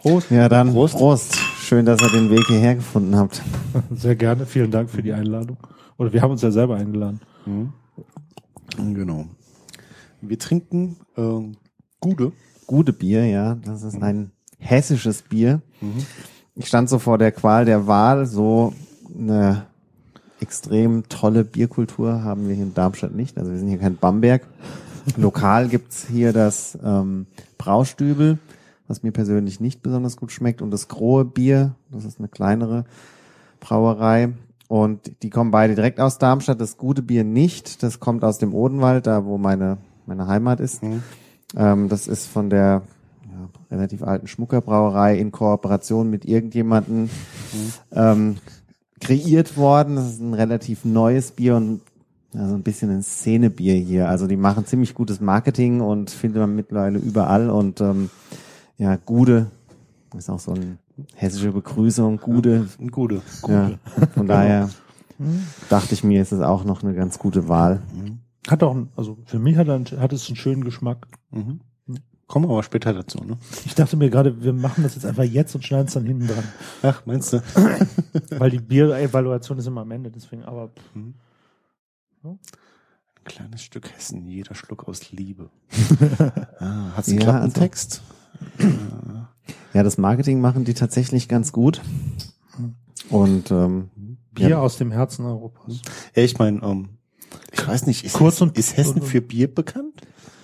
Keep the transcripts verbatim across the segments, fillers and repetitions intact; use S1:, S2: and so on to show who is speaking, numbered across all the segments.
S1: Prost.
S2: Ja, dann Prost. Prost. Schön, dass ihr den Weg hierher gefunden habt.
S1: Sehr gerne. Vielen Dank für die Einladung. Oder wir haben uns ja selber eingeladen.
S3: Mhm. Genau. Wir trinken äh, Gude.
S2: Gude Bier, ja. Das ist ein hessisches Bier. Mhm. Ich stand so vor der Qual der Wahl. So eine extrem tolle Bierkultur haben wir hier in Darmstadt nicht. Also wir sind hier kein Bamberg. Lokal gibt's hier das ähm, Braustübel, was mir persönlich nicht besonders gut schmeckt, und das Grohe Bier, das ist eine kleinere Brauerei, und die kommen beide direkt aus Darmstadt. Das Gute Bier nicht, das kommt aus dem Odenwald, da wo meine meine Heimat ist. Mhm. Ähm, das ist von der ja, relativ alten Schmuckerbrauerei in Kooperation mit irgendjemandem mhm. ähm, kreiert worden. Das ist ein relativ neues Bier und also ein bisschen ein Szenebier hier. Also die machen ziemlich gutes Marketing und findet man mittlerweile überall. Und ähm, ja, Gude ist auch so eine hessische Begrüßung. Gude.
S3: Ja, Gude.
S2: Ja, von daher dachte ich mir, ist es auch noch eine ganz gute Wahl.
S1: Hat auch, also für mich hat, ein, hat es einen schönen Geschmack.
S3: Mhm. Kommen wir aber später dazu, ne?
S1: Ich dachte mir gerade, wir machen das jetzt einfach jetzt und schneiden es dann hinten dran.
S3: Ach, meinst du?
S1: Weil die Bier-Evaluation ist immer am Ende, deswegen, aber...
S3: Mhm. Ein kleines Stück Hessen, jeder Schluck aus Liebe. ah, hat's einen ja, Klappentext?
S2: Also, ja, das Marketing machen die tatsächlich ganz gut. Und ähm,
S1: Bier
S2: ja.
S1: aus dem Herzen Europas.
S3: Ja, ich meine, ähm, ich weiß nicht, ist,
S1: Kurz
S3: Hessen,
S1: und,
S3: ist Hessen
S1: und, und.
S3: für Bier bekannt?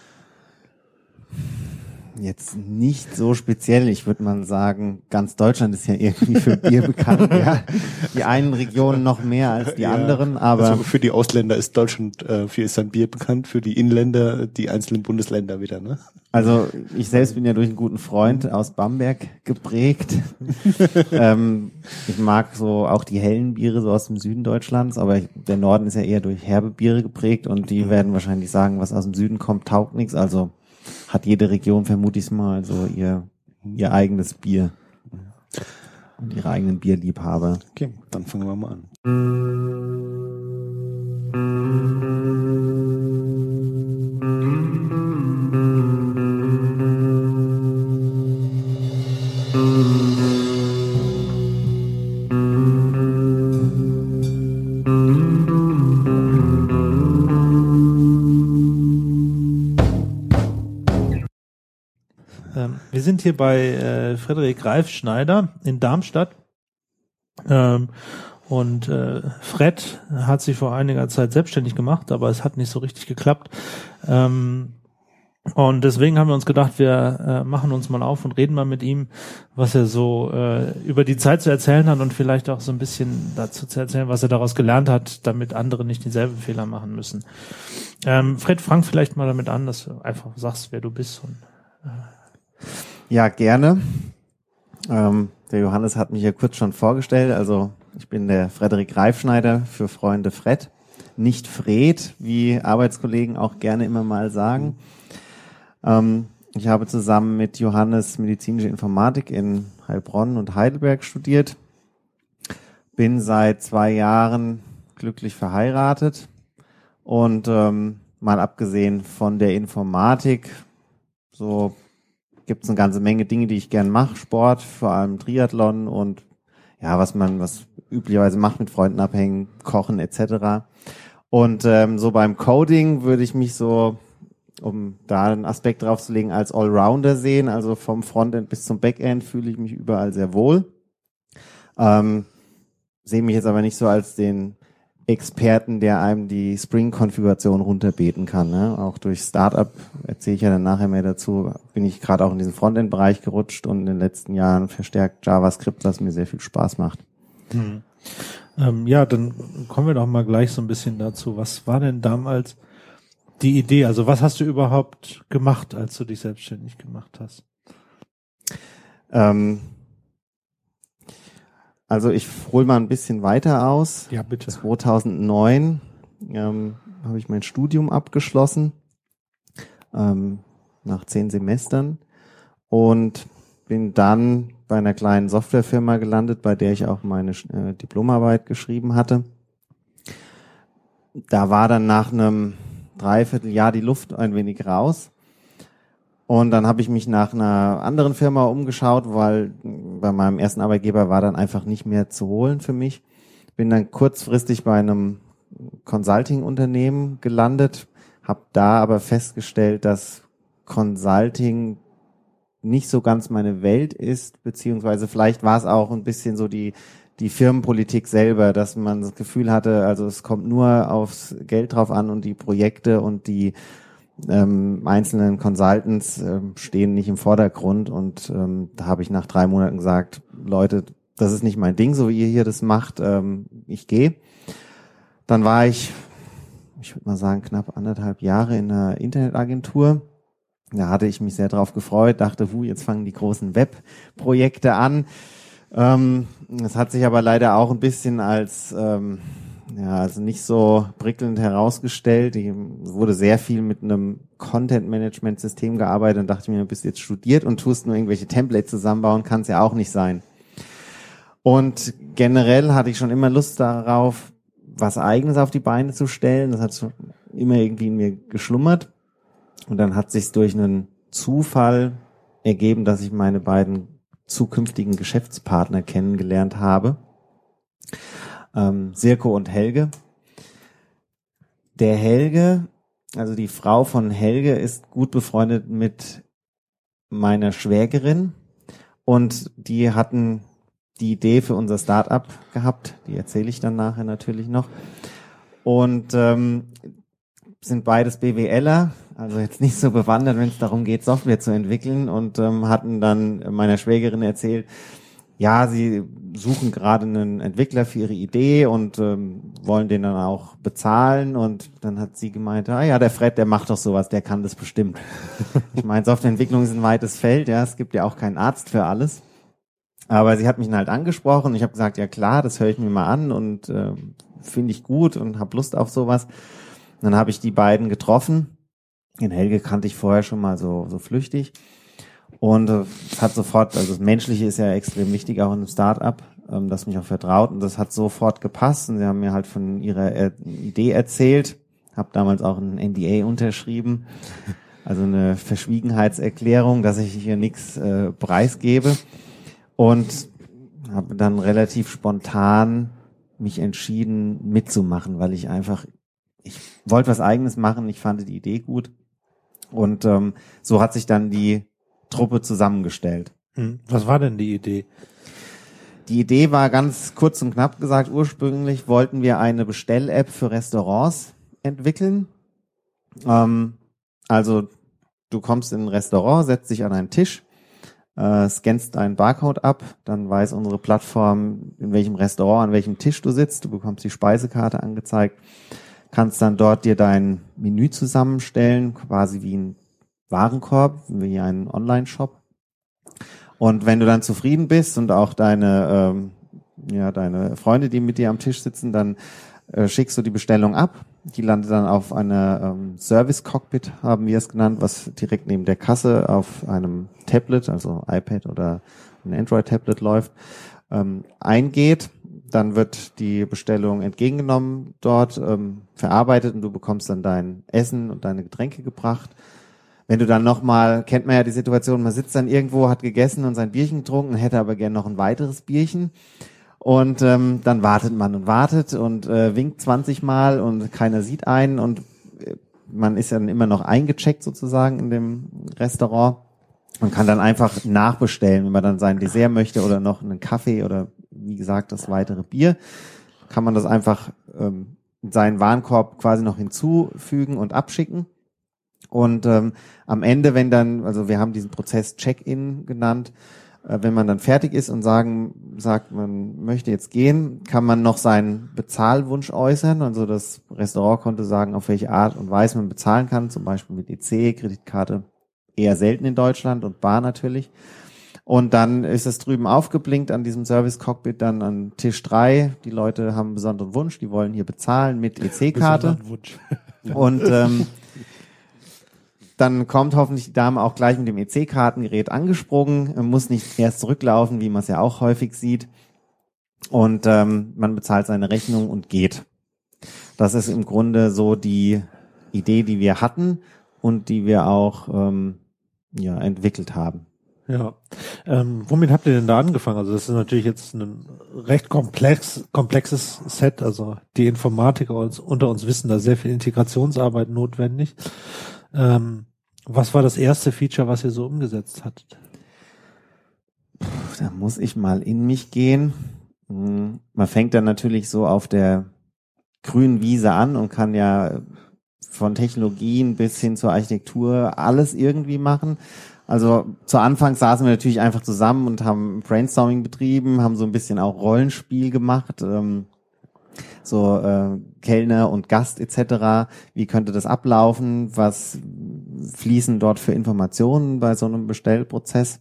S2: Jetzt nicht so speziell. Ich würde mal sagen, ganz Deutschland ist ja irgendwie für Bier bekannt. Ja. Die einen Regionen noch mehr als die ja, anderen, aber
S3: also für die Ausländer ist Deutschland äh, für sein Bier bekannt, für die Inländer die einzelnen Bundesländer wieder, ne?
S2: Also ich selbst bin ja durch einen guten Freund aus Bamberg geprägt. ähm, ich mag so auch die hellen Biere so aus dem Süden Deutschlands, aber ich, der Norden ist ja eher durch herbe Biere geprägt und die werden wahrscheinlich sagen, was aus dem Süden kommt, taugt nichts. Also hat jede Region, vermute ich mal, so ihr ihr eigenes Bier und ihre eigenen Bierliebhaber.
S3: Okay, dann fangen wir mal an.
S1: Wir sind hier bei äh, Frederik Reifschneider in Darmstadt ähm, und äh, Fred hat sich vor einiger Zeit selbstständig gemacht, aber es hat nicht so richtig geklappt. Ähm, und deswegen haben wir uns gedacht, wir äh, machen uns mal auf und reden mal mit ihm, was er so äh, über die Zeit zu erzählen hat und vielleicht auch so ein bisschen dazu zu erzählen, was er daraus gelernt hat, damit andere nicht dieselben Fehler machen müssen. Ähm, Fred, fang vielleicht mal damit an, dass du einfach sagst, wer du bist und äh,
S2: ja, gerne. Ähm, der Johannes hat mich ja kurz schon vorgestellt. Also ich bin der Frederik Reifschneider, für Freunde Fred. Nicht Fred, wie Arbeitskollegen auch gerne immer mal sagen. Ähm, ich habe zusammen mit Johannes medizinische Informatik in Heilbronn und Heidelberg studiert. Bin seit zwei Jahren glücklich verheiratet. Und ähm, mal abgesehen von der Informatik, so gibt es eine ganze Menge Dinge, die ich gern mache. Sport, vor allem Triathlon und ja, was man, was üblicherweise macht, mit Freunden abhängen, kochen et cetera. Und ähm, so beim Coding würde ich mich so, um da einen Aspekt drauf zu legen, als Allrounder sehen. Also vom Frontend bis zum Backend fühle ich mich überall sehr wohl. Ähm, sehe mich jetzt aber nicht so als den Experten, der einem die Spring-Konfiguration runterbeten kann. Ne? Auch durch Startup, erzähle ich ja dann nachher mehr dazu, bin ich gerade auch in diesen Frontend-Bereich gerutscht und in den letzten Jahren verstärkt JavaScript, was mir sehr viel Spaß macht.
S1: Hm. Ähm, ja, dann kommen wir doch mal gleich so ein bisschen dazu. Was war denn damals die Idee? Also was hast du überhaupt gemacht, als du dich selbstständig gemacht hast?
S2: Ähm, Also ich hole mal ein bisschen weiter aus.
S1: Ja, bitte.
S2: zweitausendneun ähm, habe ich mein Studium abgeschlossen, ähm, nach zehn Semestern, und bin dann bei einer kleinen Softwarefirma gelandet, bei der ich auch meine äh, Diplomarbeit geschrieben hatte. Da war dann nach einem Dreivierteljahr die Luft ein wenig raus. Und dann habe ich mich nach einer anderen Firma umgeschaut, weil bei meinem ersten Arbeitgeber war dann einfach nicht mehr zu holen für mich. Bin dann kurzfristig bei einem Consulting-Unternehmen gelandet, habe da aber festgestellt, dass Consulting nicht so ganz meine Welt ist, beziehungsweise vielleicht war es auch ein bisschen so die die Firmenpolitik selber, dass man das Gefühl hatte, also es kommt nur aufs Geld drauf an und die Projekte und die ähm, einzelnen Consultants ähm, stehen nicht im Vordergrund und ähm, da habe ich nach drei Monaten gesagt, Leute, das ist nicht mein Ding, so wie ihr hier das macht, ähm, ich gehe. Dann war ich, ich würde mal sagen, knapp anderthalb Jahre in einer Internetagentur. Da hatte ich mich sehr drauf gefreut, dachte, hu, jetzt fangen die großen Webprojekte an. Ähm, das hat sich aber leider auch ein bisschen als ähm, ja, also nicht so prickelnd herausgestellt. Ich wurde sehr viel mit einem Content-Management-System gearbeitet und dachte mir, du bist jetzt studiert und tust nur irgendwelche Templates zusammenbauen, kann es ja auch nicht sein. Und generell hatte ich schon immer Lust darauf, was Eigenes auf die Beine zu stellen. Das hat schon immer irgendwie in mir geschlummert. Und dann hat sich durch einen Zufall ergeben, dass ich meine beiden zukünftigen Geschäftspartner kennengelernt habe. Ähm, Sirko und Helge. Der Helge, also die Frau von Helge, ist gut befreundet mit meiner Schwägerin und die hatten die Idee für unser Start-up gehabt. Die erzähle ich dann nachher natürlich noch. Und ähm, sind beides BWLer, also jetzt nicht so bewandert, wenn es darum geht, Software zu entwickeln und ähm, hatten dann meiner Schwägerin erzählt, ja, sie suchen gerade einen Entwickler für ihre Idee und ähm, wollen den dann auch bezahlen und dann hat sie gemeint, ah ja, der Fred, der macht doch sowas, der kann das bestimmt. Ich meine, Softwareentwicklung ist ein weites Feld, ja, es gibt ja auch keinen Arzt für alles. Aber sie hat mich dann halt angesprochen und ich habe gesagt, ja klar, das höre ich mir mal an und äh, finde ich gut und habe Lust auf sowas. Und dann habe ich die beiden getroffen. Den Helge kannte ich vorher schon mal so so flüchtig. Und es äh, hat sofort, also das Menschliche ist ja extrem wichtig, auch in einem Start-up, ähm, das mich auch vertraut. Und das hat sofort gepasst. Und sie haben mir halt von ihrer äh, Idee erzählt. Habe damals auch ein N D A unterschrieben. Also eine Verschwiegenheitserklärung, dass ich hier nichts äh, preisgebe. Und habe dann relativ spontan mich entschieden mitzumachen, weil ich einfach, ich wollte was Eigenes machen, ich fand die Idee gut. Und ähm, so hat sich dann die Truppe zusammengestellt.
S1: Was war denn die Idee?
S2: Die Idee war ganz kurz und knapp gesagt, ursprünglich wollten wir eine Bestell-App für Restaurants entwickeln. Ähm, also du kommst in ein Restaurant, setzt dich an einen Tisch, äh, scannst einen Barcode ab, dann weiß unsere Plattform, in welchem Restaurant, an welchem Tisch du sitzt. Du bekommst die Speisekarte angezeigt, kannst dann dort dir dein Menü zusammenstellen, quasi wie ein Warenkorb, wie ein Online-Shop. Und wenn du dann zufrieden bist und auch deine, ähm, ja, deine Freunde, die mit dir am Tisch sitzen, dann äh, schickst du die Bestellung ab. Die landet dann auf einer ähm, Service-Cockpit, haben wir es genannt, was direkt neben der Kasse auf einem Tablet, also iPad oder ein Android-Tablet läuft, ähm, eingeht. Dann wird die Bestellung entgegengenommen dort, ähm, verarbeitet und du bekommst dann dein Essen und deine Getränke gebracht. Wenn du dann nochmal, kennt man ja die Situation, man sitzt dann irgendwo, hat gegessen und sein Bierchen getrunken, hätte aber gern noch ein weiteres Bierchen. Und ähm, dann wartet man und wartet und äh, winkt zwanzig Mal und keiner sieht einen und äh, man ist ja dann immer noch eingecheckt sozusagen in dem Restaurant. Man kann dann einfach nachbestellen, wenn man dann sein Dessert möchte oder noch einen Kaffee oder wie gesagt das weitere Bier, kann man das einfach ähm, in seinen Warenkorb quasi noch hinzufügen und abschicken. Und ähm, am Ende, wenn dann, also wir haben diesen Prozess Check-in genannt, äh, wenn man dann fertig ist und sagen sagt, man möchte jetzt gehen, kann man noch seinen Bezahlwunsch äußern. Also das Restaurant konnte sagen, auf welche Art und Weise man bezahlen kann, zum Beispiel mit E C, Kreditkarte, eher selten in Deutschland und Bar natürlich. Und dann ist es drüben aufgeblinkt an diesem Service-Cockpit dann an Tisch drei. Die Leute haben einen besonderen Wunsch, die wollen hier bezahlen mit E C-Karte. Und ähm, dann kommt hoffentlich die Dame auch gleich mit dem E C-Kartengerät angesprungen, muss nicht erst zurücklaufen, wie man es ja auch häufig sieht. Und ähm, man bezahlt seine Rechnung und geht. Das ist im Grunde so die Idee, die wir hatten und die wir auch ähm, ja entwickelt haben.
S1: Ja. Ähm, womit habt ihr denn da angefangen? Also das ist natürlich jetzt ein recht komplex, komplexes Set. Also die Informatiker uns, unter uns wissen, da sehr viel Integrationsarbeit notwendig. Ähm, was war das erste Feature, was ihr so umgesetzt hattet?
S2: Puh, da muss ich mal in mich gehen. Man fängt dann natürlich so auf der grünen Wiese an und kann ja von Technologien bis hin zur Architektur alles irgendwie machen. Also zu Anfang saßen wir natürlich einfach zusammen und haben Brainstorming betrieben, haben so ein bisschen auch Rollenspiel gemacht, ähm, so äh, Kellner und Gast et cetera. Wie könnte das ablaufen? Was fließen dort für Informationen bei so einem Bestellprozess?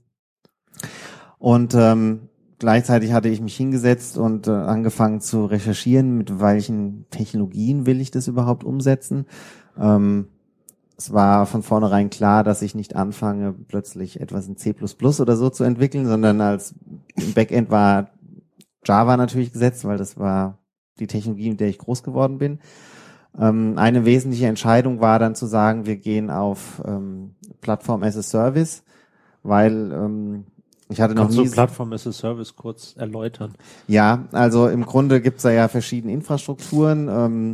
S2: Und ähm, gleichzeitig hatte ich mich hingesetzt und äh, angefangen zu recherchieren, mit welchen Technologien will ich das überhaupt umsetzen. Ähm, Es war von vornherein klar, dass ich nicht anfange, plötzlich etwas in C plus plus oder so zu entwickeln, sondern als im Backend war Java natürlich gesetzt, weil das war die Technologie, mit der ich groß geworden bin. Ähm, eine wesentliche Entscheidung war dann zu sagen, wir gehen auf ähm, Plattform as a Service, weil ähm, ich hatte noch
S1: Kannst
S2: nie...
S1: du Plattform as a Service kurz erläutern?
S2: Ja, also im Grunde gibt's da ja verschiedene Infrastrukturen, ähm,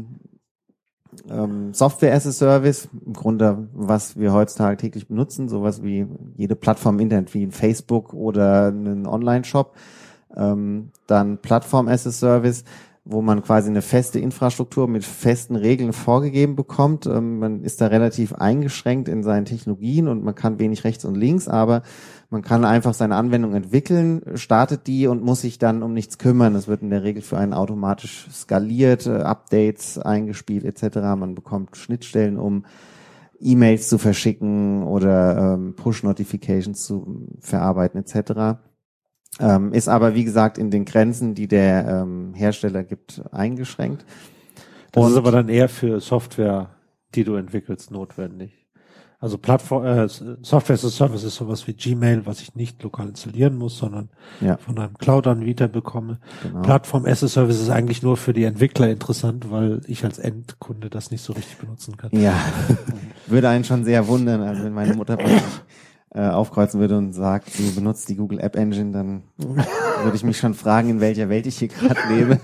S2: Ähm, Software as a Service, im Grunde, was wir heutzutage täglich benutzen, sowas wie jede Plattform im Internet, wie ein Facebook oder einen Online-Shop. Ähm, dann Plattform as a Service, wo man quasi eine feste Infrastruktur mit festen Regeln vorgegeben bekommt. Ähm, man ist da relativ eingeschränkt in seinen Technologien und man kann wenig rechts und links, aber man kann einfach seine Anwendung entwickeln, startet die und muss sich dann um nichts kümmern. Es wird in der Regel für einen automatisch skaliert, äh, Updates eingespielt et cetera. Man bekommt Schnittstellen, um E-Mails zu verschicken oder ähm, Push-Notifications zu verarbeiten et cetera. Ähm, ist aber, wie gesagt, in den Grenzen, die der ähm, Hersteller gibt, eingeschränkt.
S1: Das
S2: und
S1: ist aber dann eher für Software, die du entwickelst, notwendig. Also Plattform, äh, Software as a Service ist sowas wie Gmail, was ich nicht lokal installieren muss, sondern
S2: ja.
S1: von einem Cloud-Anbieter bekomme.
S2: Genau.
S1: Plattform as a Service ist eigentlich nur für die Entwickler interessant, weil ich als Endkunde das nicht so richtig benutzen kann.
S2: Ja, würde einen schon sehr wundern, also wenn meine Mutter äh, aufkreuzen würde und sagt, sie benutzt die Google App Engine, dann würde ich mich schon fragen, in welcher Welt ich hier gerade lebe.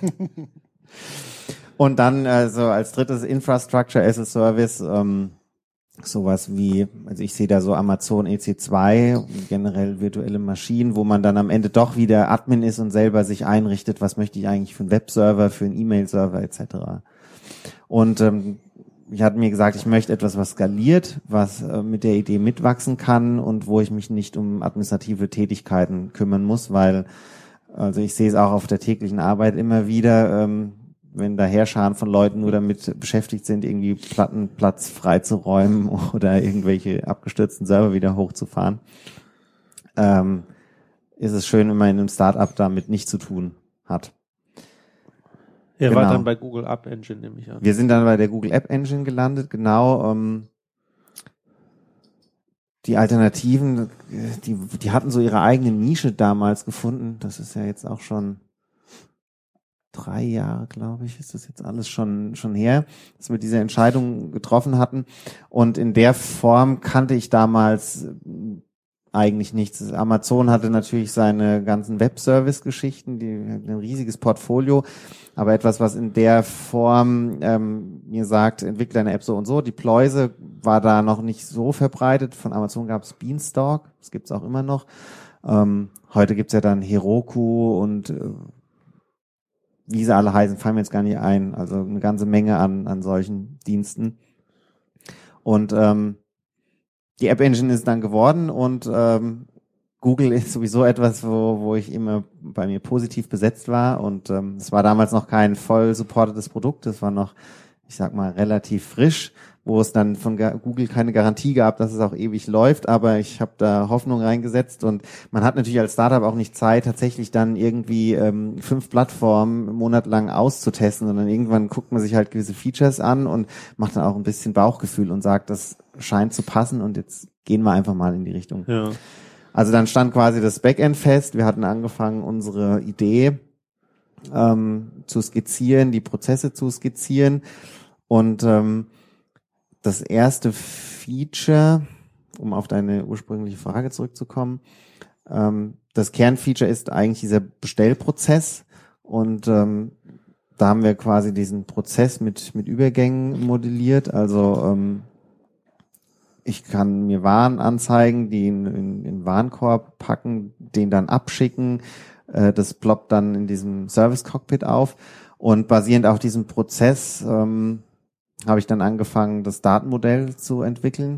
S2: Und dann also als drittes Infrastructure as a Service, ähm, sowas wie, also ich sehe da so Amazon E C zwei, generell virtuelle Maschinen, wo man dann am Ende doch wieder Admin ist und selber sich einrichtet, was möchte ich eigentlich für einen Webserver, für einen E-Mail-Server et cetera. Und ähm, ich hatte mir gesagt, ich möchte etwas, was skaliert, was äh, mit der Idee mitwachsen kann und wo ich mich nicht um administrative Tätigkeiten kümmern muss, weil, also ich sehe es auch auf der täglichen Arbeit immer wieder, ähm, wenn da Heerscharen von Leuten nur damit beschäftigt sind, irgendwie Plattenplatz freizuräumen oder irgendwelche abgestürzten Server wieder hochzufahren, ähm, ist es schön, wenn man in einem Startup damit nichts zu tun hat.
S1: Er
S2: genau.
S1: war dann bei Google App Engine, nehme ich an.
S2: Wir sind dann bei der Google App Engine gelandet, genau. Ähm, die Alternativen, die, die hatten so ihre eigene Nische damals gefunden. Das ist ja jetzt auch schon drei Jahre, glaube ich, ist das jetzt alles schon schon her, dass wir diese Entscheidung getroffen hatten. Und in der Form kannte ich damals eigentlich nichts. Amazon hatte natürlich seine ganzen Web-Service-Geschichten, die ein riesiges Portfolio, aber etwas, was in der Form ähm, mir sagt, entwickle eine App so und so. Die Pläuse war da noch nicht so verbreitet. Von Amazon gab es Beanstalk, das gibt's auch immer noch. Ähm, heute gibt's ja dann Heroku und äh, wie sie alle heißen, fallen mir jetzt gar nicht ein. Also eine ganze Menge an an solchen Diensten. Und ähm, die App Engine ist dann geworden und ähm, Google ist sowieso etwas, wo wo ich immer bei mir positiv besetzt war. Und ähm, es war damals noch kein voll supportetes Produkt. Es war noch, ich sag mal, relativ frisch, wo es dann von Google keine Garantie gab, dass es auch ewig läuft, aber ich habe da Hoffnung reingesetzt und man hat natürlich als Startup auch nicht Zeit, tatsächlich dann irgendwie ähm, fünf Plattformen monatelang auszutesten, sondern irgendwann guckt man sich halt gewisse Features an und macht dann auch ein bisschen Bauchgefühl und sagt, das scheint zu passen und jetzt gehen wir einfach mal in die Richtung.
S1: Ja.
S2: Also dann stand quasi das Backend fest, wir hatten angefangen, unsere Idee ähm, zu skizzieren, die Prozesse zu skizzieren und ähm, das erste Feature, um auf deine ursprüngliche Frage zurückzukommen. Ähm, das Kernfeature ist eigentlich dieser Bestellprozess und ähm, da haben wir quasi diesen Prozess mit mit Übergängen modelliert. Also ähm, ich kann mir Waren anzeigen, die in, in, in Warenkorb packen, den dann abschicken. Äh, das ploppt dann in diesem Service Cockpit auf. Und basierend auf diesem Prozess ähm, habe ich dann angefangen, das Datenmodell zu entwickeln.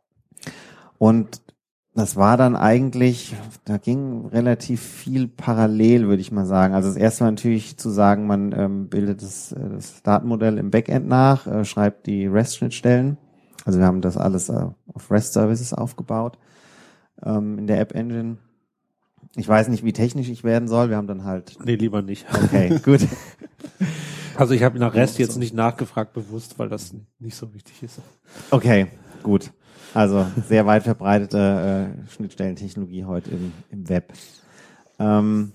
S2: Und das war dann eigentlich, da ging relativ viel parallel, würde ich mal sagen. Also das erste war natürlich zu sagen, man ähm, bildet das, äh, das Datenmodell im Backend nach, äh, schreibt die REST-Schnittstellen. Also wir haben das alles äh, auf REST-Services aufgebaut ähm, in der App-Engine. Ich weiß nicht, wie technisch ich werden soll. Wir haben dann halt...
S1: Nee, lieber nicht.
S2: Okay, gut.
S1: Also ich habe nach REST jetzt nicht nachgefragt bewusst, weil das nicht so wichtig ist.
S2: Okay, gut. Also sehr weit verbreitete äh, Schnittstellentechnologie heute im, im Web. Ähm,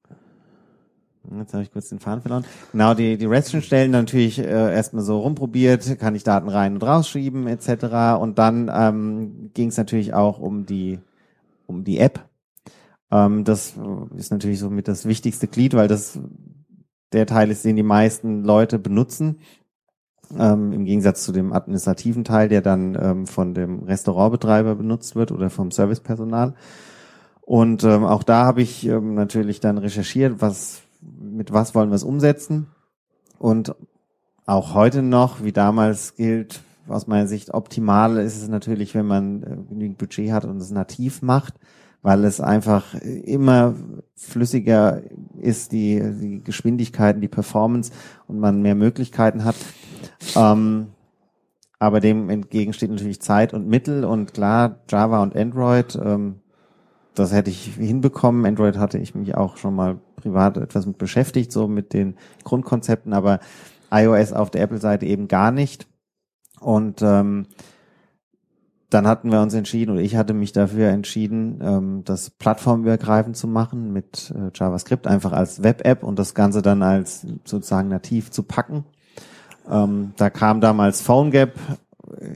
S2: jetzt habe ich kurz den Faden verloren. Genau, die, die REST-Schnittstellen natürlich äh, erstmal so rumprobiert, kann ich Daten rein und rausschieben et cetera. Und dann ähm, ging es natürlich auch um die um die App. Ähm, das ist natürlich so mit das wichtigste Glied, weil das der Teil ist, den die meisten Leute benutzen. Ähm, im Gegensatz zu dem administrativen Teil, der dann ähm, von dem Restaurantbetreiber benutzt wird oder vom Servicepersonal. Und ähm, auch da habe ich ähm, natürlich dann recherchiert, was mit was wollen wir es umsetzen. Und auch heute noch, wie damals gilt, aus meiner Sicht optimal ist es natürlich, wenn man äh, genügend Budget hat und es nativ macht, weil es einfach immer flüssiger ist, die, die Geschwindigkeiten, die Performance und man mehr Möglichkeiten hat. Ähm, aber dem entgegen steht natürlich Zeit und Mittel und klar, Java und Android, ähm, das hätte ich hinbekommen. Android hatte ich mich auch schon mal privat etwas mit beschäftigt, so mit den Grundkonzepten, aber iOS auf der Apple-Seite eben gar nicht. Und ähm, dann hatten wir uns entschieden, oder ich hatte mich dafür entschieden, ähm, das plattformübergreifend zu machen mit äh, JavaScript, einfach als Web-App und das Ganze dann als sozusagen nativ zu packen. Ähm, da kam damals PhoneGap, äh,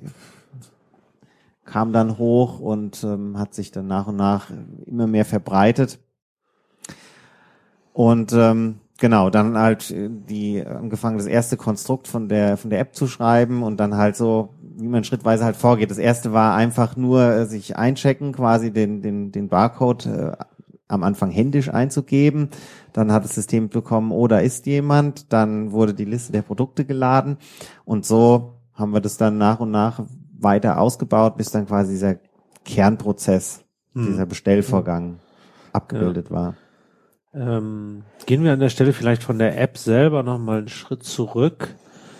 S2: kam dann hoch und ähm, hat sich dann nach und nach immer mehr verbreitet. Und ähm, genau, dann halt die angefangen, das erste Konstrukt von der von der App zu schreiben und dann halt so, wie man schrittweise halt vorgeht. Das erste war einfach nur äh, sich einchecken, quasi den den den Barcode äh, am Anfang händisch einzugeben. Dann hat das System bekommen, oh, da ist jemand. Dann wurde die Liste der Produkte geladen und so haben wir das dann nach und nach weiter ausgebaut, bis dann quasi dieser Kernprozess, hm. dieser Bestellvorgang hm. abgebildet ja. war.
S1: Ähm, gehen wir an der Stelle vielleicht von der App selber nochmal einen Schritt zurück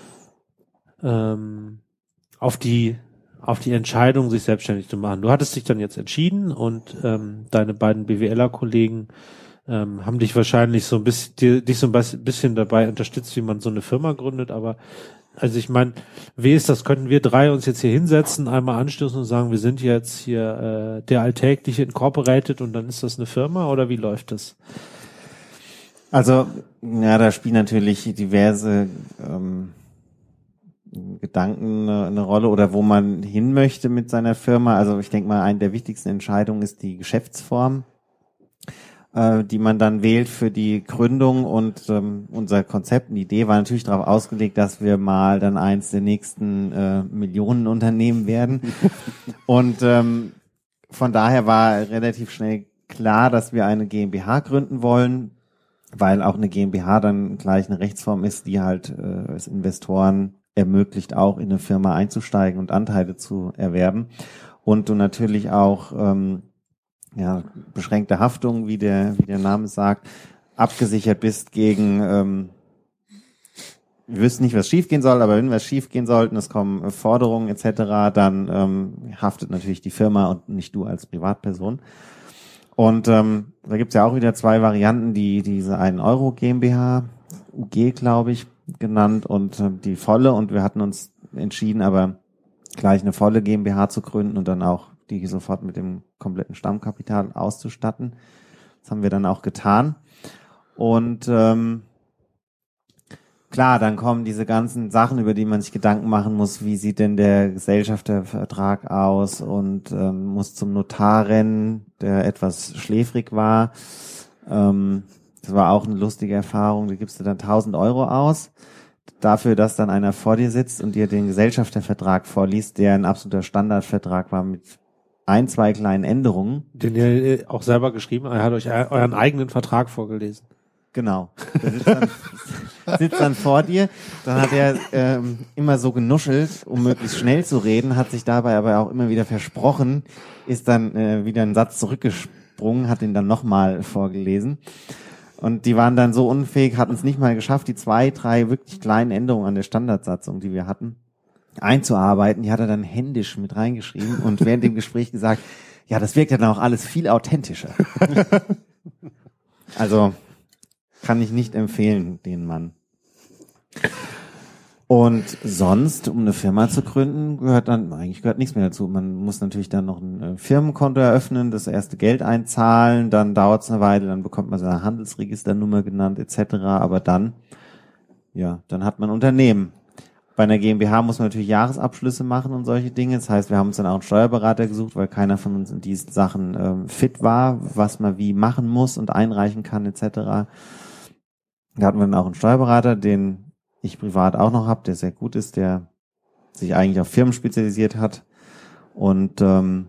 S1: ähm, auf die auf die Entscheidung, sich selbstständig zu machen. Du hattest dich dann jetzt entschieden und ähm, deine beiden BWLer-Kollegen ähm, haben dich wahrscheinlich so ein bisschen die, dich so ein bisschen dabei unterstützt, wie man so eine Firma gründet, aber also ich meine, wie ist das? Könnten wir drei uns jetzt hier hinsetzen, einmal anstoßen und sagen, wir sind jetzt hier äh, der alltägliche Incorporated und dann ist das eine Firma oder wie läuft das?
S2: Also, ja, da spielen natürlich diverse ähm, Gedanken eine, eine Rolle oder wo man hin möchte mit seiner Firma. Also ich denke mal, eine der wichtigsten Entscheidungen ist die Geschäftsform, äh, die man dann wählt für die Gründung und ähm, unser Konzept, die Idee war natürlich darauf ausgelegt, dass wir mal dann eins der nächsten äh, Millionenunternehmen werden. Und ähm, von daher war relativ schnell klar, dass wir eine GmbH gründen wollen, weil auch eine GmbH dann gleich eine Rechtsform ist, die halt äh, es Investoren ermöglicht, auch in eine Firma einzusteigen und Anteile zu erwerben. Und du natürlich auch ähm, ja, beschränkte Haftung, wie der wie der Name sagt, abgesichert bist gegen, ähm, wir wissen nicht, was schiefgehen soll, aber wenn was schiefgehen sollten, es kommen Forderungen et cetera, dann ähm, haftet natürlich die Firma und nicht du als Privatperson. Und ähm, da gibt's ja auch wieder zwei Varianten, die diese einen Euro GmbH, U G glaube ich, genannt und äh, die volle. Und wir hatten uns entschieden, aber gleich eine volle GmbH zu gründen und dann auch die sofort mit dem kompletten Stammkapital auszustatten. Das haben wir dann auch getan. Und ähm, klar, dann kommen diese ganzen Sachen, über die man sich Gedanken machen muss. Wie sieht denn der Gesellschaftervertrag aus? Und ähm, muss zum Notar rennen, der etwas schläfrig war. Ähm, das war auch eine lustige Erfahrung. Da gibst du dann tausend Euro aus. Dafür, dass dann einer vor dir sitzt und dir den Gesellschaftervertrag vorliest, der ein absoluter Standardvertrag war mit ein, zwei kleinen Änderungen.
S1: Den ihr auch selber geschrieben, er hat euch euren eigenen Vertrag vorgelesen.
S2: Genau. Der sitzt dann, sitzt dann vor dir. Dann hat er ähm, immer so genuschelt, um möglichst schnell zu reden, hat sich dabei aber auch immer wieder versprochen, ist dann äh, wieder einen Satz zurückgesprungen, hat ihn dann nochmal vorgelesen. Und die waren dann so unfähig, hatten es nicht mal geschafft, die zwei, drei wirklich kleinen Änderungen an der Standardsatzung, die wir hatten, einzuarbeiten. Die hat er dann händisch mit reingeschrieben und während dem Gespräch gesagt, ja, das wirkt ja dann auch alles viel authentischer. Also kann ich nicht empfehlen, den Mann. Und sonst, um eine Firma zu gründen, gehört dann, eigentlich gehört nichts mehr dazu. Man muss natürlich dann noch ein Firmenkonto eröffnen, das erste Geld einzahlen, dann dauert es eine Weile, dann bekommt man seine Handelsregisternummer genannt et cetera. Aber dann, ja, dann hat man ein Unternehmen. Bei einer GmbH muss man natürlich Jahresabschlüsse machen und solche Dinge. Das heißt, wir haben uns dann auch einen Steuerberater gesucht, weil keiner von uns in diesen Sachen ähm, fit war, was man wie machen muss und einreichen kann et cetera. Da hatten wir dann auch einen Steuerberater, den ich privat auch noch habe, der sehr gut ist, der sich eigentlich auf Firmen spezialisiert hat. Und ähm,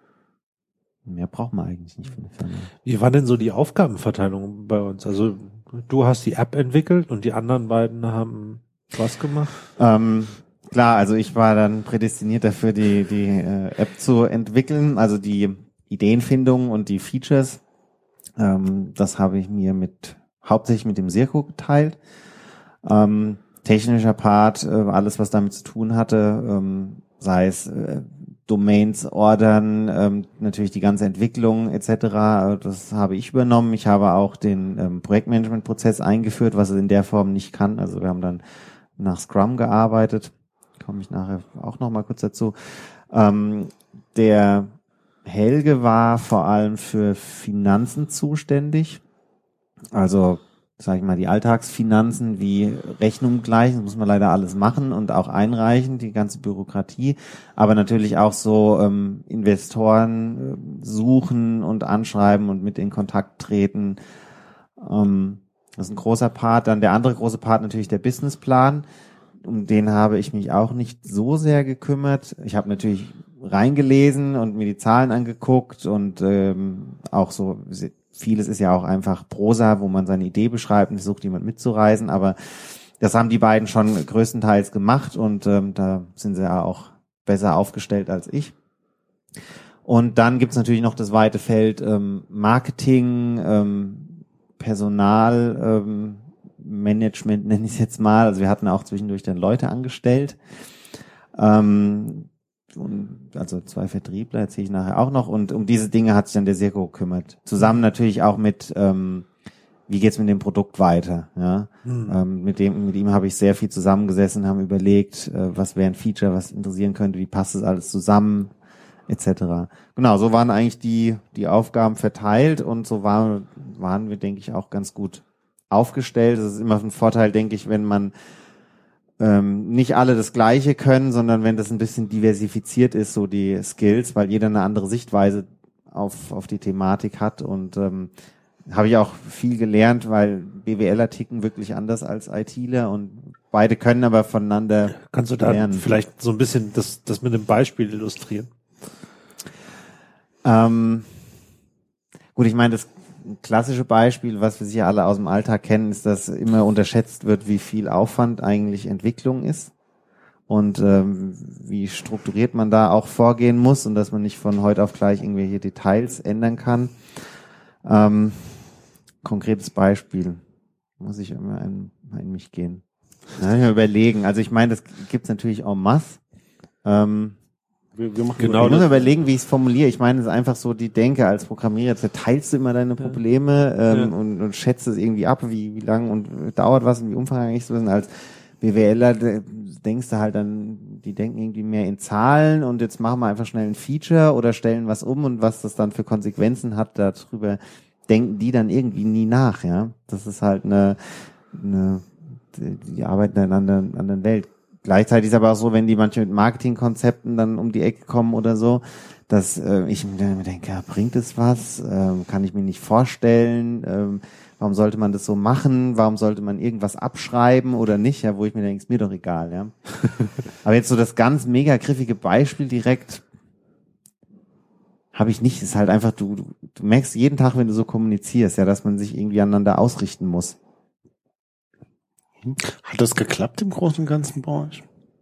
S2: mehr braucht man eigentlich nicht für eine Firma.
S1: Wie war denn so die Aufgabenverteilung bei uns? Also du hast die App entwickelt und die anderen beiden haben was gemacht?
S2: Ähm, klar, also ich war dann prädestiniert dafür, die, die äh, App zu entwickeln, also die Ideenfindung und die Features. Ähm, das habe ich mir mit hauptsächlich mit dem Sirko geteilt. Ähm, technischer Part, äh, alles was damit zu tun hatte, ähm, sei es äh, Domains ordern, ähm, natürlich die ganze Entwicklung et cetera. Das habe ich übernommen. Ich habe auch den ähm, Projektmanagement-Prozess eingeführt, was es in der Form nicht kann. Also wir haben dann nach Scrum gearbeitet. Komme ich nachher auch noch mal kurz dazu. Ähm, der Helge war vor allem für Finanzen zuständig. Also, sage ich mal, die Alltagsfinanzen wie Rechnung gleichen, das muss man leider alles machen und auch einreichen, die ganze Bürokratie, aber natürlich auch so ähm, Investoren äh, suchen und anschreiben und mit in Kontakt treten. Ähm, das ist ein großer Part. Dann der andere große Part natürlich der Businessplan. Um den habe ich mich auch nicht so sehr gekümmert. Ich habe natürlich reingelesen und mir die Zahlen angeguckt und ähm, auch so vieles ist ja auch einfach Prosa, wo man seine Idee beschreibt und versucht, jemand mitzureisen. Aber das haben die beiden schon größtenteils gemacht und ähm, da sind sie ja auch besser aufgestellt als ich. Und dann gibt's natürlich noch das weite Feld ähm, Marketing, ähm, Personal, ähm, Management nenne ich es jetzt mal. Also wir hatten auch zwischendurch dann Leute angestellt. Ähm, Und also zwei Vertriebler, erzähle ich nachher auch noch. Und um diese Dinge hat sich dann der Sirko gekümmert. Zusammen natürlich auch mit, ähm, wie geht's mit dem Produkt weiter? Ja, mhm. ähm, mit dem, mit ihm habe ich sehr viel zusammengesessen, haben überlegt, äh, was wäre ein Feature, was interessieren könnte, wie passt das alles zusammen, et cetera. Genau, so waren eigentlich die die Aufgaben verteilt und so waren waren wir, denke ich, auch ganz gut aufgestellt. Das ist immer ein Vorteil, denke ich, wenn man Ähm, nicht alle das Gleiche können, sondern wenn das ein bisschen diversifiziert ist, so die Skills, weil jeder eine andere Sichtweise auf auf die Thematik hat und ähm, habe ich auch viel gelernt, weil BWLer ticken wirklich anders als ITler und beide können aber voneinander lernen.
S1: Kannst du da lernen. Vielleicht so ein bisschen das das mit einem Beispiel illustrieren?
S2: Ähm, gut, ich meine, das klassische Beispiel, was wir sicher alle aus dem Alltag kennen, ist, dass immer unterschätzt wird, wie viel Aufwand eigentlich Entwicklung ist und ähm, wie strukturiert man da auch vorgehen muss und dass man nicht von heute auf gleich irgendwelche Details ändern kann. Ähm, konkretes Beispiel, muss ich immer in, in mich gehen. Na, ich überlegen. Also ich meine, das gibt's natürlich en masse. Ähm,
S3: Wir, wir machen
S2: genau, ich muss überlegen, wie ich es formuliere. Ich meine, es ist einfach so die Denke als Programmierer, zerteilst du immer deine Probleme ähm, ja. und, und schätzt es irgendwie ab, wie, wie lang und dauert was und wie umfangreich es ist. Als BWLer denkst du halt dann, die denken irgendwie mehr in Zahlen und jetzt machen wir einfach schnell ein Feature oder stellen was um und was das dann für Konsequenzen hat, darüber denken die dann irgendwie nie nach, ja. Das ist halt eine, eine die arbeiten in einer anderen, anderen Welt. Gleichzeitig ist aber auch so, wenn die manche mit Marketingkonzepten dann um die Ecke kommen oder so, dass äh, ich mir denke, ja, bringt es was? Ähm, kann ich mir nicht vorstellen. Ähm, warum sollte man das so machen? Warum sollte man irgendwas abschreiben oder nicht? Ja, wo ich mir denke, ist mir doch egal. Ja. Aber jetzt so das ganz mega griffige Beispiel direkt habe ich nicht. Es ist halt einfach, du, du, du merkst jeden Tag, wenn du so kommunizierst, ja, dass man sich irgendwie aneinander ausrichten muss.
S3: Hat das geklappt im Großen und Ganzen bei euch?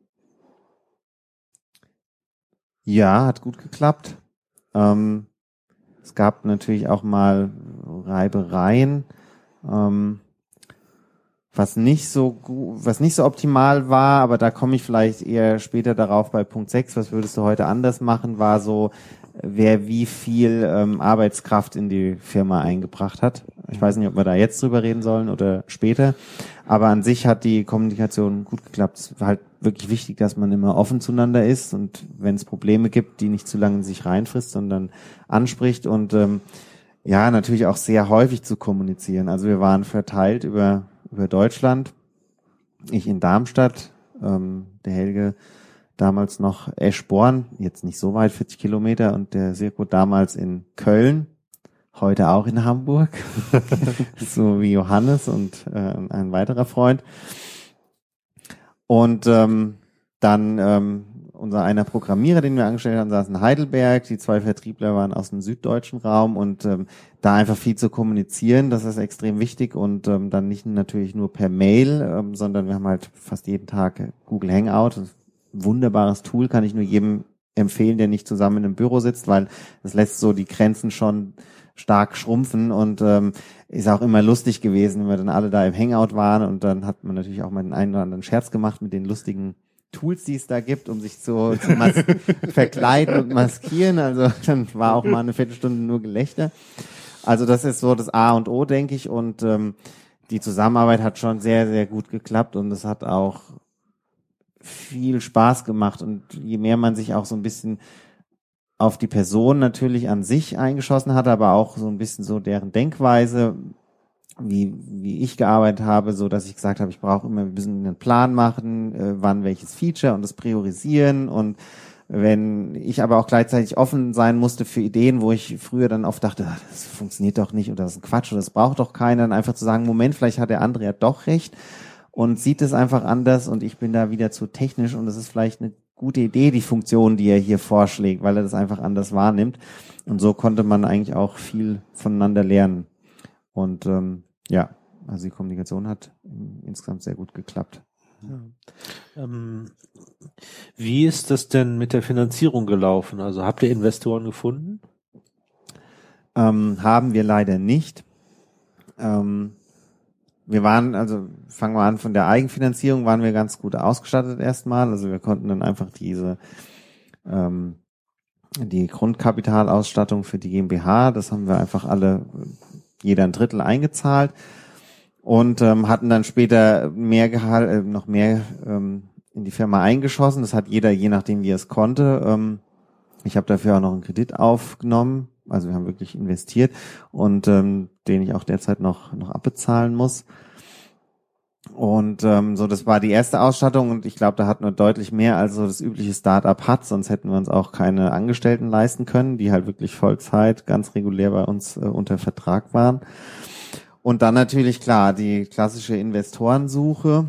S2: Ja, hat gut geklappt. Ähm, es gab natürlich auch mal Reibereien, ähm, was nicht so gut, was nicht so optimal war, aber da komme ich vielleicht eher später darauf bei Punkt sechs. Was würdest du heute anders machen? War so, wer wie viel ähm, Arbeitskraft in die Firma eingebracht hat. Ich weiß nicht, ob wir da jetzt drüber reden sollen oder später. Aber an sich hat die Kommunikation gut geklappt. Es war halt wirklich wichtig, dass man immer offen zueinander ist und wenn es Probleme gibt, die nicht zu lange in sich reinfrisst, sondern anspricht und ähm, ja, natürlich auch sehr häufig zu kommunizieren. Also wir waren verteilt über über Deutschland. Ich in Darmstadt, ähm, der Helge damals noch Eschborn, jetzt nicht so weit, vierzig Kilometer, und der Sirko damals in Köln, heute auch in Hamburg, so wie Johannes und äh, ein weiterer Freund. Und ähm, dann ähm, unser einer Programmierer, den wir angestellt haben, saß in Heidelberg, die zwei Vertriebler waren aus dem süddeutschen Raum und ähm, da einfach viel zu kommunizieren, das ist extrem wichtig und ähm, dann nicht natürlich nur per Mail, ähm, sondern wir haben halt fast jeden Tag Google Hangout, ein wunderbares Tool, kann ich nur jedem empfehlen, der nicht zusammen in einem Büro sitzt, weil das lässt so die Grenzen schon stark schrumpfen und ähm, ist auch immer lustig gewesen, wenn wir dann alle da im Hangout waren und dann hat man natürlich auch mal den einen oder anderen Scherz gemacht mit den lustigen Tools, die es da gibt, um sich zu, zu mas- verkleiden und maskieren. Also dann war auch mal eine Viertelstunde nur Gelächter. Also das ist so das A und O, denke ich. Und ähm, die Zusammenarbeit hat schon sehr, sehr gut geklappt und es hat auch viel Spaß gemacht. Und je mehr man sich auch so ein bisschen auf die Person natürlich an sich eingeschossen hat, aber auch so ein bisschen so deren Denkweise, wie wie ich gearbeitet habe, so dass ich gesagt habe, ich brauche immer ein bisschen einen Plan machen, äh, wann welches Feature und das priorisieren und wenn ich aber auch gleichzeitig offen sein musste für Ideen, wo ich früher dann oft dachte, ach, das funktioniert doch nicht oder das ist ein Quatsch oder das braucht doch keiner, dann einfach zu sagen, Moment, vielleicht hat der andere ja doch recht und sieht es einfach anders und ich bin da wieder zu technisch und das ist vielleicht eine gute Idee, die Funktion, die er hier vorschlägt, weil er das einfach anders wahrnimmt und so konnte man eigentlich auch viel voneinander lernen. Und ähm, ja, also die Kommunikation hat insgesamt sehr gut geklappt.
S1: Ja. Ähm, wie ist das denn mit der Finanzierung gelaufen? Also habt ihr Investoren gefunden?
S2: Ähm, haben wir leider nicht. Ähm, wir waren, also fangen wir an, von der Eigenfinanzierung waren wir ganz gut ausgestattet erstmal. Also wir konnten dann einfach diese ähm, die Grundkapitalausstattung für die GmbH, das haben wir einfach alle jeder ein Drittel eingezahlt und ähm, hatten dann später mehr Gehalt, äh, noch mehr ähm, in die Firma eingeschossen. Das hat jeder, je nachdem wie er es konnte. Ähm, ich habe dafür auch noch einen Kredit aufgenommen, also wir haben wirklich investiert und ähm, den ich auch derzeit noch noch abbezahlen muss. Und ähm, so, das war die erste Ausstattung und ich glaube, da hatten wir deutlich mehr als so das übliche Start-up hat, sonst hätten wir uns auch keine Angestellten leisten können, die halt wirklich Vollzeit, ganz regulär bei uns äh, unter Vertrag waren. Und dann natürlich, klar, die klassische Investorensuche.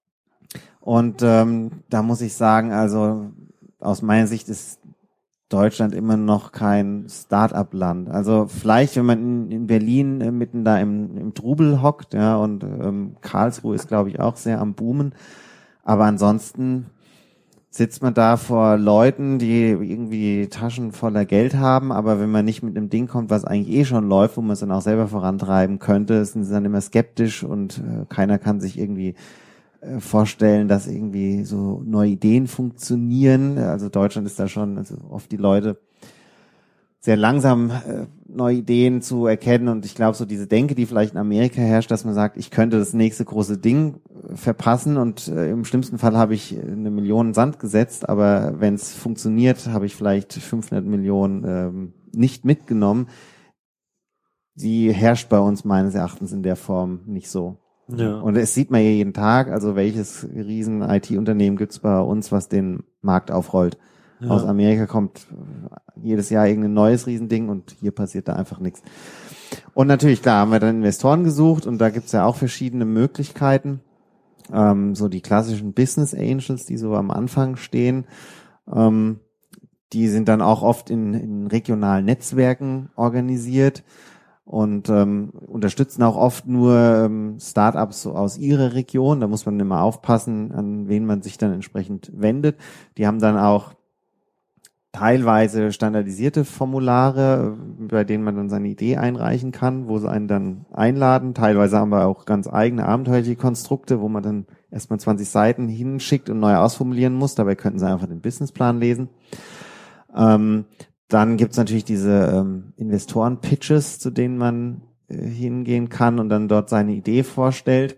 S2: Und ähm, da muss ich sagen, also aus meiner Sicht ist Deutschland immer noch kein Start-up-Land. Also vielleicht, wenn man in, in Berlin äh, mitten da im, im Trubel hockt, ja, und ähm, Karlsruhe ist, glaube ich, auch sehr am Boomen. Aber ansonsten sitzt man da vor Leuten, die irgendwie Taschen voller Geld haben, aber wenn man nicht mit einem Ding kommt, was eigentlich eh schon läuft, wo man es dann auch selber vorantreiben könnte, sind sie dann immer skeptisch und äh, keiner kann sich irgendwie vorstellen, dass irgendwie so neue Ideen funktionieren. Also Deutschland ist da schon, also oft die Leute sehr langsam äh, neue Ideen zu erkennen und ich glaube so diese Denke, die vielleicht in Amerika herrscht, dass man sagt, ich könnte das nächste große Ding verpassen und äh, im schlimmsten Fall habe ich eine Million in Sand gesetzt, aber wenn es funktioniert, habe ich vielleicht fünfhundert Millionen ähm, nicht mitgenommen. Die herrscht bei uns meines Erachtens in der Form nicht so.
S1: Ja.
S2: Und es sieht man ja jeden Tag, also welches riesen I T-Unternehmen gibt's bei uns, was den Markt aufrollt. Ja. Aus Amerika kommt jedes Jahr irgendein neues Riesending und hier passiert da einfach nichts. Und natürlich, klar, haben wir dann Investoren gesucht und da gibt's ja auch verschiedene Möglichkeiten. Ähm, so die klassischen Business Angels, die so am Anfang stehen, ähm, die sind dann auch oft in, in regionalen Netzwerken organisiert und ähm, unterstützen auch oft nur ähm, Startups so aus ihrer Region. Da muss man immer aufpassen, an wen man sich dann entsprechend wendet. Die haben dann auch teilweise standardisierte Formulare, bei denen man dann seine Idee einreichen kann, wo sie einen dann einladen. Teilweise haben wir auch ganz eigene abenteuerliche Konstrukte, wo man dann erstmal zwanzig Seiten hinschickt und neu ausformulieren muss. Dabei könnten sie einfach den Businessplan lesen. Ähm, dann gibt's natürlich diese ähm, Investoren-Pitches, zu denen man äh, hingehen kann und dann dort seine Idee vorstellt.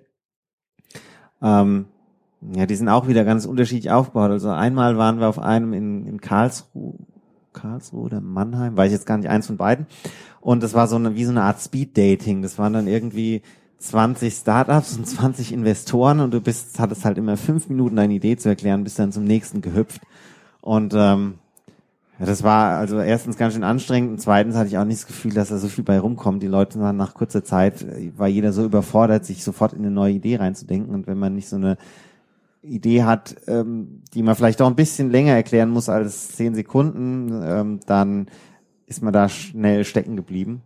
S2: Ähm, Ja, die sind auch wieder ganz unterschiedlich aufgebaut. Also einmal waren wir auf einem in, in Karlsruhe, Karlsruhe oder Mannheim, weiß ich jetzt gar nicht, eins von beiden. Und das war so eine, wie so eine Art Speed-Dating. Das waren dann irgendwie zwanzig Startups und zwanzig Investoren und du bist, hattest halt immer fünf Minuten deine Idee zu erklären, bist dann zum nächsten gehüpft. Und ähm, ja, das war also erstens ganz schön anstrengend und zweitens hatte ich auch nicht das Gefühl, dass da so viel bei rumkommt. Die Leute waren nach kurzer Zeit, war jeder so überfordert, sich sofort in eine neue Idee reinzudenken. Und wenn man nicht so eine Idee hat, ähm, die man vielleicht auch ein bisschen länger erklären muss als zehn Sekunden, ähm, dann ist man da schnell stecken geblieben.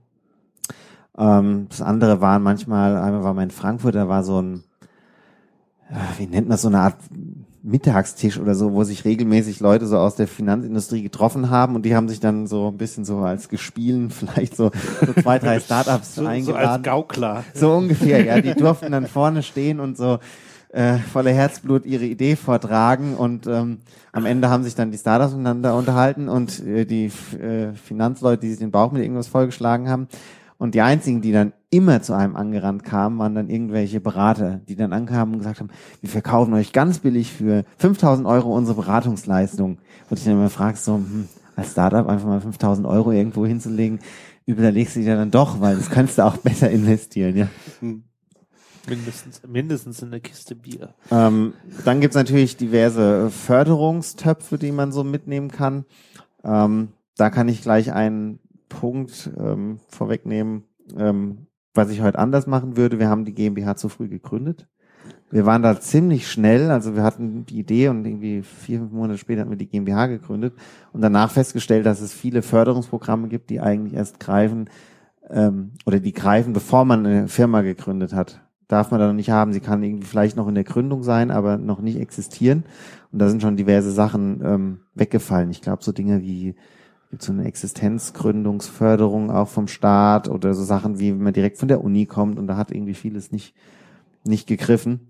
S2: Ähm, das andere waren manchmal, einmal war man in Frankfurt, da war so ein, äh, wie nennt man so eine Art Mittagstisch oder so, wo sich regelmäßig Leute so aus der Finanzindustrie getroffen haben und die haben sich dann so ein bisschen so als Gespielen vielleicht so, so zwei, drei Startups
S1: so,
S2: eingeladen.
S1: So als Gaukler.
S2: So ungefähr, ja. Die durften dann vorne stehen und so äh, voller Herzblut ihre Idee vortragen und ähm, am Ende haben sich dann die Startups miteinander unterhalten und äh, die äh, Finanzleute, die sich den Bauch mit irgendwas vollgeschlagen haben. Und die einzigen, die dann immer zu einem angerannt kamen, waren dann irgendwelche Berater, die dann ankamen und gesagt haben, wir verkaufen euch ganz billig für fünftausend Euro unsere Beratungsleistung. Und ich dann immer fragst, so, hm, als Startup einfach mal fünftausend Euro irgendwo hinzulegen, überlegst du dir dann doch, weil das kannst du auch besser investieren, ja.
S1: Mindestens, mindestens in eine Kiste Bier.
S2: Ähm, dann gibt's natürlich diverse Förderungstöpfe, die man so mitnehmen kann. Ähm, da kann ich gleich einen Punkt ähm, vorwegnehmen, ähm, was ich heute anders machen würde. Wir haben die GmbH zu früh gegründet. Wir waren da ziemlich schnell, also wir hatten die Idee und irgendwie vier, fünf Monate später hatten wir die GmbH gegründet und danach festgestellt, dass es viele Förderungsprogramme gibt, die eigentlich erst greifen ähm, oder die greifen, bevor man eine Firma gegründet hat. Darf man da noch nicht haben. Sie kann irgendwie vielleicht noch in der Gründung sein, aber noch nicht existieren. Und da sind schon diverse Sachen ähm, weggefallen. Ich glaube, so Dinge wie gibt so eine Existenzgründungsförderung auch vom Staat oder so Sachen wie, wenn man direkt von der Uni kommt und da hat irgendwie vieles nicht nicht gegriffen.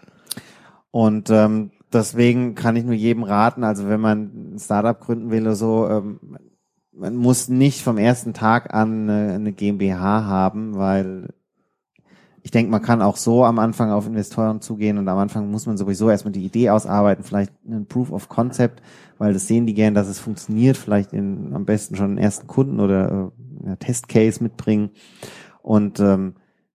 S2: Und ähm, deswegen kann ich nur jedem raten, also wenn man ein Startup gründen will oder so, ähm, man muss nicht vom ersten Tag an eine, eine GmbH haben, weil ich denke, man kann auch so am Anfang auf Investoren zugehen und am Anfang muss man sowieso erstmal die Idee ausarbeiten, vielleicht einen Proof of Concept, weil das sehen die gern, dass es funktioniert, vielleicht in, am besten schon einen ersten Kunden oder äh, einen Testcase mitbringen und ähm,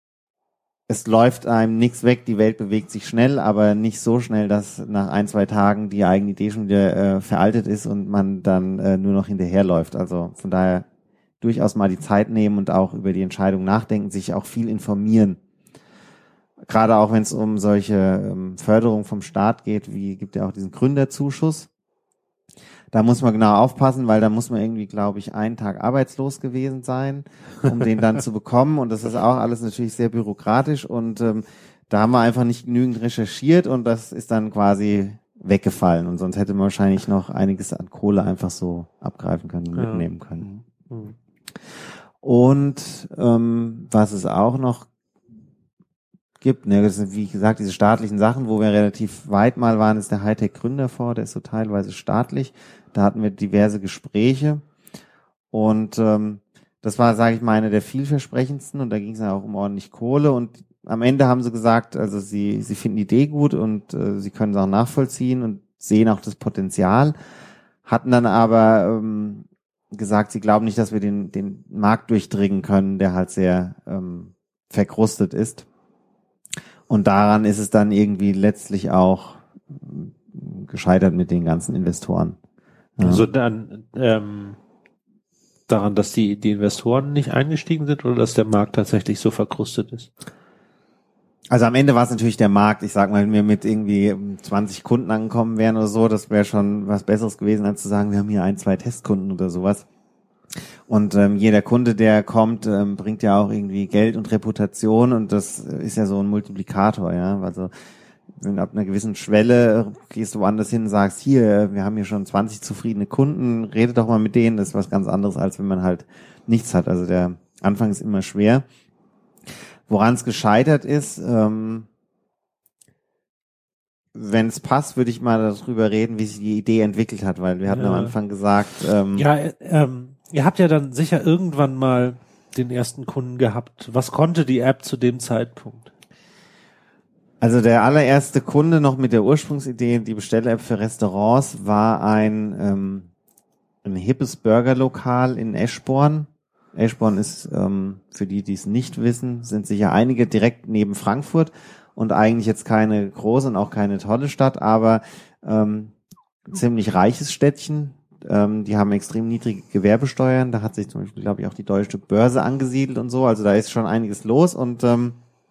S2: es läuft einem nichts weg, die Welt bewegt sich schnell, aber nicht so schnell, dass nach ein, zwei Tagen die eigene Idee schon wieder äh, veraltet ist und man dann äh, nur noch hinterherläuft. Also von daher durchaus mal die Zeit nehmen und auch über die Entscheidung nachdenken, sich auch viel informieren. Gerade auch wenn es um solche ähm, Förderung vom Staat geht, wie gibt ja auch diesen Gründerzuschuss. Da muss man genau aufpassen, weil da muss man irgendwie, glaube ich, einen Tag arbeitslos gewesen sein, um den dann zu bekommen. Und das ist auch alles natürlich sehr bürokratisch. Und ähm, da haben wir einfach nicht genügend recherchiert und das ist dann quasi weggefallen. Und sonst hätte man wahrscheinlich noch einiges an Kohle einfach so abgreifen können und ja. mitnehmen können. Mhm. Und ähm, was es auch noch gibt, ne, das sind, wie gesagt, diese staatlichen Sachen, wo wir relativ weit mal waren, ist der Hightech-Gründerfonds, der ist so teilweise staatlich. Da hatten wir diverse Gespräche und ähm, das war, sage ich mal, eine der vielversprechendsten und da ging es ja auch um ordentlich Kohle und am Ende haben sie gesagt, also sie sie finden die Idee gut und äh, sie können es auch nachvollziehen und sehen auch das Potenzial, hatten dann aber ähm, gesagt, sie glauben nicht, dass wir den den Markt durchdringen können, der halt sehr ähm, verkrustet ist. Und daran ist es dann irgendwie letztlich auch gescheitert mit den ganzen Investoren.
S1: Ja. Also dann ähm, daran, dass die, die Investoren nicht eingestiegen sind oder dass der Markt tatsächlich so verkrustet ist?
S2: Also am Ende war es natürlich der Markt. Ich sag mal, wenn wir mit irgendwie zwanzig Kunden angekommen wären oder so, das wäre schon was Besseres gewesen, als zu sagen, wir haben hier ein, zwei Testkunden oder sowas. Und ähm, jeder Kunde, der kommt, ähm, bringt ja auch irgendwie Geld und Reputation und das ist ja so ein Multiplikator, ja. Also wenn ab einer gewissen Schwelle gehst du woanders hin und sagst, hier, wir haben hier schon zwanzig zufriedene Kunden, rede doch mal mit denen, das ist was ganz anderes, als wenn man halt nichts hat. Also der Anfang ist immer schwer. Woran es gescheitert ist, ähm, wenn es passt, würde ich mal darüber reden, wie sich die Idee entwickelt hat, weil wir hatten ja. am Anfang gesagt, ähm,
S1: ja, ähm, ihr habt ja dann sicher irgendwann mal den ersten Kunden gehabt. Was konnte die App zu dem Zeitpunkt?
S2: Also der allererste Kunde noch mit der Ursprungsidee, die Bestell-App für Restaurants, war ein, ähm, ein hippes Burgerlokal in Eschborn. Eschborn ist, ähm, für die, die es nicht wissen, sind sicher einige direkt neben Frankfurt und eigentlich jetzt keine große und auch keine tolle Stadt, aber ähm, ziemlich reiches Städtchen. Ähm, die haben extrem niedrige Gewerbesteuern. Da hat sich zum Beispiel, glaube ich, auch die Deutsche Börse angesiedelt und so. Also da ist schon einiges los und ähm,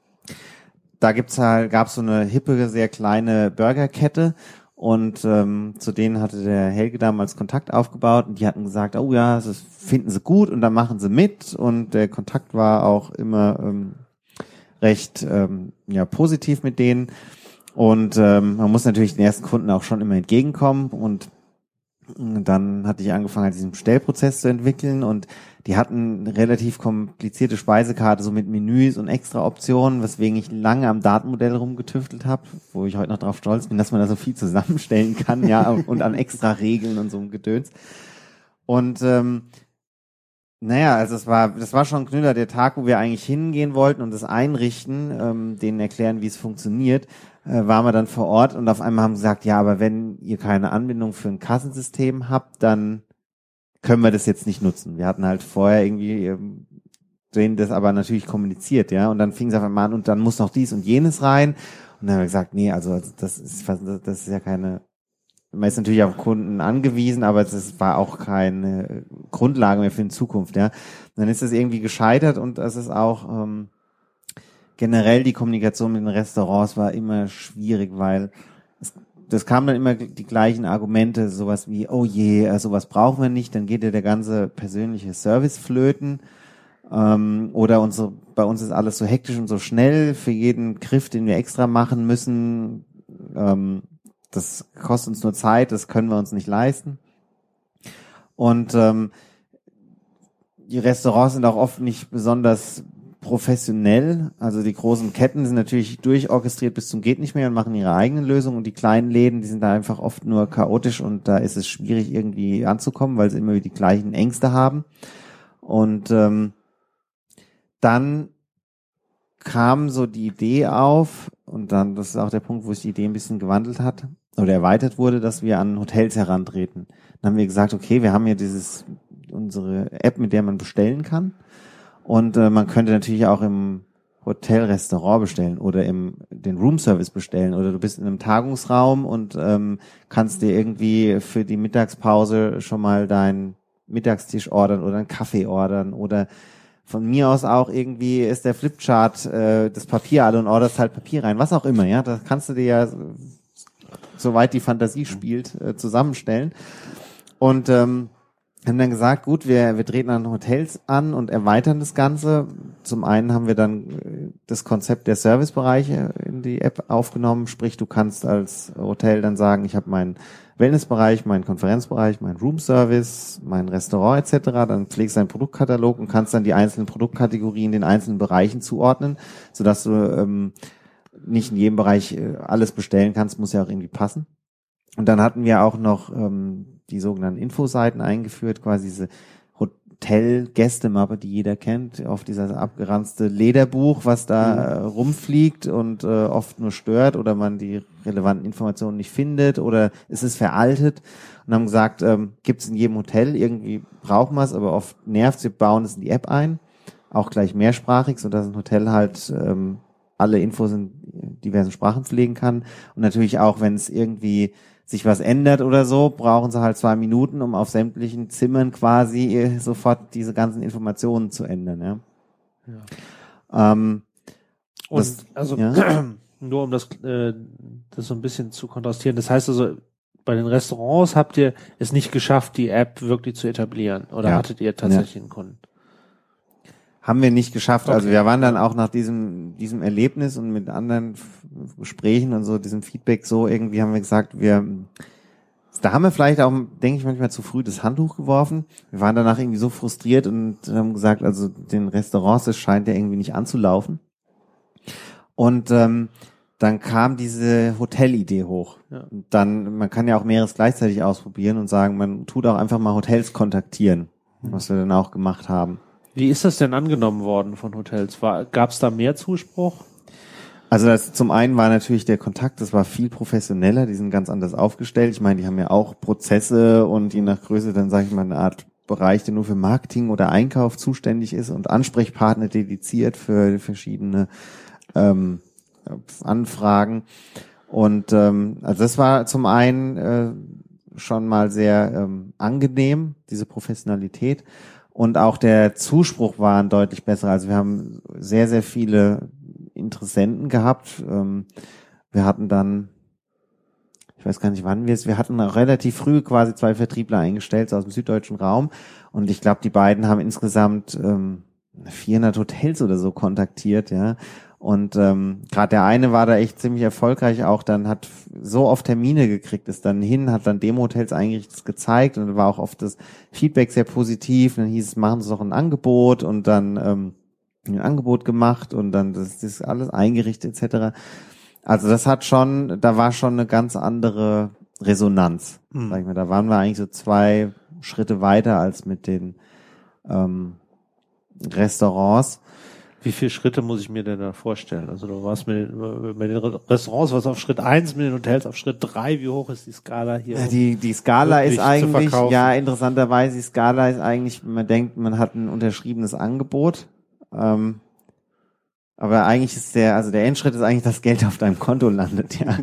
S2: da gibt's halt, gab's so eine hippe, sehr kleine Burgerkette. Und ähm, zu denen hatte der Helge damals Kontakt aufgebaut und die hatten gesagt, oh ja, das finden sie gut und dann machen sie mit. Und der Kontakt war auch immer ähm, recht ähm, ja positiv mit denen. Und ähm, man muss natürlich den ersten Kunden auch schon immer entgegenkommen. Und dann hatte ich angefangen, diesen Bestellprozess zu entwickeln und die hatten eine relativ komplizierte Speisekarte, so mit Menüs und extra Optionen, weswegen ich lange am Datenmodell rumgetüftelt habe, wo ich heute noch drauf stolz bin, dass man da so viel zusammenstellen kann, ja, und an extra Regeln und so einem Gedöns. Und ähm, naja, also es war, das war schon ein Knüller, der Tag, wo wir eigentlich hingehen wollten und das einrichten, ähm, denen erklären, wie es funktioniert, äh, waren wir dann vor Ort und auf einmal haben sie gesagt, ja, aber wenn ihr keine Anbindung für ein Kassensystem habt, dann können wir das jetzt nicht nutzen. Wir hatten halt vorher irgendwie ähm, denen das aber natürlich kommuniziert, ja, und dann fing es auf einmal an und dann muss noch dies und jenes rein und dann haben wir gesagt, nee, also das ist, das ist ja keine, man ist natürlich auf Kunden angewiesen, aber es war auch keine Grundlage mehr für die Zukunft, ja. Und dann ist es irgendwie gescheitert und es ist auch ähm, generell die Kommunikation mit den Restaurants war immer schwierig, weil es, das kamen dann immer die gleichen Argumente, sowas wie, oh je, sowas brauchen wir nicht, dann geht ja der ganze persönliche Service flöten. Ähm, oder unsere, bei uns ist alles so hektisch und so schnell, für jeden Griff, den wir extra machen müssen, ähm, das kostet uns nur Zeit, das können wir uns nicht leisten. Und ähm, die Restaurants sind auch oft nicht besonders professionell. Also die großen Ketten sind natürlich durchorchestriert bis zum geht nicht mehr und machen ihre eigenen Lösungen. Und die kleinen Läden, die sind da einfach oft nur chaotisch und da ist es schwierig irgendwie anzukommen, weil sie immer wieder die gleichen Ängste haben. Und ähm, dann kam so die Idee auf und dann, das ist auch der Punkt, wo sich die Idee ein bisschen gewandelt hat oder erweitert wurde, dass wir an Hotels herantreten. Dann haben wir gesagt, okay, wir haben hier dieses, unsere App, mit der man bestellen kann und äh, man könnte natürlich auch im Hotel, Restaurant bestellen oder im den Roomservice bestellen oder du bist in einem Tagungsraum und ähm, kannst dir irgendwie für die Mittagspause schon mal deinen Mittagstisch ordern oder einen Kaffee ordern oder von mir aus auch irgendwie ist der Flipchart äh, das Papier alle und orderst halt Papier rein, was auch immer, ja, das kannst du dir ja, soweit die Fantasie spielt, äh, zusammenstellen. Und ähm, haben dann gesagt, gut, wir wir treten an Hotels an und erweitern das Ganze. Zum einen haben wir dann äh, das Konzept der Servicebereiche in die App aufgenommen, sprich, du kannst als Hotel dann sagen, ich habe meinen Wellnessbereich, meinen Konferenzbereich, meinen Roomservice, mein Restaurant et cetera. Dann pflegst du einen Produktkatalog und kannst dann die einzelnen Produktkategorien den einzelnen Bereichen zuordnen, sodass du ähm, nicht in jedem Bereich äh, alles bestellen kannst, muss ja auch irgendwie passen. Und dann hatten wir auch noch ähm, die sogenannten Infoseiten eingeführt, quasi diese Hotel-Gästemappe, die jeder kennt, auf dieser abgeranzte Lederbuch, was da äh, rumfliegt und äh, oft nur stört oder man die relevanten Informationen nicht findet oder es ist veraltet und haben gesagt, ähm, gibt es in jedem Hotel, irgendwie brauchen wir es, aber oft nervt es, wir bauen es in die App ein, auch gleich mehrsprachig, sodass ein Hotel halt ähm, alle Infos in diversen Sprachen pflegen kann. Und natürlich auch, wenn es irgendwie sich was ändert oder so, brauchen sie halt zwei Minuten, um auf sämtlichen Zimmern quasi sofort diese ganzen Informationen zu ändern. Ja.
S1: Ja.
S2: Ähm,
S1: Und
S2: das,
S1: also
S2: ja?
S1: nur um das, äh, das so ein bisschen zu kontrastieren. Das heißt also, bei den Restaurants habt ihr es nicht geschafft, die App wirklich zu etablieren, oder
S2: Ja.
S1: hattet ihr tatsächlich
S2: Ja.
S1: einen Kunden?
S2: Haben wir nicht geschafft.
S1: Okay.
S2: Also wir waren dann auch nach diesem diesem Erlebnis und mit anderen Gesprächen und so, diesem Feedback so, irgendwie haben wir gesagt, wir da haben wir vielleicht auch, denke ich, manchmal zu früh das Handtuch geworfen. Wir waren danach irgendwie so frustriert und haben gesagt, also den Restaurants, das scheint ja irgendwie nicht anzulaufen. Und ähm, dann kam diese Hotelidee hoch.
S1: Ja.
S2: Dann, man kann ja auch mehreres gleichzeitig ausprobieren und sagen, man tut auch einfach mal Hotels kontaktieren, was wir dann auch gemacht haben.
S1: Wie ist das denn angenommen worden von Hotels? Gab es da mehr Zuspruch?
S2: Also das zum einen war natürlich der Kontakt, das war viel professioneller, die sind ganz anders aufgestellt. Ich meine, die haben ja auch Prozesse und je nach Größe dann, sage ich mal, eine Art Bereich, der nur für Marketing oder Einkauf zuständig ist und Ansprechpartner dediziert für verschiedene ähm, Anfragen. Und ähm, also das war zum einen äh, schon mal sehr ähm, angenehm, diese Professionalität. Und auch der Zuspruch war ein deutlich besser. Also wir haben sehr, sehr viele Interessenten gehabt. Ähm, wir hatten dann, ich weiß gar nicht, wann wir es, wir hatten auch relativ früh quasi zwei Vertriebler eingestellt, so aus dem süddeutschen Raum. Und ich glaube, die beiden haben insgesamt ähm, vierhundert Hotels oder so kontaktiert, ja. Und ähm, gerade der eine war da echt ziemlich erfolgreich auch, dann hat so oft Termine gekriegt, ist dann hin, hat dann Demo-Hotels eingerichtet, gezeigt und war auch oft das Feedback sehr positiv. Und dann hieß es, machen Sie doch ein Angebot und dann ähm, ein Angebot gemacht und dann das, das ist alles eingerichtet et cetera. Also das hat schon, da war schon eine ganz andere Resonanz, mhm. sag ich mal. Da waren wir eigentlich so zwei Schritte weiter als mit den ähm, Restaurants.
S1: Wie viele Schritte muss ich mir denn da vorstellen? Also du warst mit, mit den Restaurants, was auf Schritt eins, mit den Hotels auf Schritt drei. Wie hoch ist die Skala hier?
S2: Ja, die die Skala ist eigentlich, ja, interessanterweise, die Skala ist eigentlich, man denkt, man hat ein unterschriebenes Angebot. Ähm, aber eigentlich ist der, also der Endschritt ist eigentlich, dass Geld auf deinem Konto landet, ja.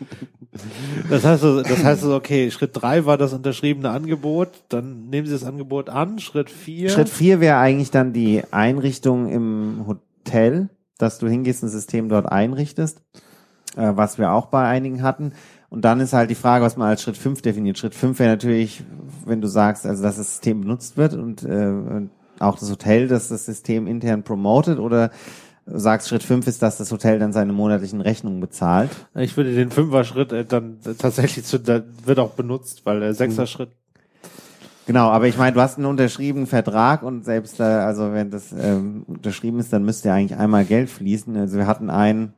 S1: Das heißt, das heißt, okay, Schritt drei war das unterschriebene Angebot, dann nehmen Sie das Angebot an, Schritt vier.
S2: Schritt vier wäre eigentlich dann die Einrichtung im Hotel, dass du hingehst und das System dort einrichtest, äh, was wir auch bei einigen hatten. Und dann ist halt die Frage, was man als Schritt fünf definiert. Schritt fünf wäre natürlich, wenn du sagst, also dass das System benutzt wird und äh, auch das Hotel, dass das System intern promotet, oder sagst, Schritt fünf ist, dass das Hotel dann seine monatlichen Rechnungen bezahlt.
S1: Ich würde den Fünfer-Schritt äh, dann tatsächlich zu, da wird auch benutzt, weil der Sechser-Schritt.
S2: Genau, aber ich meine, du hast einen unterschriebenen Vertrag und selbst da, also wenn das ähm, unterschrieben ist, dann müsste ja eigentlich einmal Geld fließen. Also wir hatten ein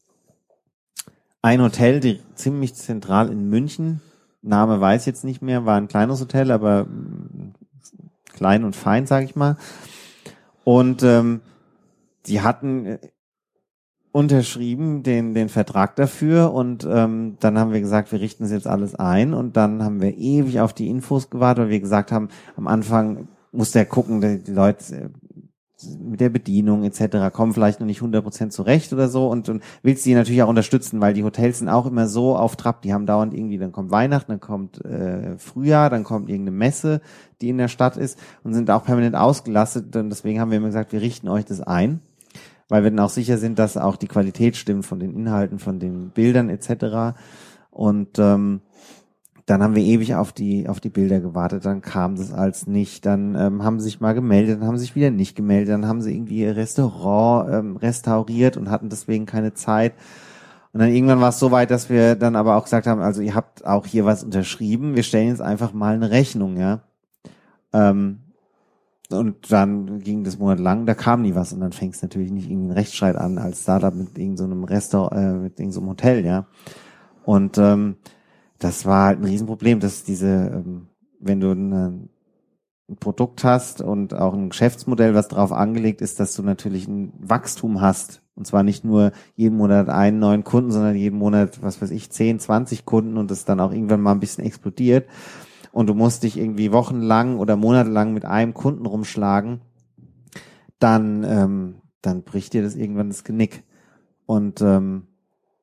S2: ein Hotel, die ziemlich zentral in München, Name weiß ich jetzt nicht mehr, war ein kleines Hotel, aber klein und fein, sag ich mal. Und ähm, die hatten unterschrieben den den Vertrag dafür und ähm, dann haben wir gesagt, wir richten das jetzt alles ein und dann haben wir ewig auf die Infos gewartet, weil wir gesagt haben, am Anfang muss der gucken, die, die Leute mit der Bedienung et cetera kommen vielleicht noch nicht hundert Prozent zurecht oder so und, und willst die natürlich auch unterstützen, weil die Hotels sind auch immer so auf Trab, die haben dauernd irgendwie, dann kommt Weihnachten, dann kommt äh, Frühjahr, dann kommt irgendeine Messe, die in der Stadt ist und sind auch permanent ausgelastet und deswegen haben wir immer gesagt, wir richten euch das ein, weil wir dann auch sicher sind, dass auch die Qualität stimmt von den Inhalten, von den Bildern et cetera. Und ähm, dann haben wir ewig auf die auf die Bilder gewartet, dann kam das als nicht, dann ähm, haben sie sich mal gemeldet, dann haben sie sich wieder nicht gemeldet, dann haben sie irgendwie ihr Restaurant ähm, restauriert und hatten deswegen keine Zeit. Und dann irgendwann war es so weit, dass wir dann aber auch gesagt haben, also ihr habt auch hier was unterschrieben, wir stellen jetzt einfach mal eine Rechnung, ja. Ähm, Und dann ging das monatelang, da kam nie was und dann fängst du natürlich nicht irgendwie einen Rechtsstreit an als Startup mit irgendeinem so Restaurant, äh, mit irgendeinem so Hotel, ja. Und ähm, das war halt ein Riesenproblem, dass diese, ähm, wenn du eine, ein Produkt hast und auch ein Geschäftsmodell, was darauf angelegt ist, dass du natürlich ein Wachstum hast. Und zwar nicht nur jeden Monat einen neuen Kunden, sondern jeden Monat, was weiß ich, zehn, zwanzig Kunden und das dann auch irgendwann mal ein bisschen explodiert. Und du musst dich irgendwie wochenlang oder monatelang mit einem Kunden rumschlagen, dann ähm, dann bricht dir das irgendwann das Genick. Und ähm,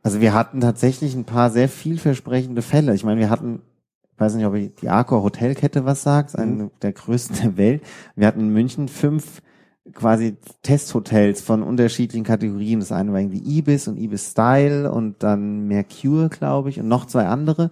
S2: Also wir hatten tatsächlich ein paar sehr vielversprechende Fälle. Ich meine, wir hatten, ich weiß nicht, ob die Accor Hotelkette was sagt, eine mhm. der größten der Welt. Wir hatten in München fünf quasi Testhotels von unterschiedlichen Kategorien. Das eine war irgendwie Ibis und Ibis Style und dann Mercure, glaube ich, und noch zwei andere.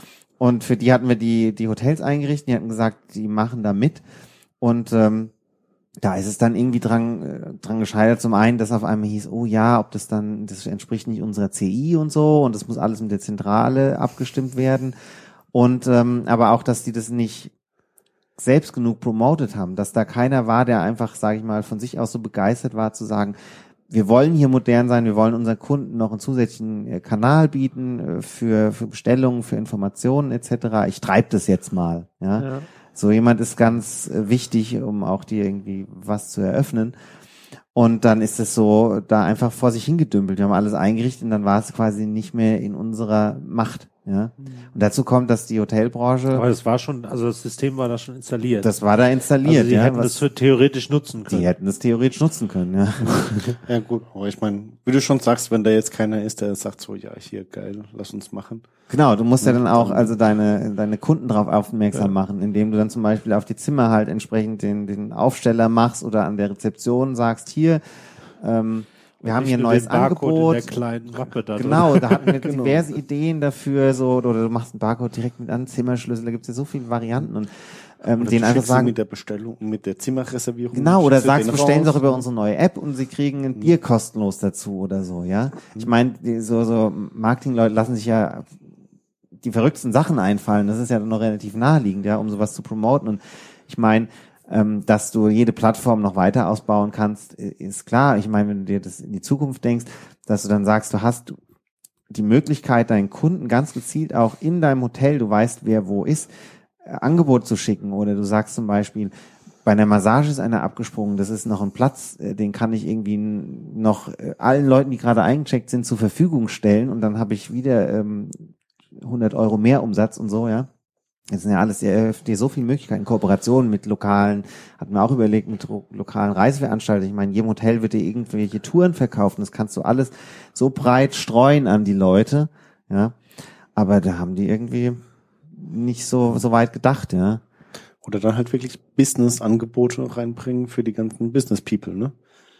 S2: Und für die hatten wir die die Hotels eingerichtet. Die hatten gesagt, die machen da mit. Und ähm, da ist es dann irgendwie dran äh, dran gescheitert. Zum einen, dass auf einmal hieß, oh ja, ob das dann, das entspricht nicht unserer C I und so. Und das muss alles mit der Zentrale abgestimmt werden. Und ähm, aber auch, dass die das nicht selbst genug promotet haben, dass da keiner war, der einfach, sage ich mal, von sich aus so begeistert war, zu sagen, wir wollen hier modern sein, wir wollen unseren Kunden noch einen zusätzlichen Kanal bieten für für Bestellungen, für Informationen et cetera. Ich treibe das jetzt mal. Ja? Ja. So jemand ist ganz wichtig, um auch dir irgendwie was zu eröffnen. Und dann ist es so da einfach vor sich hingedümpelt. Wir haben alles eingerichtet und dann war es quasi nicht mehr in unserer Macht. Ja. Und dazu kommt, dass die Hotelbranche.
S1: Aber das war schon, also das System war da schon installiert.
S2: Das war da installiert. Also
S1: die
S2: ja,
S1: hätten das theoretisch nutzen können.
S2: Die hätten das theoretisch nutzen können, ja.
S3: Ja gut, aber ich meine, wie du schon sagst, wenn da jetzt keiner ist, der sagt so, ja, hier geil, lass uns machen.
S2: Genau, du musst ja dann auch also deine deine Kunden darauf aufmerksam ja. machen, indem du dann zum Beispiel auf die Zimmer halt entsprechend den den Aufsteller machst oder an der Rezeption sagst, hier, ähm, wir haben hier ein neues Angebot.
S1: In der kleinen Mappe da
S2: genau,
S1: drin.
S2: Da hatten wir genau. diverse Ideen dafür, so, oder du machst einen Barcode direkt mit an, Zimmerschlüssel, da gibt's ja so viele Varianten und ähm, den einfach sagen.
S3: Mit der Bestellung, mit der Zimmerreservierung.
S2: Genau, oder sagst, bestellen Sie doch über unsere neue App und Sie kriegen ein Bier kostenlos dazu oder so, ja. Ich meine, so, so Marketingleute lassen sich ja die verrücktesten Sachen einfallen. Das ist ja dann noch relativ naheliegend, ja, um sowas zu promoten. Und ich meine, ähm, dass du jede Plattform noch weiter ausbauen kannst, ist klar. Ich meine, wenn du dir das in die Zukunft denkst, dass du dann sagst, du hast die Möglichkeit, deinen Kunden ganz gezielt auch in deinem Hotel, du weißt, wer wo ist, äh, Angebot zu schicken. Oder du sagst zum Beispiel, bei einer Massage ist einer abgesprungen, das ist noch ein Platz, äh, den kann ich irgendwie noch äh, allen Leuten, die gerade eingecheckt sind, zur Verfügung stellen. Und dann habe ich wieder ähm, hundert Euro mehr Umsatz und so, ja. Das sind ja alles, ihr eröffnet dir so viele Möglichkeiten, Kooperationen mit lokalen, hatten wir auch überlegt, mit lokalen Reiseveranstaltern. Ich meine, in jedem Hotel wird dir irgendwelche Touren verkaufen, das kannst du alles so breit streuen an die Leute, ja. Aber da haben die irgendwie nicht so, so weit gedacht, ja.
S3: Oder dann halt wirklich Business-Angebote reinbringen für die ganzen Business-People, ne?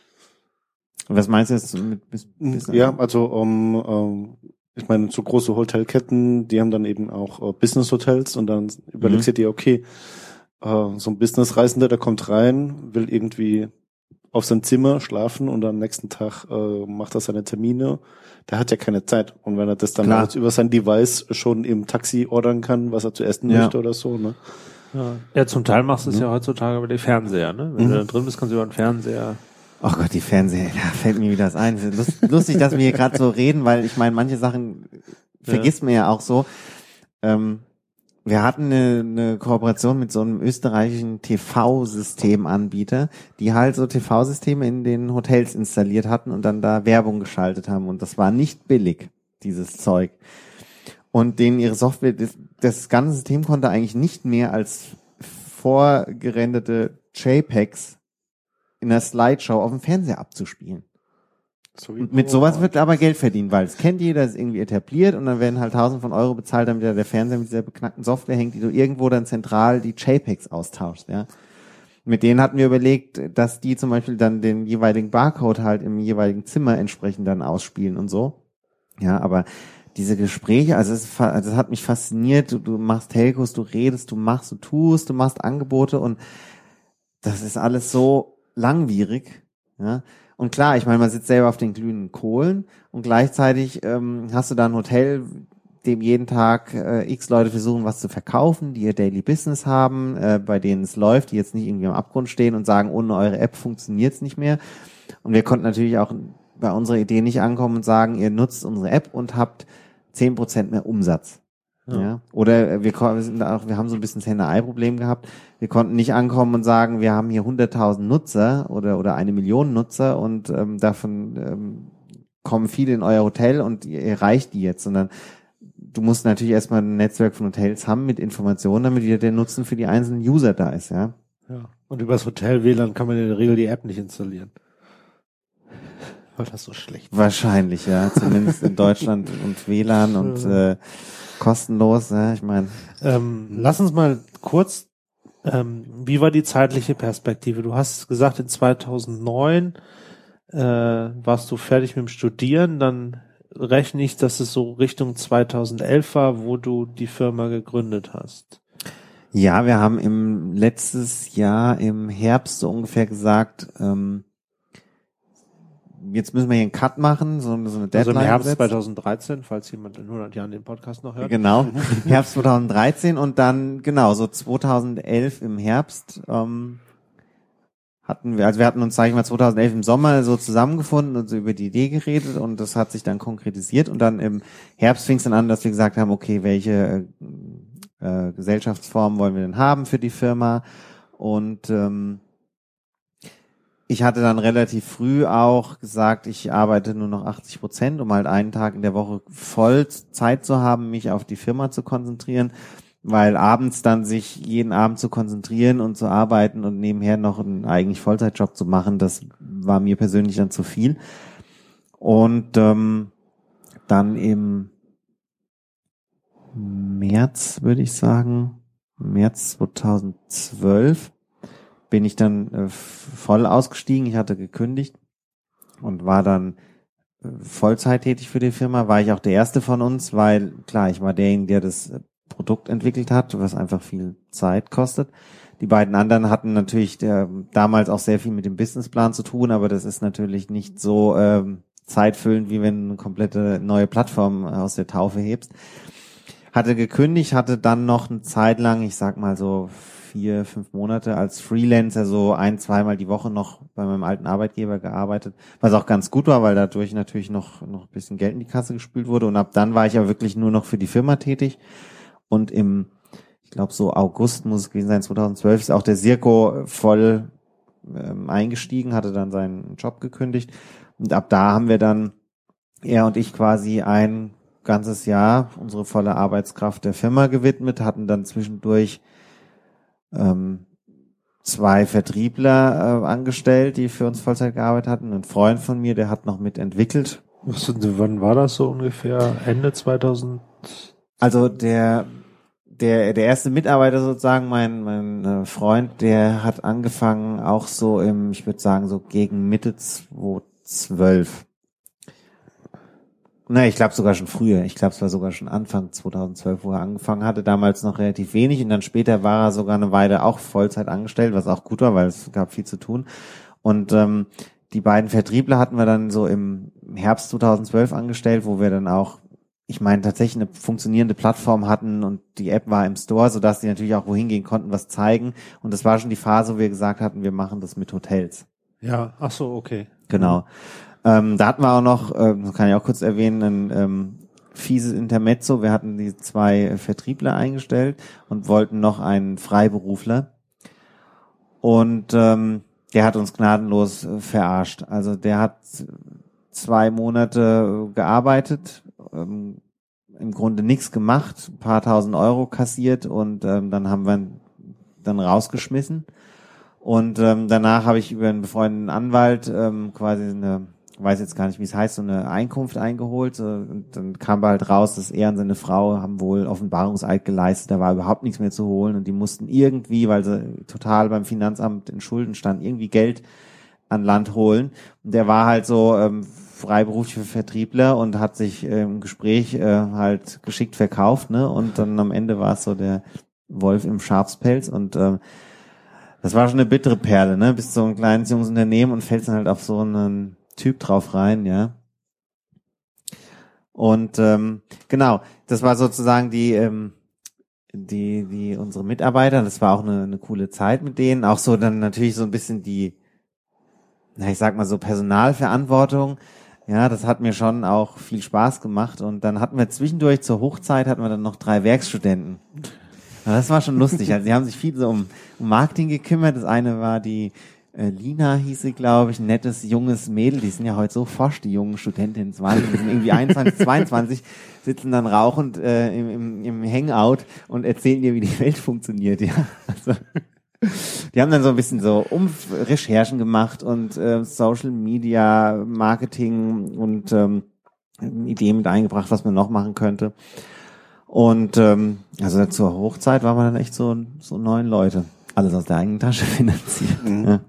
S2: Was meinst du jetzt mit Business?
S3: Ja, also, um, um ich meine, so große Hotelketten, die haben dann eben auch äh, Business-Hotels und dann überlegst du mhm. dir, okay, äh, so ein Business-Reisender, der kommt rein, will irgendwie auf sein Zimmer schlafen und am nächsten Tag äh, macht er seine Termine. Der hat ja keine Zeit. Und wenn er das dann halt über sein Device schon im Taxi ordern kann, was er zu essen ja. möchte oder so, ne?
S1: Ja, ja zum Teil machst du es mhm. ja heutzutage über den Fernseher, ne? Wenn mhm. du da drin bist, kannst du über den Fernseher.
S2: Oh Gott, die Fernseher, da fällt mir wieder das ein. Lustig, dass wir hier gerade so reden, weil ich meine, manche Sachen vergisst man ja auch so. Ähm, wir hatten eine, eine Kooperation mit so einem österreichischen T V-Systemanbieter, die halt so T V-Systeme in den Hotels installiert hatten und dann da Werbung geschaltet haben. Und das war nicht billig, dieses Zeug. Und denen ihre Software, das, das ganze System konnte eigentlich nicht mehr als vorgerenderte JPEGs in der Slideshow auf dem Fernseher abzuspielen. So und mit sowas wird aber Geld verdient, weil es kennt jeder, ist irgendwie etabliert und dann werden halt tausend von Euro bezahlt, damit der Fernseher mit dieser beknackten Software hängt, die du irgendwo dann zentral die JPEGs austauschst, ja. Mit denen hatten wir überlegt, dass die zum Beispiel dann den jeweiligen Barcode halt im jeweiligen Zimmer entsprechend dann ausspielen und so. Ja, aber diese Gespräche, also es, also es hat mich fasziniert, du, du machst Telcos, du redest, du machst, du tust, du machst Angebote und das ist alles so langwierig, ja. Und klar, ich meine, man sitzt selber auf den glühenden Kohlen und gleichzeitig ähm, hast du da ein Hotel, dem jeden Tag äh, x Leute versuchen, was zu verkaufen, die ihr Daily Business haben, äh, bei denen es läuft, die jetzt nicht irgendwie am Abgrund stehen und sagen, ohne eure App funktioniert's nicht mehr. Und wir konnten natürlich auch bei unserer Idee nicht ankommen und sagen, ihr nutzt unsere App und habt zehn Prozent mehr Umsatz. Ja. ja. Oder wir, wir sind auch, wir haben so ein bisschen das Henne-Ei-Problem gehabt. Wir konnten nicht ankommen und sagen, wir haben hier hunderttausend Nutzer oder oder eine Million Nutzer und ähm, davon ähm, kommen viele in euer Hotel und ihr erreicht die jetzt, sondern du musst natürlich erstmal ein Netzwerk von Hotels haben mit Informationen, damit wieder der Nutzen für die einzelnen User da ist, ja.
S1: Ja. Und übers Hotel-W L A N kann man in der Regel die App nicht installieren. Weil das so schlecht ist.
S2: Wahrscheinlich, ja. Zumindest in Deutschland und W L A N und äh, kostenlos, ja, ich meine.
S1: Ähm, lass uns mal kurz, ähm, wie war die zeitliche Perspektive? Du hast gesagt, in zweitausendneun äh, warst du fertig mit dem Studieren, dann rechne ich, dass es so Richtung zweitausendelf war, wo du die Firma gegründet hast.
S2: Ja, wir haben im letztes Jahr im Herbst so ungefähr gesagt, ähm, jetzt müssen wir hier einen Cut machen, so, so eine Deadline.
S1: Also im Herbst
S2: gesetzt.
S1: zweitausenddreizehn, falls jemand in hundert Jahren den Podcast noch hört.
S2: Genau, Herbst zweitausenddreizehn und dann, genau, so zweitausendelf im Herbst ähm, hatten wir, also wir hatten uns, sage ich mal, zweitausendelf im Sommer so zusammengefunden und so über die Idee geredet und das hat sich dann konkretisiert und dann im Herbst fing es dann an, dass wir gesagt haben, okay, welche äh, Gesellschaftsform wollen wir denn haben für die Firma und ähm, ich hatte dann relativ früh auch gesagt, ich arbeite nur noch achtzig Prozent, um halt einen Tag in der Woche voll Zeit zu haben, mich auf die Firma zu konzentrieren, weil abends dann sich jeden Abend zu konzentrieren und zu arbeiten und nebenher noch einen eigentlich Vollzeitjob zu machen, das war mir persönlich dann zu viel. Und ähm, dann im März, würde ich sagen, März zweitausendzwölf, bin ich dann äh, voll ausgestiegen. Ich hatte gekündigt und war dann äh, Vollzeit tätig für die Firma. War ich auch der Erste von uns, weil klar, ich war derjenige, der das äh, Produkt entwickelt hat, was einfach viel Zeit kostet. Die beiden anderen hatten natürlich der, damals auch sehr viel mit dem Businessplan zu tun, aber das ist natürlich nicht so ähm, zeitfüllend, wie wenn du eine komplette neue Plattform aus der Taufe hebst. Hatte gekündigt, hatte dann noch eine Zeit lang, ich sag mal so vier, fünf Monate als Freelancer so ein, zweimal die Woche noch bei meinem alten Arbeitgeber gearbeitet, was auch ganz gut war, weil dadurch natürlich noch noch ein bisschen Geld in die Kasse gespült wurde und ab dann war ich ja wirklich nur noch für die Firma tätig und im, ich glaube so August muss es gewesen sein, zweitausendzwölf ist auch der Sirko voll ähm, eingestiegen, hatte dann seinen Job gekündigt und ab da haben wir dann, er und ich quasi ein ganzes Jahr unsere volle Arbeitskraft der Firma gewidmet, hatten dann zwischendurch ähm, zwei Vertriebler äh, angestellt, die für uns Vollzeit gearbeitet hatten. Ein Freund von mir, der hat noch mitentwickelt.
S1: Was, wann war das so ungefähr? Ende zweitausend?
S2: Also der der der erste Mitarbeiter sozusagen, mein mein äh, Freund, der hat angefangen auch so im, ich würde sagen so gegen Mitte zweitausendzwölf. Na, ich glaube sogar schon früher. Ich glaube, es war sogar schon Anfang zweitausendzwölf, wo er angefangen hatte. Damals noch relativ wenig und dann später war er sogar eine Weile auch Vollzeit angestellt, was auch gut war, weil es gab viel zu tun. Und ähm, die beiden Vertriebler hatten wir dann so im Herbst zweitausendzwölf angestellt, wo wir dann auch, ich meine, tatsächlich eine funktionierende Plattform hatten und die App war im Store, sodass die natürlich auch wohin gehen konnten, was zeigen. Und das war schon die Phase, wo wir gesagt hatten, wir machen das mit Hotels.
S1: Ja, ach so, okay.
S2: Genau. Mhm. Ähm, da hatten wir auch noch, äh, das kann ich auch kurz erwähnen, ein ähm, fieses Intermezzo. Wir hatten die zwei Vertriebler eingestellt und wollten noch einen Freiberufler. Und ähm, der hat uns gnadenlos äh, verarscht. Also der hat zwei Monate gearbeitet, ähm, im Grunde nichts gemacht, ein paar tausend Euro kassiert und ähm, dann haben wir ihn dann rausgeschmissen. Und ähm, danach habe ich über einen befreundeten Anwalt ähm, quasi eine, weiß jetzt gar nicht, wie es heißt, so eine Einkunft eingeholt. So, und dann kam halt raus, dass er und seine Frau haben wohl Offenbarungseid geleistet. Da war überhaupt nichts mehr zu holen und die mussten irgendwie, weil sie total beim Finanzamt in Schulden standen, irgendwie Geld an Land holen. Und der war halt so ähm, freiberuflicher Vertriebler und hat sich äh, im Gespräch äh, halt geschickt verkauft, ne? Und dann am Ende war es so der Wolf im Schafspelz und ähm, das war schon eine bittere Perle, ne? Bist so ein kleines junges Unternehmen und fällst dann halt auf so einen Typ drauf rein, ja. Und ähm, genau, das war sozusagen die ähm, die die unsere Mitarbeiter. Das war auch eine, eine coole Zeit mit denen. Auch so dann natürlich so ein bisschen die, na ich sag mal so Personalverantwortung. Ja, das hat mir schon auch viel Spaß gemacht. Und dann hatten wir zwischendurch zur Hochzeit hatten wir dann noch drei Werkstudenten. Das war schon lustig. Also die haben sich viel so um, um Marketing gekümmert. Das eine war die äh, Lina, hieß sie, glaube ich, ein nettes, junges Mädel. Die sind ja heute so forsch, die jungen Studentinnen. zwanzig, die sind irgendwie einundzwanzig, zweiundzwanzig, sitzen dann rauchend äh, im, im, im Hangout und erzählen dir, wie die Welt funktioniert. Ja, also Die haben dann so ein bisschen so um Recherchen gemacht und äh, Social Media Marketing und ähm, Ideen mit eingebracht, was man noch machen könnte. Und ähm, also zur Hochzeit waren wir dann echt so so neun Leute, alles aus der eigenen Tasche finanziert. Mhm. Ja.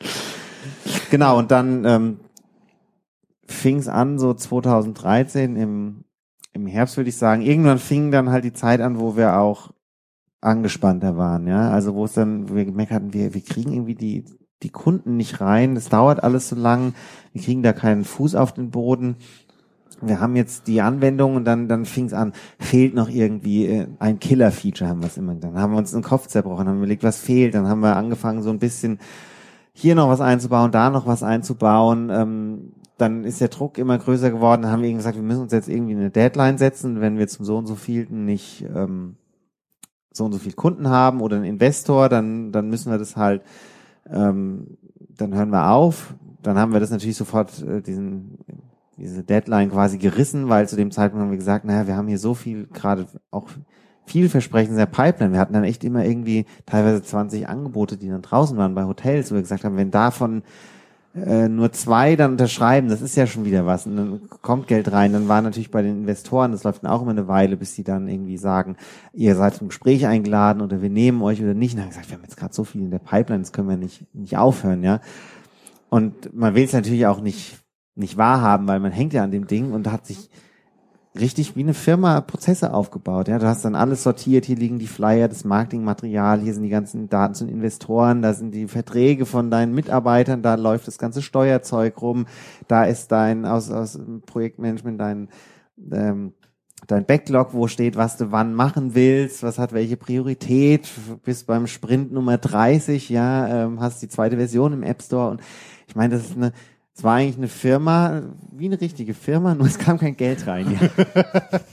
S2: Genau, und dann ähm, fing es an, so zwanzig dreizehn im im Herbst würde ich sagen. Irgendwann fing dann halt die Zeit an, wo wir auch angespannter waren, ja, also wo es dann, wo wir gemerkt hatten, wir, wir kriegen irgendwie die, die Kunden nicht rein, es dauert alles so lang, wir kriegen da keinen Fuß auf den Boden, wir haben jetzt die Anwendung und dann, dann fing es an, fehlt noch irgendwie äh, ein Killer-Feature, haben wir es immer, dann haben wir uns den Kopf zerbrochen, haben überlegt, was fehlt, dann haben wir angefangen, so ein bisschen hier noch was einzubauen, da noch was einzubauen, ähm, dann ist der Druck immer größer geworden, dann haben wir irgendwie gesagt, wir müssen uns jetzt irgendwie eine Deadline setzen, wenn wir zum so und so vielten nicht, ähm, so und so viel Kunden haben oder einen Investor, dann dann müssen wir das halt, ähm, dann hören wir auf. Dann haben wir das natürlich sofort, äh, diesen diese Deadline quasi gerissen, weil zu dem Zeitpunkt haben wir gesagt, naja, wir haben hier so viel, gerade auch vielversprechend in der Pipeline. Wir hatten dann echt immer irgendwie teilweise zwanzig Angebote, die dann draußen waren bei Hotels, wo wir gesagt haben, wenn davon äh, nur zwei dann unterschreiben, das ist ja schon wieder was. Und dann kommt Geld rein. Dann war natürlich bei den Investoren, das läuft dann auch immer eine Weile, bis die dann irgendwie sagen, ihr seid zum Gespräch eingeladen oder wir nehmen euch oder nicht. Und dann haben wir gesagt, wir haben jetzt gerade so viel in der Pipeline, das können wir nicht nicht aufhören, ja. Und man will es natürlich auch nicht nicht wahrhaben, weil man hängt ja an dem Ding und hat sich richtig wie eine Firma Prozesse aufgebaut. Ja, du hast dann alles sortiert, hier liegen die Flyer, das Marketingmaterial, hier sind die ganzen Daten zu den Investoren, da sind die Verträge von deinen Mitarbeitern, da läuft das ganze Steuerzeug rum, da ist dein aus aus Projektmanagement dein ähm, dein Backlog, wo steht, was du wann machen willst, was hat welche Priorität, bis beim Sprint Nummer dreißig, ja, ähm, hast die zweite Version im App Store und ich meine, das ist eine Es war eigentlich eine Firma, wie eine richtige Firma, nur es kam kein Geld rein. Ja.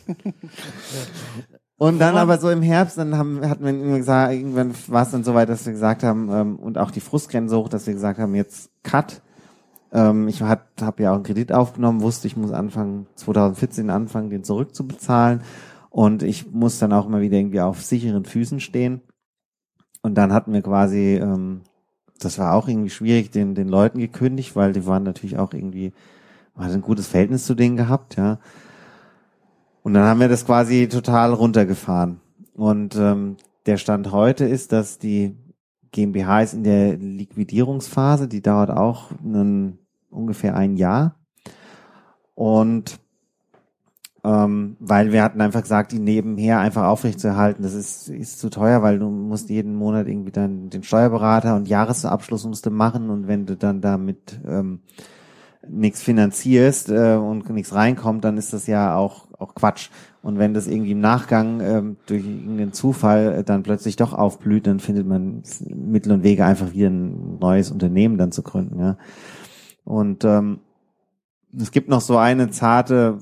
S2: Und dann aber so im Herbst, dann haben, hatten wir immer gesagt, irgendwann war es dann so weit, dass wir gesagt haben, ähm, und auch die Frustgrenze hoch, dass wir gesagt haben, jetzt Cut. Ähm, ich habe ja auch einen Kredit aufgenommen, wusste, ich muss anfangen, zwanzig vierzehn anfangen, den zurückzubezahlen. Und ich muss dann auch immer wieder irgendwie auf sicheren Füßen stehen. Und dann hatten wir quasi, ähm, das war auch irgendwie schwierig, den, den Leuten gekündigt, weil die waren natürlich auch irgendwie, man hat ein gutes Verhältnis zu denen gehabt, ja. Und dann haben wir das quasi total runtergefahren. Und ähm, der Stand heute ist, dass die GmbH ist in der Liquidierungsphase, die dauert auch einen, ungefähr ein Jahr. Und ähm, weil wir hatten einfach gesagt, die nebenher einfach aufrechtzuerhalten, das ist ist zu teuer, weil du musst jeden Monat irgendwie dann den Steuerberater und Jahresabschluss musst du machen und wenn du dann damit ähm, nichts finanzierst äh, und nichts reinkommt, dann ist das ja auch auch Quatsch. Und wenn das irgendwie im Nachgang ähm, durch irgendeinen Zufall äh, dann plötzlich doch aufblüht, dann findet man Mittel und Wege, einfach wieder ein neues Unternehmen dann zu gründen. Ja. Und ähm, es gibt noch so eine zarte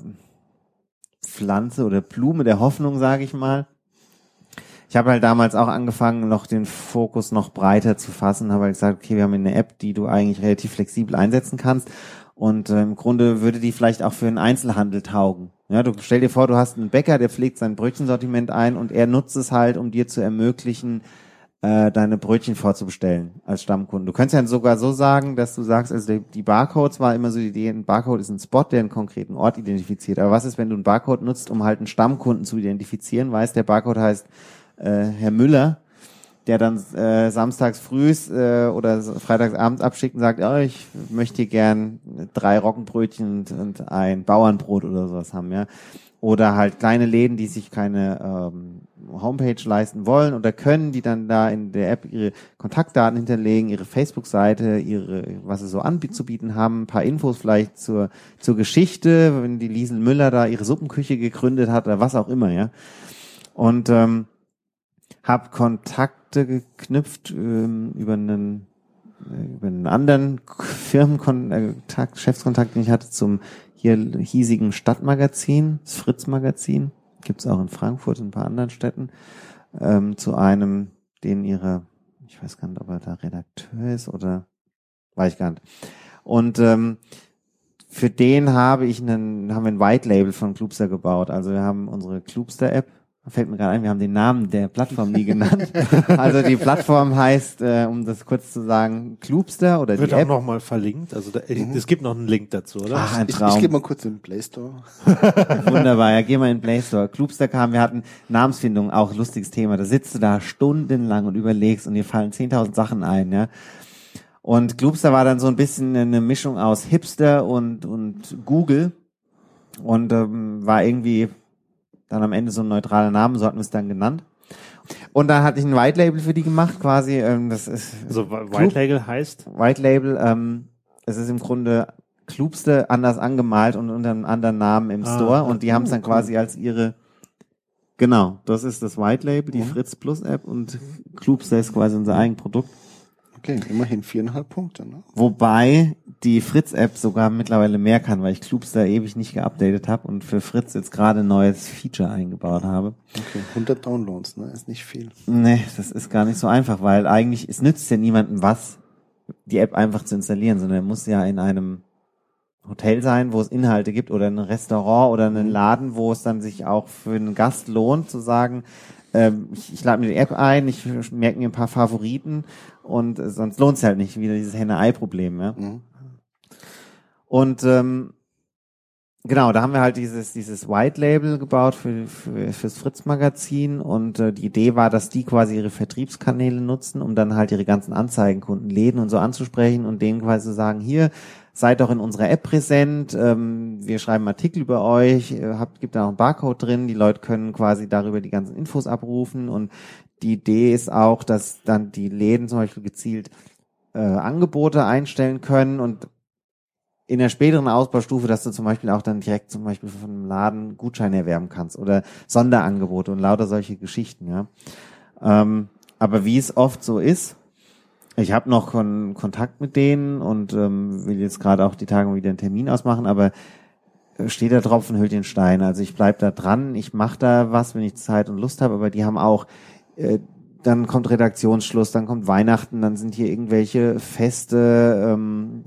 S2: Pflanze oder Blume der Hoffnung, sage ich mal. Ich habe halt damals auch angefangen, noch den Fokus noch breiter zu fassen, habe halt gesagt, okay, wir haben eine App, die du eigentlich relativ flexibel einsetzen kannst und äh, im Grunde würde die vielleicht auch für einen Einzelhandel taugen. Ja, du stell dir vor, du hast einen Bäcker, der pflegt sein Brötchensortiment ein und er nutzt es halt, um dir zu ermöglichen, äh, deine Brötchen vorzubestellen als Stammkunde. Du könntest ja sogar so sagen, dass du sagst, also die, die Barcodes war immer so die Idee, ein Barcode ist ein Spot, der einen konkreten Ort identifiziert. Aber was ist, wenn du einen Barcode nutzt, um halt einen Stammkunden zu identifizieren? Weißt, der Barcode heißt äh, Herr Müller, der dann äh, samstags frühs äh, oder freitags abends abschickt und sagt, oh, ich möchte hier gern drei Roggenbrötchen und, und ein Bauernbrot oder sowas haben, ja. Oder halt kleine Läden, die sich keine ähm, Homepage leisten wollen oder können, die dann da in der App ihre Kontaktdaten hinterlegen, ihre Facebook-Seite, ihre, was sie so anzubieten haben, ein paar Infos vielleicht zur zur Geschichte, wenn die Liesel Müller da ihre Suppenküche gegründet hat oder was auch immer, ja. Und ähm, habe Kontakte geknüpft ähm, über einen äh, über einen anderen Firmenkontakt, Geschäftskontakt, den ich hatte zum hier hiesigen Stadtmagazin, das Fritz-Magazin, gibt's auch in Frankfurt und ein paar anderen Städten, ähm, zu einem, den ihre, ich weiß gar nicht, ob er da Redakteur ist oder, weiß ich gar nicht. Und ähm, für den habe ich einen, haben wir ein White Label von Clubster gebaut. Also wir haben unsere Clubster App, fällt mir gerade ein, wir haben den Namen der Plattform nie genannt. Also die Plattform heißt, äh, um das kurz zu sagen, Kloopster oder
S1: Wird
S2: die
S1: auch
S2: App.
S1: nochmal verlinkt. Also da,
S3: Mhm.
S1: es gibt noch einen Link dazu, oder?
S2: Ach, ein
S3: Ich,
S2: Traum.
S3: ich gehe mal kurz in den Play Store.
S2: Wunderbar, ja, geh mal in den Play Store. Kloopster kam, wir hatten Namensfindung, auch lustiges Thema. Da sitzt du da stundenlang und überlegst und dir fallen zehntausend Sachen ein, ja. Und Kloopster war dann so ein bisschen eine Mischung aus Hipster und, und Google und ähm, war irgendwie dann am Ende so ein neutraler Name, so hatten wir es dann genannt. Und dann hatte ich ein White Label für die gemacht, quasi. Ähm, das ist
S1: Also White Label heißt?
S2: White Label. Ähm, es ist im Grunde Kloopster anders angemalt und unter einem anderen Namen im
S1: Ah,
S2: Store.
S1: ja.
S2: Und die haben es dann quasi als ihre. Genau, das ist das White Label, die
S3: Mhm.
S2: Fritz Plus App und Kloopster ist quasi unser Eigenprodukt.
S3: Okay, immerhin viereinhalb Punkte, ne?
S2: Wobei die Fritz-App sogar mittlerweile mehr kann, weil ich Kloopster ewig nicht geupdatet habe und für Fritz jetzt gerade ein neues Feature eingebaut habe.
S3: Okay, hundert Downloads, ne? Ist nicht viel.
S2: Nee, das ist gar nicht so einfach, weil eigentlich, es nützt ja niemandem was, die App einfach zu installieren, sondern er muss ja in einem Hotel sein, wo es Inhalte gibt oder ein Restaurant oder einen Laden, wo es dann sich auch für einen Gast lohnt, zu sagen, ähm, ich, ich lade mir die App ein, ich merke mir ein paar Favoriten und äh, sonst lohnt es halt nicht, wieder dieses Henne-Ei-Problem, ja.
S3: Mhm.
S2: Und ähm, genau, da haben wir halt dieses dieses White Label gebaut für, für fürs Fritz-Magazin und äh, die Idee war, dass die quasi ihre Vertriebskanäle nutzen, um dann halt ihre ganzen Anzeigenkunden, Läden und so anzusprechen und denen quasi zu sagen, hier, seid doch in unserer App präsent, ähm, wir schreiben Artikel über euch, äh, habt, gibt da auch einen Barcode drin, die Leute können quasi darüber die ganzen Infos abrufen und die Idee ist auch, dass dann die Läden zum Beispiel gezielt äh, Angebote einstellen können und in der späteren Ausbaustufe, dass du zum Beispiel auch dann direkt zum Beispiel von einem Laden Gutscheine erwerben kannst oder Sonderangebote und lauter solche Geschichten, ja. Ähm, aber wie es oft so ist, ich habe noch kon- Kontakt mit denen und ähm, will jetzt gerade auch die Tage wieder einen Termin ausmachen, aber steht der Tropfen hüllt den Stein. Also ich bleib da dran, ich mache da was, wenn ich Zeit und Lust habe, aber die haben auch, äh, dann kommt Redaktionsschluss, dann kommt Weihnachten, dann sind hier irgendwelche Feste, ähm,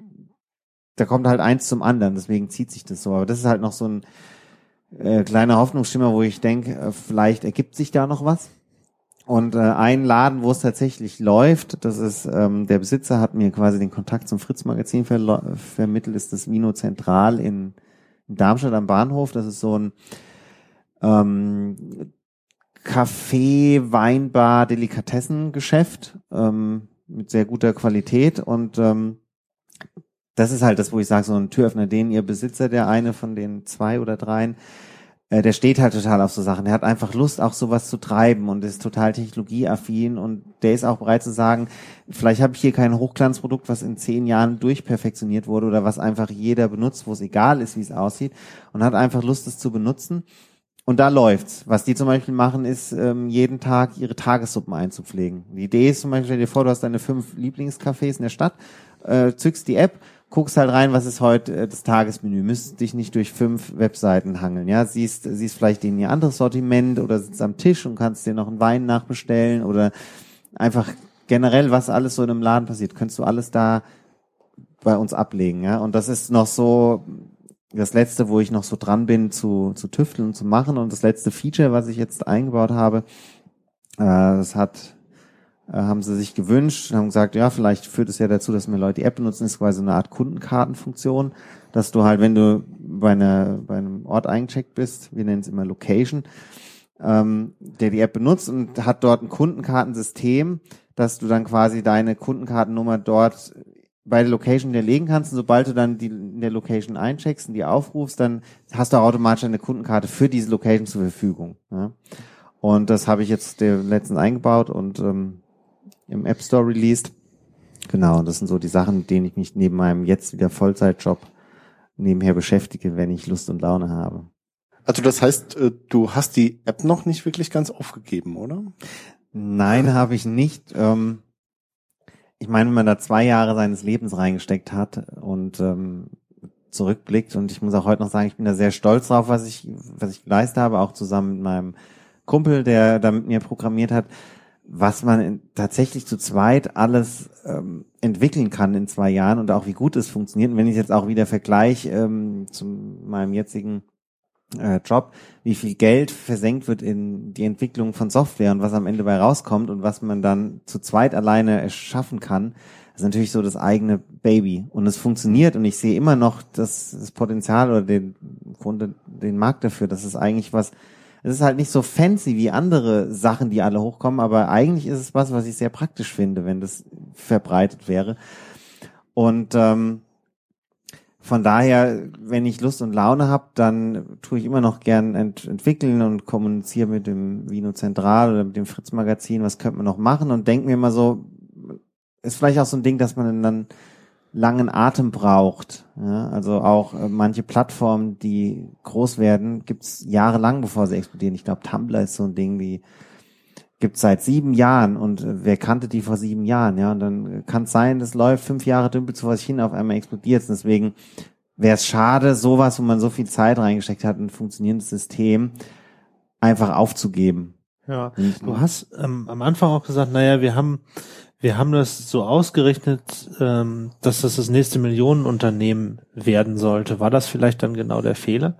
S2: da kommt halt eins zum anderen, deswegen zieht sich das so. Aber das ist halt noch so ein äh, kleiner Hoffnungsschimmer, wo ich denke, äh, vielleicht ergibt sich da noch was. Und äh, ein Laden, wo es tatsächlich läuft, das ist, ähm, der Besitzer hat mir quasi den Kontakt zum Fritz-Magazin verlo- vermittelt, ist das Vino Zentral in, in Darmstadt am Bahnhof. Das ist so ein ähm, Café, Weinbar, Delikatessengeschäft ähm, mit sehr guter Qualität und ähm, das ist halt das, wo ich sage, so ein Türöffner, den ihr Besitzer, der eine von den zwei oder dreien, äh, der steht halt total auf so Sachen. Der hat einfach Lust, auch sowas zu treiben und ist total technologieaffin und der ist auch bereit zu sagen, vielleicht habe ich hier kein Hochglanzprodukt, was in zehn Jahren durchperfektioniert wurde oder was einfach jeder benutzt, wo es egal ist, wie es aussieht und hat einfach Lust, es zu benutzen. Und da läuft's. Was die zum Beispiel machen, ist, ähm, jeden Tag ihre Tagessuppen einzupflegen. Die Idee ist zum Beispiel, stell dir vor, du hast deine fünf Lieblingscafés in der Stadt, äh, zückst die App, guckst halt rein, was ist heute äh, das Tagesmenü, müsst dich nicht durch fünf Webseiten hangeln, ja, siehst, siehst vielleicht in ihr anderes Sortiment oder sitzt am Tisch und kannst dir noch einen Wein nachbestellen oder einfach generell, was alles so in einem Laden passiert, könntest du alles da bei uns ablegen, ja, und das ist noch so das letzte, wo ich noch so dran bin zu, zu tüfteln und zu machen und das letzte Feature, was ich jetzt eingebaut habe, äh, das hat haben sie sich gewünscht, haben gesagt, ja, vielleicht führt es ja dazu, dass mehr Leute die App benutzen, ist quasi eine Art Kundenkartenfunktion, dass du halt, wenn du bei einer bei einem Ort eingecheckt bist, wir nennen es immer Location, ähm, der die App benutzt und hat dort ein Kundenkartensystem, dass du dann quasi deine Kundenkartennummer dort bei der Location hinterlegen kannst und sobald du dann die in der Location eincheckst und die aufrufst, dann hast du auch automatisch eine Kundenkarte für diese Location zur Verfügung. Ja? Und das habe ich jetzt letztens eingebaut und ähm, im App Store released. Genau, und das sind so die Sachen, mit denen ich mich neben meinem jetzt wieder Vollzeitjob nebenher beschäftige, wenn ich Lust und Laune habe.
S3: Also das heißt, du hast die App noch nicht wirklich ganz aufgegeben, oder?
S2: Nein, habe ich nicht. Ähm, ich meine, wenn man da zwei Jahre seines Lebens reingesteckt hat und ähm, zurückblickt und ich muss auch heute noch sagen, ich bin da sehr stolz drauf, was ich was ich geleistet habe, auch zusammen mit meinem Kumpel, der da mit mir programmiert hat, was man in, tatsächlich zu zweit alles ähm, entwickeln kann in zwei Jahren und auch wie gut es funktioniert. Und wenn ich jetzt auch wieder vergleiche ähm, zu meinem jetzigen äh, Job, wie viel Geld versenkt wird in die Entwicklung von Software und was am Ende bei rauskommt und was man dann zu zweit alleine erschaffen kann, ist natürlich so das eigene Baby. Und es funktioniert und ich sehe immer noch das, das Potenzial oder den, im Grunde den Markt dafür. Das ist eigentlich was, es ist halt nicht so fancy wie andere Sachen, die alle hochkommen, aber eigentlich ist es was, was ich sehr praktisch finde, wenn das verbreitet wäre. Und ähm, von daher, wenn ich Lust und Laune habe, dann tue ich immer noch gern ent- entwickeln und kommuniziere mit dem Vino Zentral oder mit dem Fritz Magazin, was könnte man noch machen und denke mir immer so, ist vielleicht auch so ein Ding, dass man dann langen Atem braucht. Ja, also auch äh, manche Plattformen, die groß werden, gibt's jahrelang, bevor sie explodieren. Ich glaube, Tumblr ist so ein Ding, die gibt's seit sieben Jahren und äh, wer kannte die vor sieben Jahren? Ja, und dann kann es sein, das läuft fünf Jahre dümpelt so was hin, auf einmal explodiert es. Deswegen wäre es schade, sowas, wo man so viel Zeit reingesteckt hat, ein funktionierendes System einfach aufzugeben.
S1: Ja, du hast ähm, am Anfang auch gesagt, naja, wir haben wir haben das so ausgerechnet, ähm, dass das das nächste Millionenunternehmen werden sollte. War das vielleicht dann genau der Fehler?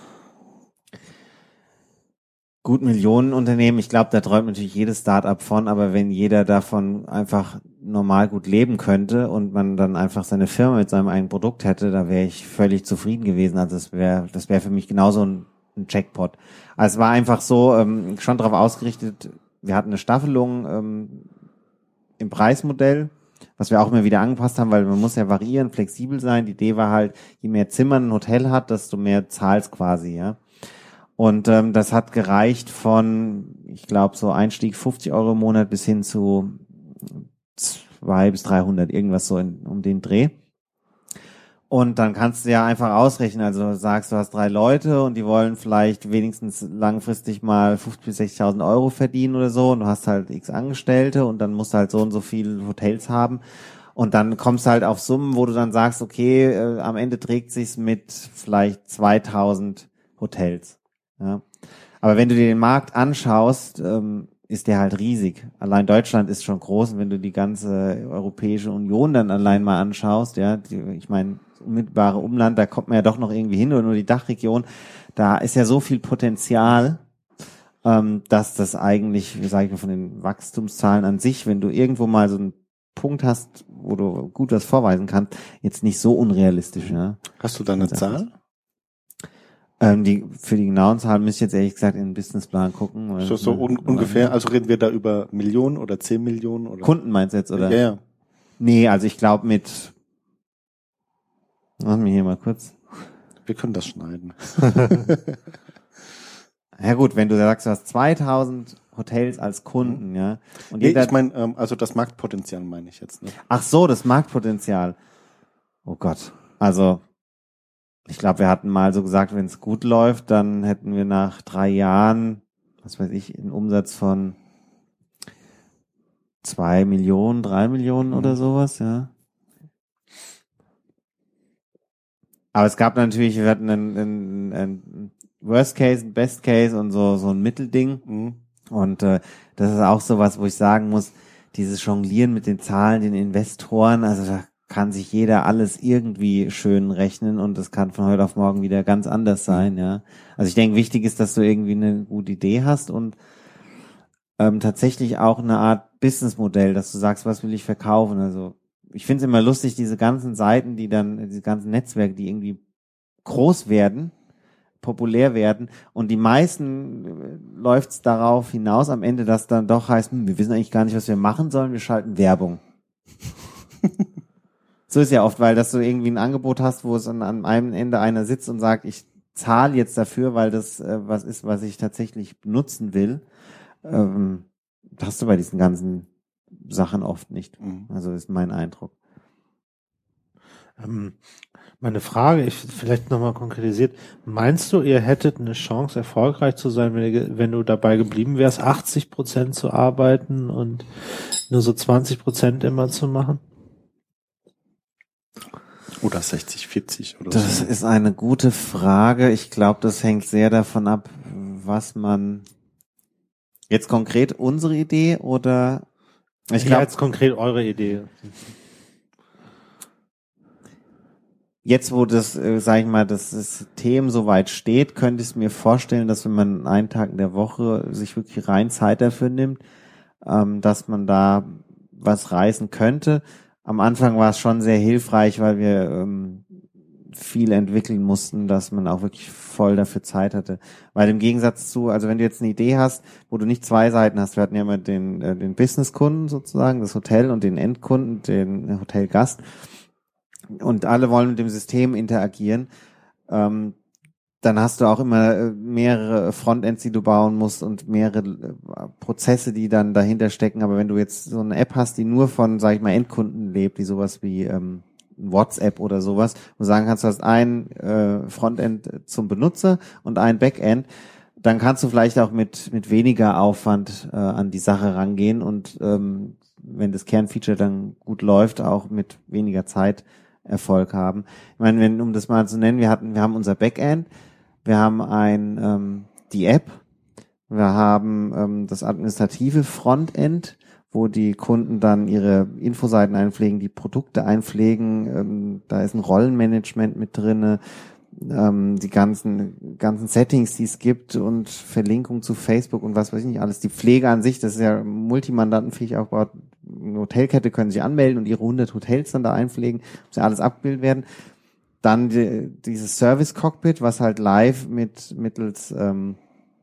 S2: Gut, Millionenunternehmen, ich glaube, da träumt natürlich jedes Start-up von, aber wenn jeder davon einfach normal gut leben könnte und man dann einfach seine Firma mit seinem eigenen Produkt hätte, da wäre ich völlig zufrieden gewesen. Also das wäre das wäre für mich genauso ein, ein Jackpot. Also es war einfach so ähm, schon darauf ausgerichtet, wir hatten eine Staffelung ähm, im Preismodell, was wir auch immer wieder angepasst haben, weil man muss ja variieren, flexibel sein. Die Idee war halt, je mehr Zimmer ein Hotel hat, desto mehr zahlst quasi, ja. Und ähm, das hat gereicht von, ich glaube, so Einstieg fünfzig Euro im Monat bis hin zu zwei bis dreihundert, irgendwas so in, um den Dreh. Und dann kannst du ja einfach ausrechnen, also du sagst, du hast drei Leute und die wollen vielleicht wenigstens langfristig mal fünfzigtausend bis sechzigtausend Euro verdienen oder so und du hast halt x Angestellte und dann musst du halt so und so viele Hotels haben. Und dann kommst du halt auf Summen, wo du dann sagst, okay, äh, am Ende trägt sich's mit vielleicht zweitausend Hotels. Ja. Aber wenn du dir den Markt anschaust, ähm, ist der halt riesig. Allein Deutschland ist schon groß und wenn du die ganze Europäische Union dann allein mal anschaust, ja, die, ich meine, das unmittelbare Umland, da kommt man ja doch noch irgendwie hin oder nur die Dachregion, da ist ja so viel Potenzial, ähm, dass das eigentlich, wie sage ich mal, von den Wachstumszahlen an sich, wenn du irgendwo mal so einen Punkt hast, wo du gut was vorweisen kannst, jetzt nicht so unrealistisch. Ja.
S3: Hast du da eine Zahl?
S2: Ähm, die, für die genauen Zahlen müsste ich jetzt ehrlich gesagt in den Businessplan gucken. Weil,
S3: So, so un, ungefähr, also reden wir da über Millionen oder zehn Millionen? Oder?
S2: Kunden meinst du jetzt, oder?
S3: Ja, ja.
S2: Nee, also ich glaube mit, lass mich hier mal kurz.
S3: Wir können das schneiden.
S2: Ja gut, wenn du sagst, du hast zweitausend Hotels als Kunden, mhm. ja. Und
S3: nee,
S2: jeder,
S3: ich meine, ähm, also das Marktpotenzial meine ich jetzt. Ne?
S2: Ach so, das Marktpotenzial. Oh Gott, also ich glaube, wir hatten mal so gesagt, wenn es gut läuft, dann hätten wir nach drei Jahren, was weiß ich, einen Umsatz von zwei Millionen, drei Millionen mhm. oder sowas, ja. Aber es gab natürlich, wir hatten einen, einen, einen Worst Case, einen Best Case und so so ein Mittelding. Mhm. Und äh, das ist auch sowas, wo ich sagen muss, dieses Jonglieren mit den Zahlen, den Investoren, also da kann sich jeder alles irgendwie schön rechnen und das kann von heute auf morgen wieder ganz anders sein, ja. Also ich denke, wichtig ist, dass du irgendwie eine gute Idee hast und ähm, tatsächlich auch eine Art Businessmodell, dass du sagst, was will ich verkaufen. Also ich finde es immer lustig, diese ganzen Seiten, die dann, diese ganzen Netzwerke, die irgendwie groß werden, populär werden und die meisten äh, läuft es darauf hinaus am Ende, dass dann doch heißt, hm, wir wissen eigentlich gar nicht, was wir machen sollen, wir schalten Werbung. So ist ja oft, weil dass du irgendwie ein Angebot hast, wo es an, an einem Ende einer sitzt und sagt, ich zahle jetzt dafür, weil das äh, was ist, was ich tatsächlich benutzen will. Ähm, das hast du bei diesen ganzen Sachen oft nicht. Mhm. Also ist mein Eindruck.
S1: Ähm, meine Frage, ich vielleicht nochmal konkretisiert, meinst du, ihr hättet eine Chance, erfolgreich zu sein, wenn, ihr, wenn du dabei geblieben wärst, achtzig Prozent zu arbeiten und nur so zwanzig Prozent immer zu machen?
S3: Oder sechzig, vierzig oder
S2: das
S3: so.
S2: Das ist eine gute Frage. Ich glaube, das hängt sehr davon ab, was man jetzt konkret unsere Idee oder
S1: ich glaube jetzt konkret eure Idee.
S2: jetzt, wo das, äh, sag ich mal, das System soweit steht, könnte ich mir vorstellen, dass wenn man einen Tag in der Woche sich wirklich rein Zeit dafür nimmt, ähm, dass man da was reißen könnte. Am Anfang war es schon sehr hilfreich, weil wir ähm, viel entwickeln mussten, dass man auch wirklich voll dafür Zeit hatte. Weil im Gegensatz zu, also wenn du jetzt eine Idee hast, wo du nicht zwei Seiten hast, wir hatten ja immer den, äh, den Businesskunden sozusagen, das Hotel, und den Endkunden, den Hotelgast, und alle wollen mit dem System interagieren, ähm, dann hast du auch immer mehrere Frontends, die du bauen musst und mehrere Prozesse, die dann dahinter stecken. Aber wenn du jetzt so eine App hast, die nur von, sag ich mal, Endkunden lebt, wie sowas wie ähm, WhatsApp oder sowas, wo du sagen kannst, du hast ein äh, Frontend zum Benutzer und ein Backend, dann kannst du vielleicht auch mit mit weniger Aufwand äh, an die Sache rangehen und ähm, wenn das Kernfeature dann gut läuft, auch mit weniger Zeit Erfolg haben. Ich meine, wenn, um das mal zu nennen, wir hatten, wir haben unser Backend, wir haben ein ähm, die App, wir haben ähm, das administrative Frontend, wo die Kunden dann ihre Infoseiten einpflegen, die Produkte einpflegen, ähm, da ist ein Rollenmanagement mit drinne, ähm, die ganzen ganzen Settings, die es gibt und Verlinkung zu Facebook und was weiß ich nicht alles. Die Pflege an sich, das ist ja multimandantenfähig aufgebaut. Eine Hotelkette können sich anmelden und ihre hundert Hotels dann da einpflegen, muss ja alles abgebildet werden. Dann die, dieses Service Cockpit, was halt live mit mittels ähm,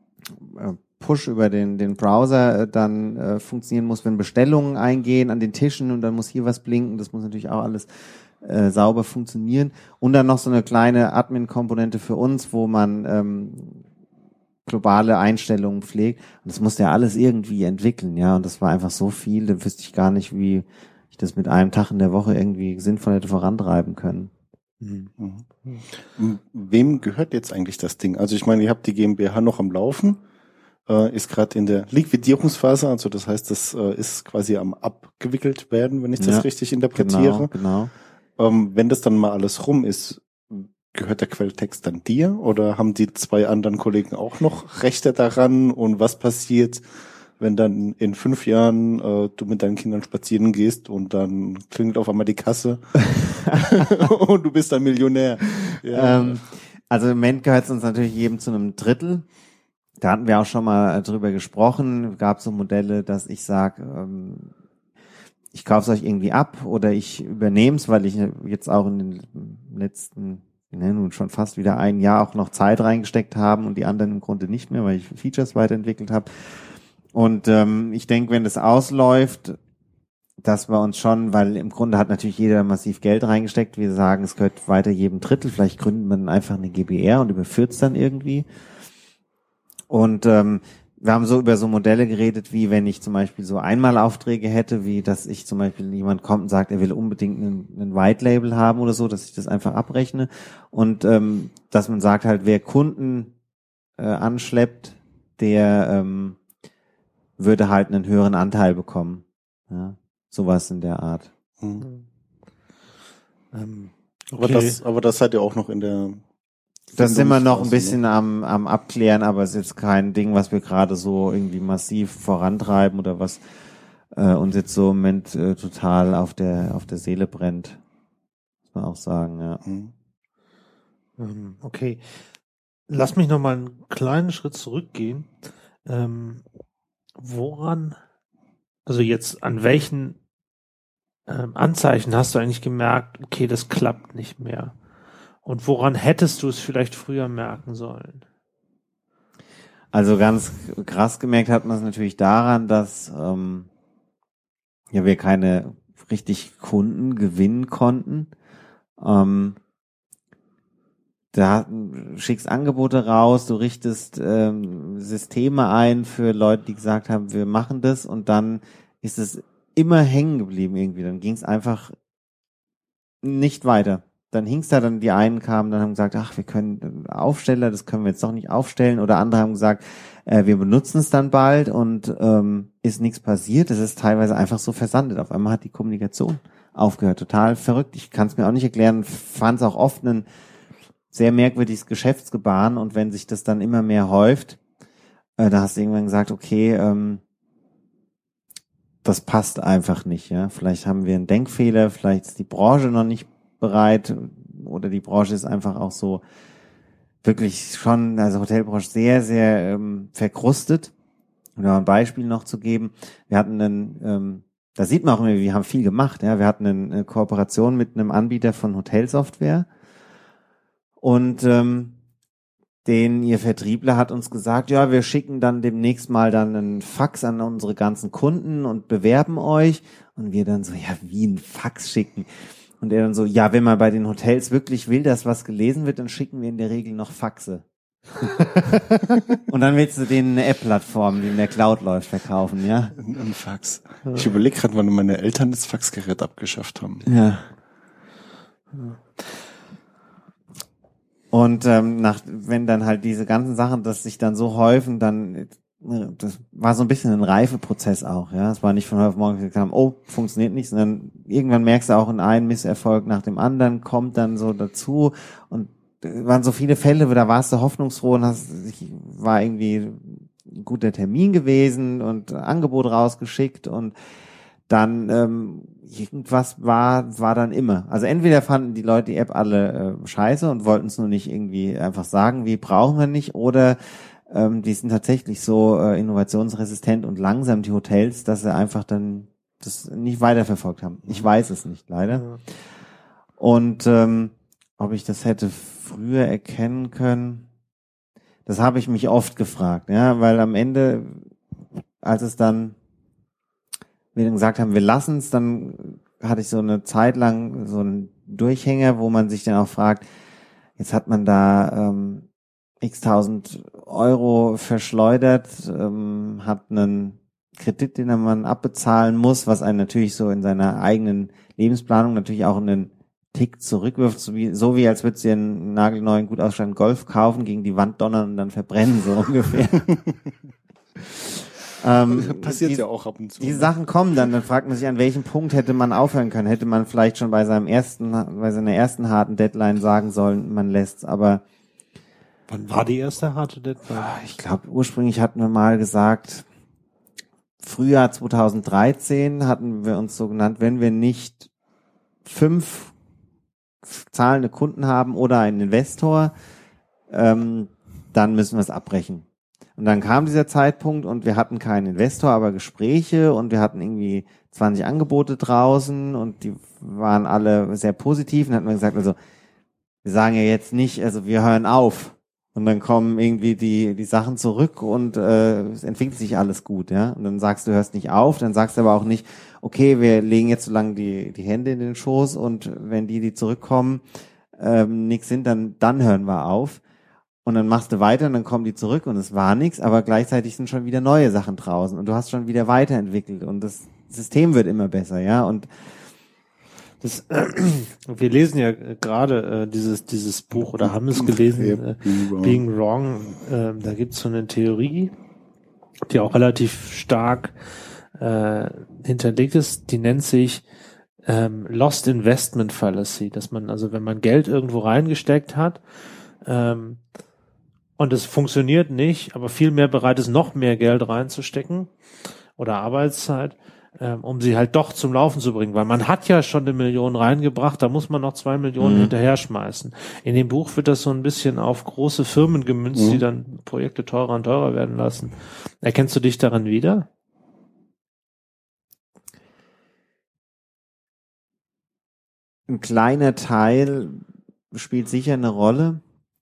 S2: Push über den den Browser äh, dann äh, funktionieren muss, wenn Bestellungen eingehen an den Tischen und dann muss hier was blinken. Das muss natürlich auch alles äh, sauber funktionieren. Und dann noch so eine kleine Admin-Komponente für uns, wo man ähm, globale Einstellungen pflegt. Und das musste ja alles irgendwie entwickeln, ja. Und das war einfach so viel, da wüsste ich gar nicht, wie ich das mit einem Tag in der Woche irgendwie sinnvoll hätte vorantreiben können.
S3: Mhm. Mhm. Wem gehört jetzt eigentlich das Ding? Also ich meine, ihr habt die GmbH noch am Laufen, äh, ist gerade in der Liquidierungsphase, also das heißt, das äh, ist quasi am abgewickelt werden, wenn ich das
S2: Ja,
S3: richtig interpretiere.
S2: Genau, genau.
S3: Ähm, wenn das dann mal alles rum ist, gehört der Quelltext dann dir oder haben die zwei anderen Kollegen auch noch Rechte daran? Und was passiert, wenn dann in fünf Jahren äh, du mit deinen Kindern spazieren gehst und dann klingelt auf einmal die Kasse und du bist dann Millionär? Ja.
S2: Ähm, also im Moment gehört es uns natürlich jedem zu einem Drittel. Da hatten wir auch schon mal drüber gesprochen. Gab so Modelle, dass ich sage, ähm, ich kaufe es euch irgendwie ab oder ich übernehme es, weil ich jetzt auch in den letzten ne, nun schon fast wieder ein Jahr auch noch Zeit reingesteckt haben und die anderen im Grunde nicht mehr, weil ich Features weiterentwickelt habe. Und ähm, ich denke, wenn das ausläuft, dass wir uns schon, weil im Grunde hat natürlich jeder massiv Geld reingesteckt, wir sagen, es gehört weiter jedem Drittel, vielleicht gründet man einfach eine GbR und überführt es dann irgendwie. Und ähm, wir haben so über so Modelle geredet, wie wenn ich zum Beispiel so Einmalaufträge hätte, wie dass ich zum Beispiel jemand kommt und sagt, er will unbedingt einen, einen White Label haben oder so, dass ich das einfach abrechne. Und ähm, dass man sagt halt, wer Kunden äh, anschleppt, der ähm, würde halt einen höheren Anteil bekommen. Ja, sowas in der Art.
S3: Mhm.
S1: Ähm,
S3: Aber
S1: okay.
S3: das, aber das seid ihr auch noch in der
S2: Das sind wir noch ein
S3: Findungsphase,
S2: bisschen
S3: ne?
S2: am, am Abklären, aber es ist jetzt kein Ding, was wir gerade so irgendwie massiv vorantreiben oder was äh, uns jetzt so im Moment äh, total auf der auf der Seele brennt. Muss man auch sagen, ja.
S3: Mhm.
S1: Ähm, okay. Lass mich noch mal einen kleinen Schritt zurückgehen. Ähm, woran, also jetzt an welchen ähm, Anzeichen hast du eigentlich gemerkt, okay, das klappt nicht mehr? Und woran hättest du es vielleicht früher merken sollen?
S2: Also ganz krass gemerkt hat man es natürlich daran, dass ähm, ja wir keine richtig Kunden gewinnen konnten. Ähm, da schickst Angebote raus, du richtest ähm, Systeme ein für Leute, die gesagt haben, wir machen das, und dann ist es immer hängen geblieben irgendwie. Dann ging es einfach nicht weiter. Dann hing's da, dann die einen kamen, dann haben gesagt, ach, wir können Aufsteller, das können wir jetzt doch nicht aufstellen, oder andere haben gesagt, äh, wir benutzen es dann bald, und ähm, ist nichts passiert. Es ist teilweise einfach so versandet. Auf einmal hat die Kommunikation aufgehört. Total verrückt. Ich kann es mir auch nicht erklären. Fand es auch oft ein sehr merkwürdiges Geschäftsgebaren, und wenn sich das dann immer mehr häuft, äh, da hast du irgendwann gesagt, okay, ähm, das passt einfach nicht, ja. Vielleicht haben wir einen Denkfehler, vielleicht ist die Branche noch nicht bereit oder die Branche ist einfach auch so wirklich schon, also Hotelbranche sehr, sehr ähm, verkrustet. Um da ein Beispiel noch zu geben, wir hatten einen, ähm, da sieht man auch immer, wir haben viel gemacht, ja, wir hatten eine Kooperation mit einem Anbieter von Hotelsoftware und ähm, den ihr Vertriebler hat uns gesagt, ja, wir schicken dann demnächst mal dann einen Fax an unsere ganzen Kunden und bewerben euch. Und wir dann so, ja, wie ein Fax schicken? Und er dann so, ja, wenn man bei den Hotels wirklich will, dass was gelesen wird, dann schicken wir in der Regel noch Faxe. Und dann willst du denen eine App-Plattform, die in der Cloud läuft, verkaufen, ja?
S3: Ein Fax. Ich überlege gerade, wann meine Eltern das Faxgerät abgeschafft haben.
S2: Ja. Und ähm, nach, wenn dann halt diese ganzen Sachen, dass sich dann so häufen, dann, das war so ein bisschen ein Reifeprozess auch, ja. Es war nicht von heute auf morgen gesagt haben, oh, funktioniert nicht, sondern irgendwann merkst du auch, in ein Misserfolg nach dem anderen kommt dann so dazu und es waren so viele Fälle, da warst du hoffnungsfroh und hast, war irgendwie ein guter Termin gewesen und Angebot rausgeschickt und dann ähm, irgendwas war war dann immer. Also entweder fanden die Leute die App alle äh, scheiße und wollten es nur nicht irgendwie einfach sagen, wie brauchen wir nicht, oder ähm, die sind tatsächlich so äh, innovationsresistent und langsam, die Hotels, dass sie einfach dann das nicht weiterverfolgt haben. Ich weiß es nicht, leider. Ja. Und ähm, ob ich das hätte früher erkennen können, das habe ich mich oft gefragt, ja, weil am Ende, als es dann wir dann gesagt haben, wir lassen es, dann hatte ich so eine Zeit lang so einen Durchhänger, wo man sich dann auch fragt, jetzt hat man da ähm, x tausend Euro verschleudert, ähm, hat einen Kredit, den man abbezahlen muss, was einen natürlich so in seiner eigenen Lebensplanung natürlich auch einen Tick zurückwirft, so wie, so wie als würdest du dir einen nagelneuen, gut ausstatteten Golf kaufen, gegen die Wand donnern und dann verbrennen, so ungefähr. Ähm,
S3: passiert
S2: die,
S3: ja auch ab und zu.
S2: Die
S3: ne?
S2: Sachen kommen dann, dann fragt man sich, an welchem Punkt hätte man aufhören können? Hätte man vielleicht schon bei seinem ersten, bei seiner ersten harten Deadline sagen sollen, man lässt's, aber
S1: wann war die erste harte Deadline?
S2: Ich glaube, ursprünglich hatten wir mal gesagt, Frühjahr zwanzig dreizehn hatten wir uns so genannt, wenn wir nicht fünf zahlende Kunden haben oder einen Investor, ähm, dann müssen wir es abbrechen. Und dann kam dieser Zeitpunkt und wir hatten keinen Investor, aber Gespräche und wir hatten irgendwie zwanzig Angebote draußen und die waren alle sehr positiv. Und dann hat man gesagt, also wir sagen ja jetzt nicht, also wir hören auf. Und dann kommen irgendwie die die Sachen zurück und äh, es entwickelt sich alles gut, ja. Und dann sagst du, hörst nicht auf, dann sagst du aber auch nicht, okay, wir legen jetzt so lange die die Hände in den Schoß und wenn die, die zurückkommen, ähm, nichts sind, dann dann hören wir auf. Und dann machst du weiter und dann kommen die zurück und es war nichts, aber gleichzeitig sind schon wieder neue Sachen draußen und du hast schon wieder weiterentwickelt und das System wird immer besser, ja. Und
S1: das, äh, wir lesen ja gerade äh, dieses dieses Buch oder haben es gelesen, äh, Being Wrong. Being Wrong. Äh, da gibt's so eine Theorie, die auch relativ stark äh, hinterlegt ist. Die nennt sich ähm, Lost Investment Fallacy, dass man also, wenn man Geld irgendwo reingesteckt hat ähm, und es funktioniert nicht, aber viel mehr bereit ist, noch mehr Geld reinzustecken oder Arbeitszeit, ähm, um sie halt doch zum Laufen zu bringen, weil man hat ja schon eine Million reingebracht, da muss man noch zwei Millionen mhm. hinterher schmeißen. In dem Buch wird das so ein bisschen auf große Firmen gemünzt, mhm. die dann Projekte teurer und teurer werden lassen. Erkennst du dich daran wieder?
S2: Ein kleiner Teil spielt sicher eine Rolle.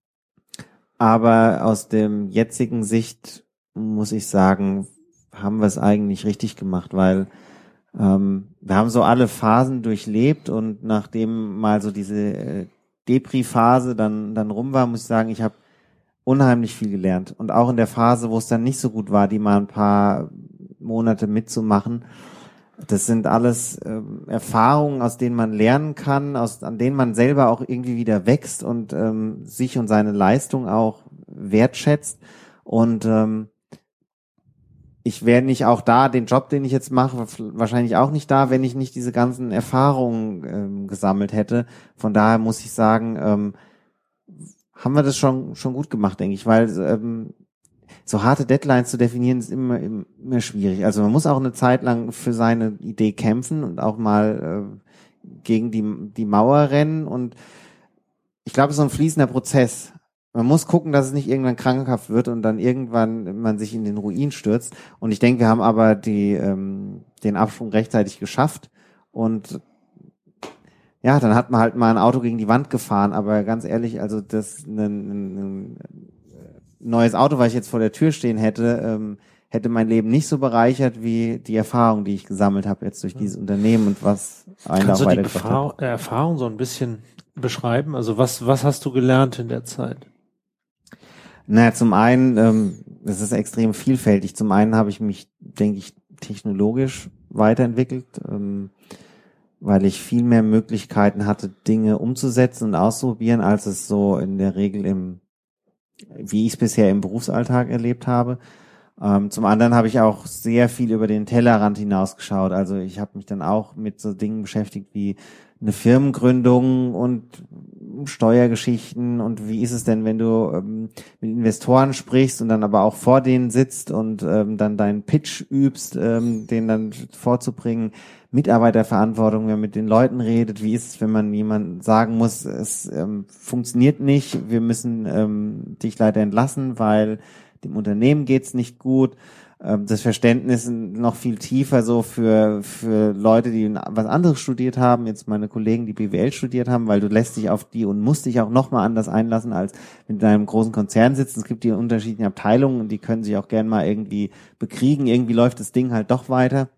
S2: Aber aus dem jetzigen Sicht muss ich sagen, haben wir es eigentlich richtig gemacht, weil ähm, wir haben so alle Phasen durchlebt und nachdem mal so diese äh, Depri-Phase dann dann rum war, muss ich sagen, ich habe unheimlich viel gelernt. Und auch in der Phase, wo es dann nicht so gut war, die mal ein paar Monate mitzumachen, das sind alles äh, Erfahrungen, aus denen man lernen kann, aus an denen man selber auch irgendwie wieder wächst und ähm, sich und seine Leistung auch wertschätzt. Und ähm, ich wäre nicht auch da, den Job, den ich jetzt mache, wahrscheinlich auch nicht da, wenn ich nicht diese ganzen Erfahrungen ähm, gesammelt hätte. Von daher muss ich sagen, ähm, haben wir das schon schon gut gemacht, denke ich, weil ähm, so harte Deadlines zu definieren ist immer immer schwierig. Also man muss auch eine Zeit lang für seine Idee kämpfen und auch mal äh, gegen die die Mauer rennen und ich glaube, es ist so ein fließender Prozess. Man muss gucken, dass es nicht irgendwann krankhaft wird und dann irgendwann man sich in den Ruin stürzt. Und ich denke, wir haben aber die, ähm, den Absprung rechtzeitig geschafft. Und ja, dann hat man halt mal ein Auto gegen die Wand gefahren. Aber ganz ehrlich, also das ein, ein, ein neues Auto, was ich jetzt vor der Tür stehen hätte, ähm, hätte mein Leben nicht so bereichert wie die Erfahrung, die ich gesammelt habe jetzt durch dieses Unternehmen und was einen
S1: Kannst
S2: auch
S1: du die
S2: weitergebracht hat.
S1: Erfahrung, Erfahrung so ein bisschen beschreiben? Also was, was hast du gelernt in der Zeit?
S2: Naja, zum einen, ähm, es ist extrem vielfältig. Zum einen habe ich mich, denke ich, technologisch weiterentwickelt, ähm, weil ich viel mehr Möglichkeiten hatte, Dinge umzusetzen und auszuprobieren, als es so in der Regel im, wie ich es bisher im Berufsalltag erlebt habe. Ähm, zum anderen habe ich auch sehr viel über den Tellerrand hinausgeschaut. Also ich habe mich dann auch mit so Dingen beschäftigt wie eine Firmengründung und Steuergeschichten und wie ist es denn, wenn du ähm, mit Investoren sprichst und dann aber auch vor denen sitzt und ähm, dann deinen Pitch übst, ähm, den dann vorzubringen, Mitarbeiterverantwortung, wenn man mit den Leuten redet, wie ist es, wenn man jemandem sagen muss, es ähm, funktioniert nicht, wir müssen ähm, dich leider entlassen, weil dem Unternehmen geht's nicht gut. Das Verständnis noch viel tiefer so für für Leute, die was anderes studiert haben, jetzt meine Kollegen, die B W L studiert haben, weil du lässt dich auf die und musst dich auch nochmal anders einlassen, als wenn du in einem großen Konzern sitzt. Es gibt die unterschiedlichen Abteilungen und die können sich auch gern mal irgendwie bekriegen. Irgendwie läuft das Ding halt doch weiter.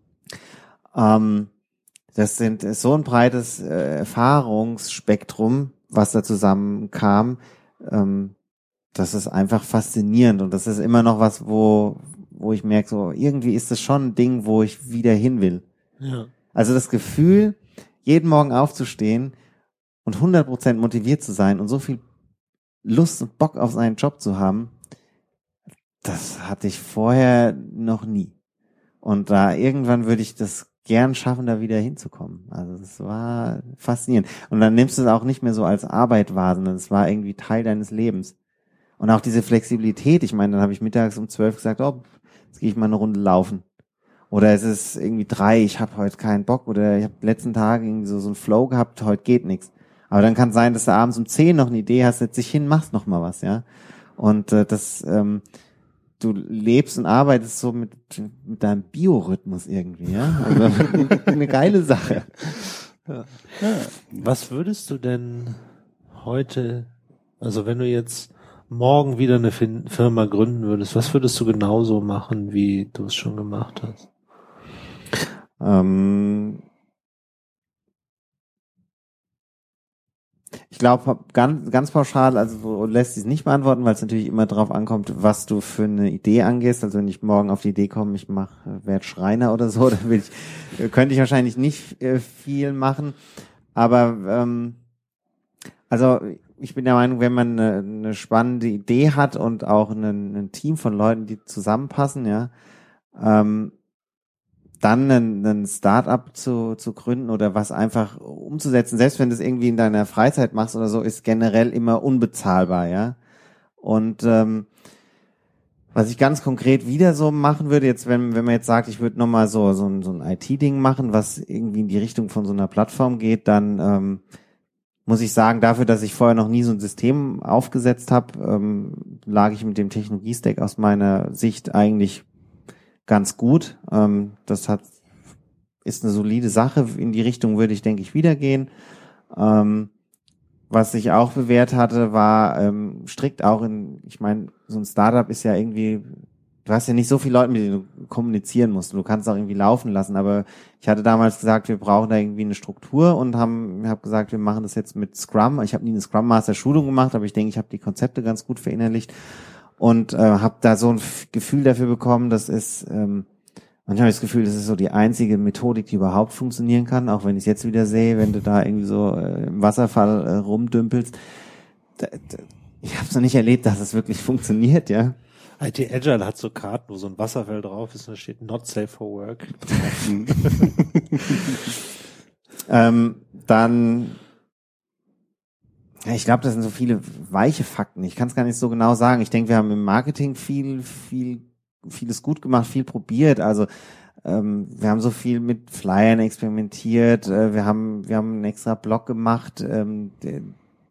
S2: Ähm, das sind ist so ein breites äh, Erfahrungsspektrum, was da zusammenkam. Ähm, das ist einfach faszinierend und das ist immer noch was, wo wo ich merke, so irgendwie ist das schon ein Ding, wo ich wieder hin will.
S1: Ja.
S2: Also das Gefühl, jeden Morgen aufzustehen und hundert Prozent motiviert zu sein und so viel Lust und Bock auf seinen Job zu haben, das hatte ich vorher noch nie. Und da irgendwann würde ich das gern schaffen, da wieder hinzukommen. Also das war faszinierend. Und dann nimmst du es auch nicht mehr so als Arbeit wahr, sondern es war irgendwie Teil deines Lebens. Und auch diese Flexibilität, ich meine, dann habe ich mittags um zwölf gesagt, oh, jetzt gehe ich mal eine Runde laufen. Oder es ist irgendwie drei, ich habe heute keinen Bock. Oder ich habe letzten Tag irgendwie so, so einen Flow gehabt, heute geht nichts. Aber dann kann es sein, dass du abends um zehn noch eine Idee hast, setz dich hin, machst noch mal was, ja. Und äh, das, ähm, du lebst und arbeitest so mit, mit deinem Biorhythmus irgendwie, ja. Also eine geile Sache.
S1: Ja. Was würdest du denn heute, also wenn du jetzt morgen wieder eine Firma gründen würdest, was würdest du genauso machen, wie du es schon gemacht hast?
S2: Ähm, ich glaube, ganz, ganz pauschal, also so lässt sich es nicht beantworten, weil es natürlich immer darauf ankommt, was du für eine Idee angehst. Also wenn ich morgen auf die Idee komme, ich mache, werde Schreiner oder so, dann will ich, könnte ich wahrscheinlich nicht äh, viel machen. Aber ähm, also ich bin der Meinung, wenn man eine, eine spannende Idee hat und auch ein, ein Team von Leuten, die zusammenpassen, ja, ähm, dann ein, ein Start-up zu, zu gründen oder was einfach umzusetzen, selbst wenn du es irgendwie in deiner Freizeit machst oder so, ist generell immer unbezahlbar, ja. Und ähm, was ich ganz konkret wieder so machen würde, jetzt wenn wenn man jetzt sagt, ich würde nochmal so so ein, so ein I T-Ding machen, was irgendwie in die Richtung von so einer Plattform geht, dann ähm, muss ich sagen, dafür, dass ich vorher noch nie so ein System aufgesetzt habe, ähm, lag ich mit dem Technologie-Stack aus meiner Sicht eigentlich ganz gut. Ähm, das hat ist eine solide Sache. In die Richtung würde ich, denke ich, wieder gehen. Ähm, was sich auch bewährt hatte, war ähm, strikt auch in, ich meine, so ein Startup ist ja irgendwie, du hast ja nicht so viele Leute, mit denen du kommunizieren musst. Du kannst auch irgendwie laufen lassen, aber ich hatte damals gesagt, wir brauchen da irgendwie eine Struktur und haben, habe gesagt, wir machen das jetzt mit Scrum. Ich habe nie eine Scrum Master Schulung gemacht, aber ich denke, ich habe die Konzepte ganz gut verinnerlicht und äh, habe da so ein Gefühl dafür bekommen, das ist, ähm, manchmal habe ich das Gefühl, das ist so die einzige Methodik, die überhaupt funktionieren kann, auch wenn ich es jetzt wieder sehe, wenn du da irgendwie so äh, im Wasserfall äh, rumdümpelst. Da, da, ich habe es noch nicht erlebt, dass es wirklich funktioniert, ja.
S1: I T Agile hat so Karten, wo so ein Wasserfall drauf ist und da steht not safe for work.
S2: ähm, dann, ja, ich glaube, das sind so viele weiche Fakten. Ich kann es gar nicht so genau sagen. Ich denke, wir haben im Marketing viel, viel, vieles gut gemacht, viel probiert. Also ähm, wir haben so viel mit Flyern experimentiert. Äh, wir haben, wir haben einen extra Blog gemacht, ähm, der,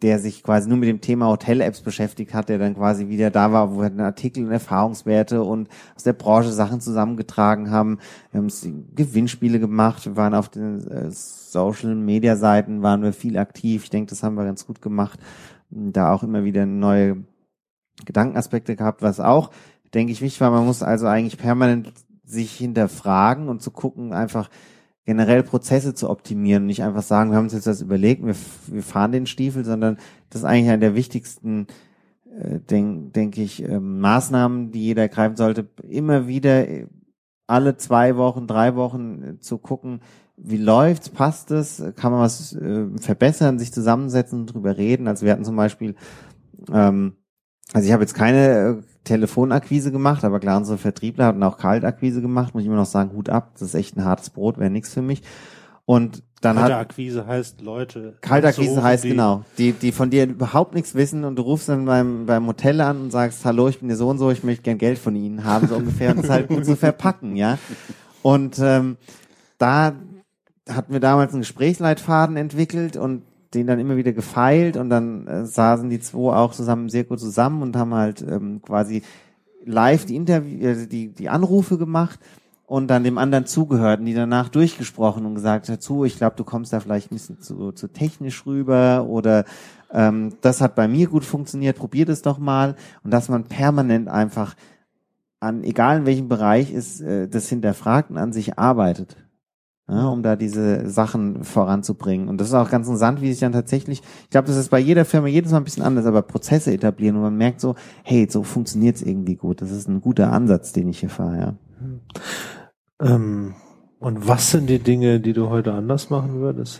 S2: der sich quasi nur mit dem Thema Hotel-Apps beschäftigt hat, der dann quasi wieder da war, wo wir Artikel und Erfahrungswerte und aus der Branche Sachen zusammengetragen haben. Wir haben Gewinnspiele gemacht, wir waren auf den äh, Social-Media-Seiten, waren wir viel aktiv. Ich denke, das haben wir ganz gut gemacht. Da auch immer wieder neue Gedankenaspekte gehabt, was auch, denke ich, wichtig war. Man muss also eigentlich permanent sich hinterfragen und zu gucken, einfach generell Prozesse zu optimieren, nicht einfach sagen, wir haben uns jetzt das überlegt, wir, wir fahren den Stiefel, sondern das ist eigentlich eine der wichtigsten, äh, denke denk ich, äh, Maßnahmen, die jeder ergreifen sollte, immer wieder äh, alle zwei Wochen, drei Wochen äh, zu gucken, wie läuft's, passt es, kann man was äh, verbessern, sich zusammensetzen und drüber reden. Also wir hatten zum Beispiel, ähm, also ich habe jetzt keine äh, Telefonakquise gemacht, aber klar, unsere Vertriebler hatten auch Kaltakquise gemacht, muss ich immer noch sagen, Hut ab, das ist echt ein hartes Brot, wäre nichts für mich. Und dann hat
S1: Kaltakquise heißt Leute.
S2: Kaltakquise heißt die, genau, die die von dir überhaupt nichts wissen und du rufst dann beim beim Hotel an und sagst, hallo, ich bin der so und so, ich möchte gern Geld von Ihnen haben, so ungefähr, und das halt gut zu verpacken, ja. Und ähm, da hatten wir damals einen Gesprächsleitfaden entwickelt und den dann immer wieder gefeilt und dann äh, saßen die zwei auch zusammen sehr gut zusammen und haben halt ähm, quasi live die Interview, äh, die die Anrufe gemacht und dann dem anderen zugehört und die danach durchgesprochen und gesagt, dazu, ich glaube, du kommst da vielleicht ein bisschen zu, zu technisch rüber oder ähm, das hat bei mir gut funktioniert, probier das doch mal. Und dass man permanent einfach an, egal in welchem Bereich ist, äh, das hinterfragt und an sich arbeitet. Ja, um da diese Sachen voranzubringen. Und das ist auch ganz interessant, wie sich dann tatsächlich, ich glaube, das ist bei jeder Firma jedes Mal ein bisschen anders, aber Prozesse etablieren und man merkt so, hey, so funktioniert's irgendwie gut. Das ist ein guter Ansatz, den ich hier fahre, ja.
S1: Ähm, und was sind die Dinge, die du heute anders machen würdest?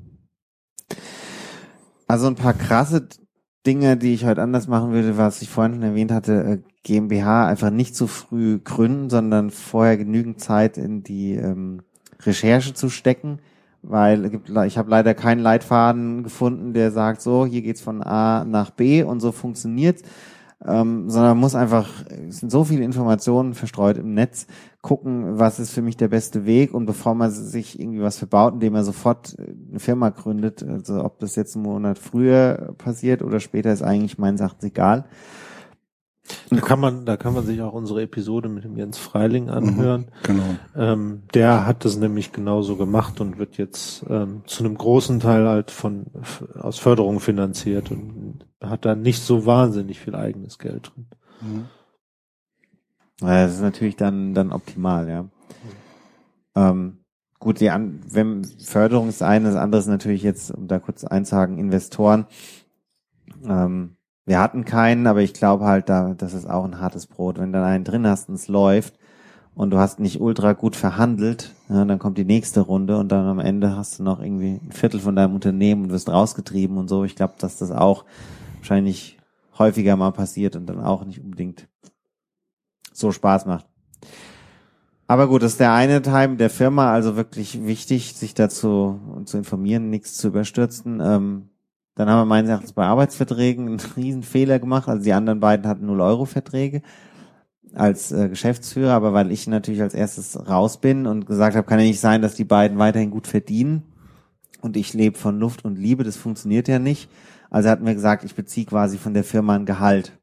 S2: Also ein paar krasse Dinge, die ich heute anders machen würde, was ich vorhin schon erwähnt hatte, GmbH einfach nicht so früh gründen, sondern vorher genügend Zeit in die ähm, Recherche zu stecken, weil ich habe leider keinen Leitfaden gefunden, der sagt, so, hier geht's von A nach B und so funktioniert's, ähm, sondern man muss einfach, es sind so viele Informationen verstreut im Netz, gucken, was ist für mich der beste Weg und bevor man sich irgendwie was verbaut, indem man sofort eine Firma gründet, also ob das jetzt einen Monat früher passiert oder später, ist eigentlich meines Erachtens egal.
S1: Da kann man, da kann man sich auch unsere Episode mit dem Jens Freiling anhören.
S3: Mhm, genau.
S1: Ähm, der hat das nämlich genauso gemacht und wird jetzt ähm, zu einem großen Teil halt von aus Förderung finanziert und hat da nicht so wahnsinnig viel eigenes Geld drin.
S3: Mhm.
S2: Ja, das ist natürlich dann dann optimal, ja. Mhm. Ähm, gut, die an, wenn Förderung ist eine, das andere ist natürlich jetzt, um da kurz einzuhaken, Investoren. Ähm, Wir hatten keinen, aber ich glaube halt, da, das ist auch ein hartes Brot. Wenn du dann einen drin hast und es läuft und du hast nicht ultra gut verhandelt, ja, dann kommt die nächste Runde und dann am Ende hast du noch irgendwie ein Viertel von deinem Unternehmen und wirst rausgetrieben und so. Ich glaube, dass das auch wahrscheinlich häufiger mal passiert und dann auch nicht unbedingt so Spaß macht. Aber gut, das ist der eine Teil der Firma, also wirklich wichtig, sich dazu zu informieren, nichts zu überstürzen. Ähm, Dann haben wir meines Erachtens bei Arbeitsverträgen einen riesen Fehler gemacht. Also die anderen beiden hatten null Euro Verträge als äh, Geschäftsführer, aber weil ich natürlich als erstes raus bin und gesagt habe, kann ja nicht sein, dass die beiden weiterhin gut verdienen und ich lebe von Luft und Liebe, das funktioniert ja nicht. Also hatten wir gesagt, ich beziehe quasi von der Firma ein Gehalt.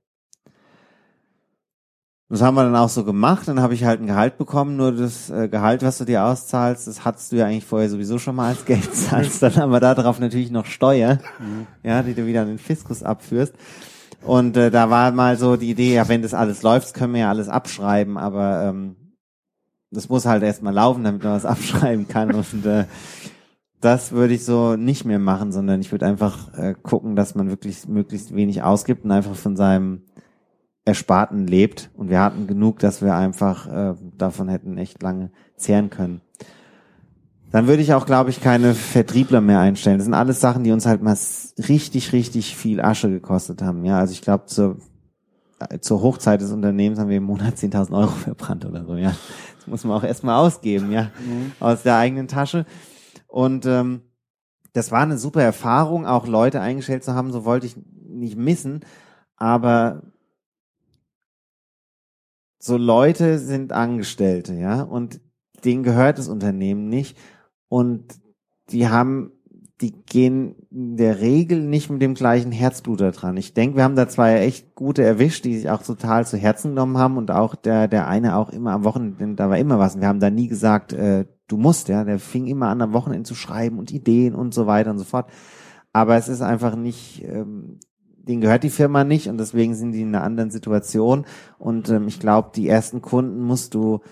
S2: Das haben wir dann auch so gemacht, dann habe ich halt ein Gehalt bekommen, nur das äh, Gehalt, was du dir auszahlst, das hattest du ja eigentlich vorher sowieso schon mal als Geld zahlst, dann haben wir da drauf natürlich noch Steuer, mhm. ja, die du wieder an den Fiskus abführst. Und äh, da war mal so die Idee, ja, wenn das alles läuft, können wir ja alles abschreiben, aber ähm, das muss halt erstmal laufen, damit man was abschreiben kann und äh, das würde ich so nicht mehr machen, sondern ich würde einfach äh, gucken, dass man wirklich möglichst wenig ausgibt und einfach von seinem Ersparten lebt und wir hatten genug, dass wir einfach äh, davon hätten echt lange zehren können. Dann würde ich auch, glaube ich, keine Vertriebler mehr einstellen. Das sind alles Sachen, die uns halt mal richtig, richtig viel Asche gekostet haben. Ja, also ich glaube, zur, zur Hochzeit des Unternehmens haben wir im Monat zehntausend Euro verbrannt oder so. Ja, das muss man auch erstmal ausgeben, ja, mhm. aus der eigenen Tasche. Und ähm, das war eine super Erfahrung, auch Leute eingestellt zu haben. So wollte ich nicht missen, aber so Leute sind Angestellte, ja, und denen gehört das Unternehmen nicht und die haben die gehen in der Regel nicht mit dem gleichen Herzblut da dran. Ich denke, wir haben da zwei echt gute erwischt, die sich auch total zu Herzen genommen haben und auch der der eine auch immer am Wochenende, da war immer was. Und wir haben da nie gesagt, äh, du musst, ja. Der fing immer an, am Wochenende zu schreiben und Ideen und so weiter und so fort. Aber es ist einfach nicht, ähm, denen gehört die Firma nicht und deswegen sind die in einer anderen Situation. Und ähm, ich glaube, die ersten Kunden musst du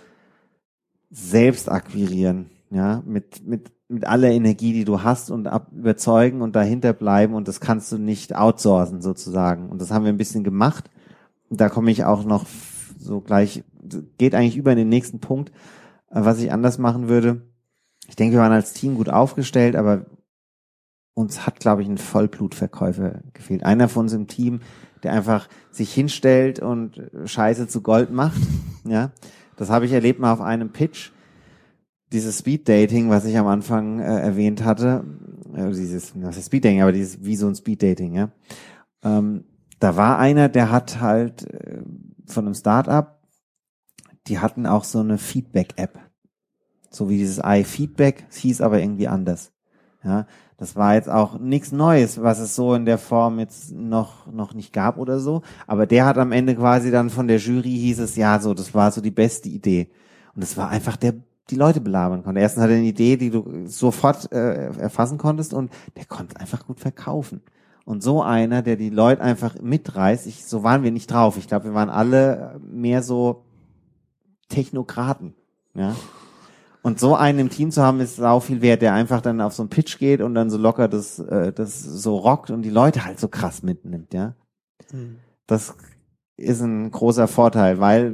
S2: selbst akquirieren, ja, mit mit mit aller Energie, die du hast und ab überzeugen und dahinter bleiben und das kannst du nicht outsourcen sozusagen. Und das haben wir ein bisschen gemacht. Und da komme ich auch noch so gleich, geht eigentlich über in den nächsten Punkt, was ich anders machen würde. Ich denke, wir waren als Team gut aufgestellt, aber uns hat, glaube ich, ein Vollblutverkäufer gefehlt. Einer von uns im Team, der einfach sich hinstellt und Scheiße zu Gold macht. Ja, das habe ich erlebt mal auf einem Pitch. Dieses Speed-Dating, was ich am Anfang äh, erwähnt hatte, äh, dieses, was ist Speed-Dating, aber dieses, wie so ein Speed-Dating, ja. Ähm, da war einer, der hat halt äh, von einem Start-up, die hatten auch so eine Feedback-App. So wie dieses iFeedback, es hieß aber irgendwie anders. Ja, das war jetzt auch nichts Neues, was es so in der Form jetzt noch noch nicht gab oder so. Aber der hat am Ende quasi dann von der Jury hieß es, ja, so, das war so die beste Idee. Und es war einfach der die Leute belabern konnte. Erstens hat er eine Idee, die du sofort äh, erfassen konntest und der konnte einfach gut verkaufen. Und so einer, der die Leute einfach mitreißt, ich, so waren wir nicht drauf. Ich glaube, wir waren alle mehr so Technokraten, ja. Und so einen im Team zu haben, ist sau viel wert, der einfach dann auf so einen Pitch geht und dann so locker das, äh, das so rockt und die Leute halt so krass mitnimmt, ja. Mhm. Das ist ein großer Vorteil, weil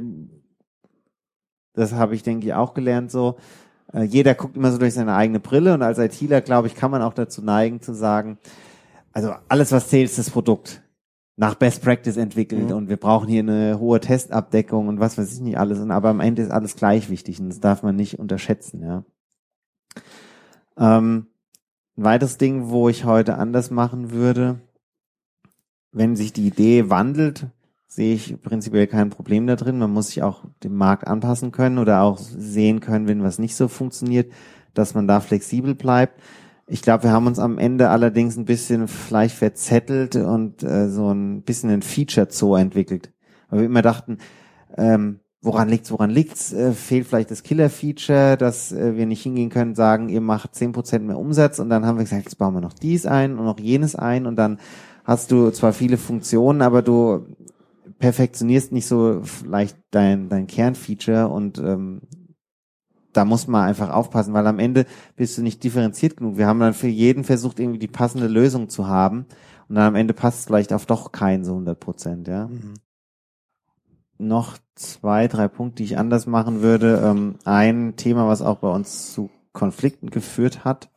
S2: das habe ich, denke ich, auch gelernt so. Äh, jeder guckt immer so durch seine eigene Brille und als ITler, glaube ich, kann man auch dazu neigen zu sagen, also alles, was zählt, ist das Produkt. Nach Best Practice entwickelt mhm. und wir brauchen hier eine hohe Testabdeckung und was weiß ich nicht alles. Und aber am Ende ist alles gleich wichtig und das darf man nicht unterschätzen, ja. Ähm, ein weiteres Ding, wo ich heute anders machen würde, wenn sich die Idee wandelt, sehe ich prinzipiell kein Problem da drin. Man muss sich auch dem Markt anpassen können oder auch sehen können, wenn was nicht so funktioniert, dass man da flexibel bleibt. Ich glaube, wir haben uns am Ende allerdings ein bisschen vielleicht verzettelt und äh, so ein bisschen ein Feature-Zoo entwickelt. Weil wir immer dachten, ähm, woran liegt's, woran liegt's? Äh, fehlt vielleicht das Killer-Feature, dass äh, wir nicht hingehen können und sagen, ihr macht zehn Prozent mehr Umsatz und dann haben wir gesagt, jetzt bauen wir noch dies ein und noch jenes ein und dann hast du zwar viele Funktionen, aber du perfektionierst nicht so vielleicht dein dein Kernfeature und ähm, da muss man einfach aufpassen, weil am Ende bist du nicht differenziert genug. Wir haben dann für jeden versucht, irgendwie die passende Lösung zu haben und dann am Ende passt es vielleicht auf doch keinen so hundert Prozent, ja. Mhm. Noch zwei, drei Punkte, die ich anders machen würde. Ähm, ein Thema, was auch bei uns zu Konflikten geführt hat.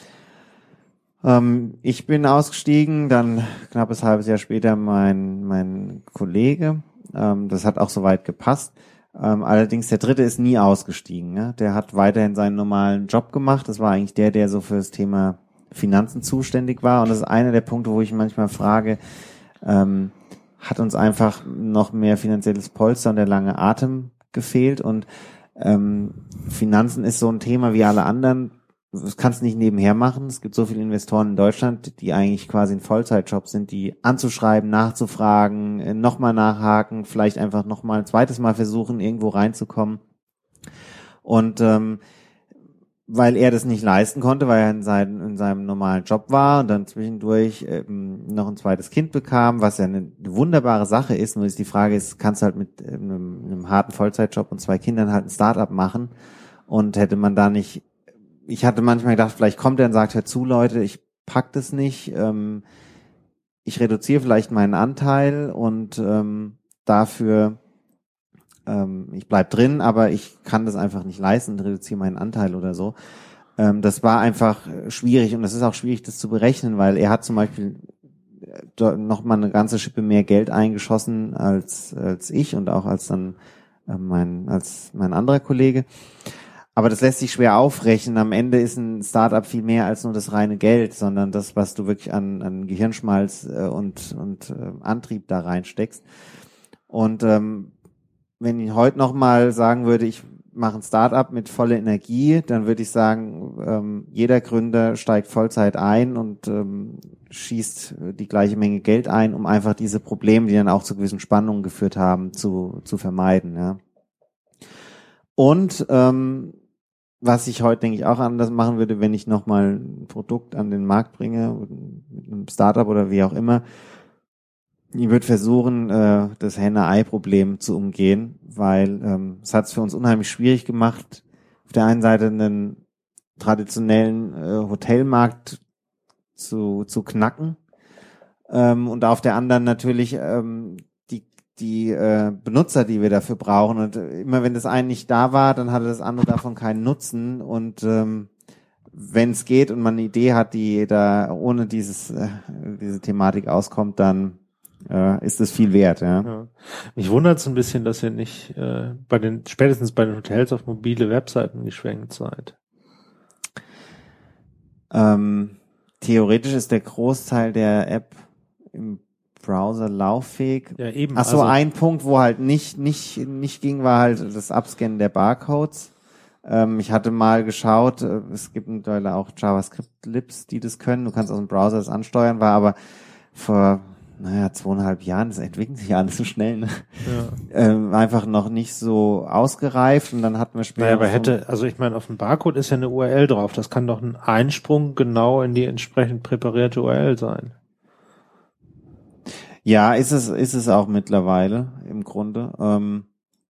S2: Ähm, ich bin ausgestiegen, dann knappes halbes Jahr später mein mein Kollege. Ähm, das hat auch soweit gepasst. Ähm, allerdings der dritte ist nie ausgestiegen. Ne? Der hat weiterhin seinen normalen Job gemacht. Das war eigentlich der, der so für das Thema Finanzen zuständig war. Und das ist einer der Punkte, wo ich manchmal frage, ähm, hat uns einfach noch mehr finanzielles Polster und der lange Atem gefehlt. Und ähm, Finanzen ist so ein Thema wie alle anderen. Das kannst du nicht nebenher machen. Es gibt so viele Investoren in Deutschland, die eigentlich quasi ein Vollzeitjob sind, die anzuschreiben, nachzufragen, nochmal nachhaken, vielleicht einfach nochmal ein zweites Mal versuchen, irgendwo reinzukommen. Und ähm, weil er das nicht leisten konnte, weil er in, seinem, in seinem normalen Job war und dann zwischendurch ähm, noch ein zweites Kind bekam, was ja eine, eine wunderbare Sache ist. Nur ist die Frage ist, kannst du halt mit einem, einem harten Vollzeitjob und zwei Kindern halt ein Start-up machen und hätte man da nicht Ich hatte manchmal gedacht, vielleicht kommt er und sagt, hör zu, Leute, ich pack das nicht, ähm, ich reduziere vielleicht meinen Anteil und ähm, dafür, ähm, ich bleib drin, aber ich kann das einfach nicht leisten und reduziere meinen Anteil oder so. Ähm, das war einfach schwierig und es ist auch schwierig, das zu berechnen, weil er hat zum Beispiel noch mal eine ganze Schippe mehr Geld eingeschossen als als ich und auch als dann äh, mein als mein anderer Kollege. Aber das lässt sich schwer aufrechnen. Am Ende ist ein Startup viel mehr als nur das reine Geld, sondern das, was du wirklich an, an Gehirnschmalz äh, und, und äh, Antrieb da reinsteckst. Und ähm, wenn ich heute noch mal sagen würde, ich mache ein Start-up mit voller Energie, dann würde ich sagen, ähm, jeder Gründer steigt Vollzeit ein und ähm, schießt die gleiche Menge Geld ein, um einfach diese Probleme, die dann auch zu gewissen Spannungen geführt haben, zu zu vermeiden. Ja. Und ähm, was ich heute, denke ich, auch anders machen würde, wenn ich nochmal ein Produkt an den Markt bringe, mit einem Startup oder wie auch immer, ich würde versuchen, äh, das Henne-Ei-Problem zu umgehen, weil ähm, es hat es für uns unheimlich schwierig gemacht, auf der einen Seite einen traditionellen äh, Hotelmarkt zu zu knacken ähm, und auf der anderen natürlich ähm, die die äh, Benutzer, die wir dafür brauchen. Und immer wenn das eine nicht da war, dann hatte das andere davon keinen Nutzen. Und ähm, wenn es geht und man eine Idee hat, die da ohne dieses äh, diese Thematik auskommt, dann äh, ist es viel wert. Ja.
S1: Ja. Mich wundert es ein bisschen, dass ihr nicht äh, bei den spätestens bei den Hotels auf mobile Webseiten geschwenkt seid.
S2: Ähm, theoretisch ist der Großteil der App im Browser lauffähig.
S1: Ja, eben.
S2: Ach so,
S1: also,
S2: ein Punkt, wo halt nicht nicht nicht ging, war halt das Abscannen der Barcodes. Ähm, ich hatte mal geschaut, äh, es gibt mittlerweile auch JavaScript-Libs, die das können. Du kannst aus dem Browser das ansteuern, war aber vor naja, zweieinhalb Jahren, das entwickelt sich ja alles so schnell, ne?
S1: Ja.
S2: Ähm, einfach noch nicht so ausgereift und dann hatten wir später.
S1: Naja, aber
S2: so
S1: hätte, also ich meine, auf dem Barcode ist ja eine U R L drauf. Das kann doch ein Einsprung genau in die entsprechend präparierte U R L sein.
S2: Ja, ist es, ist es auch mittlerweile im Grunde. Ähm,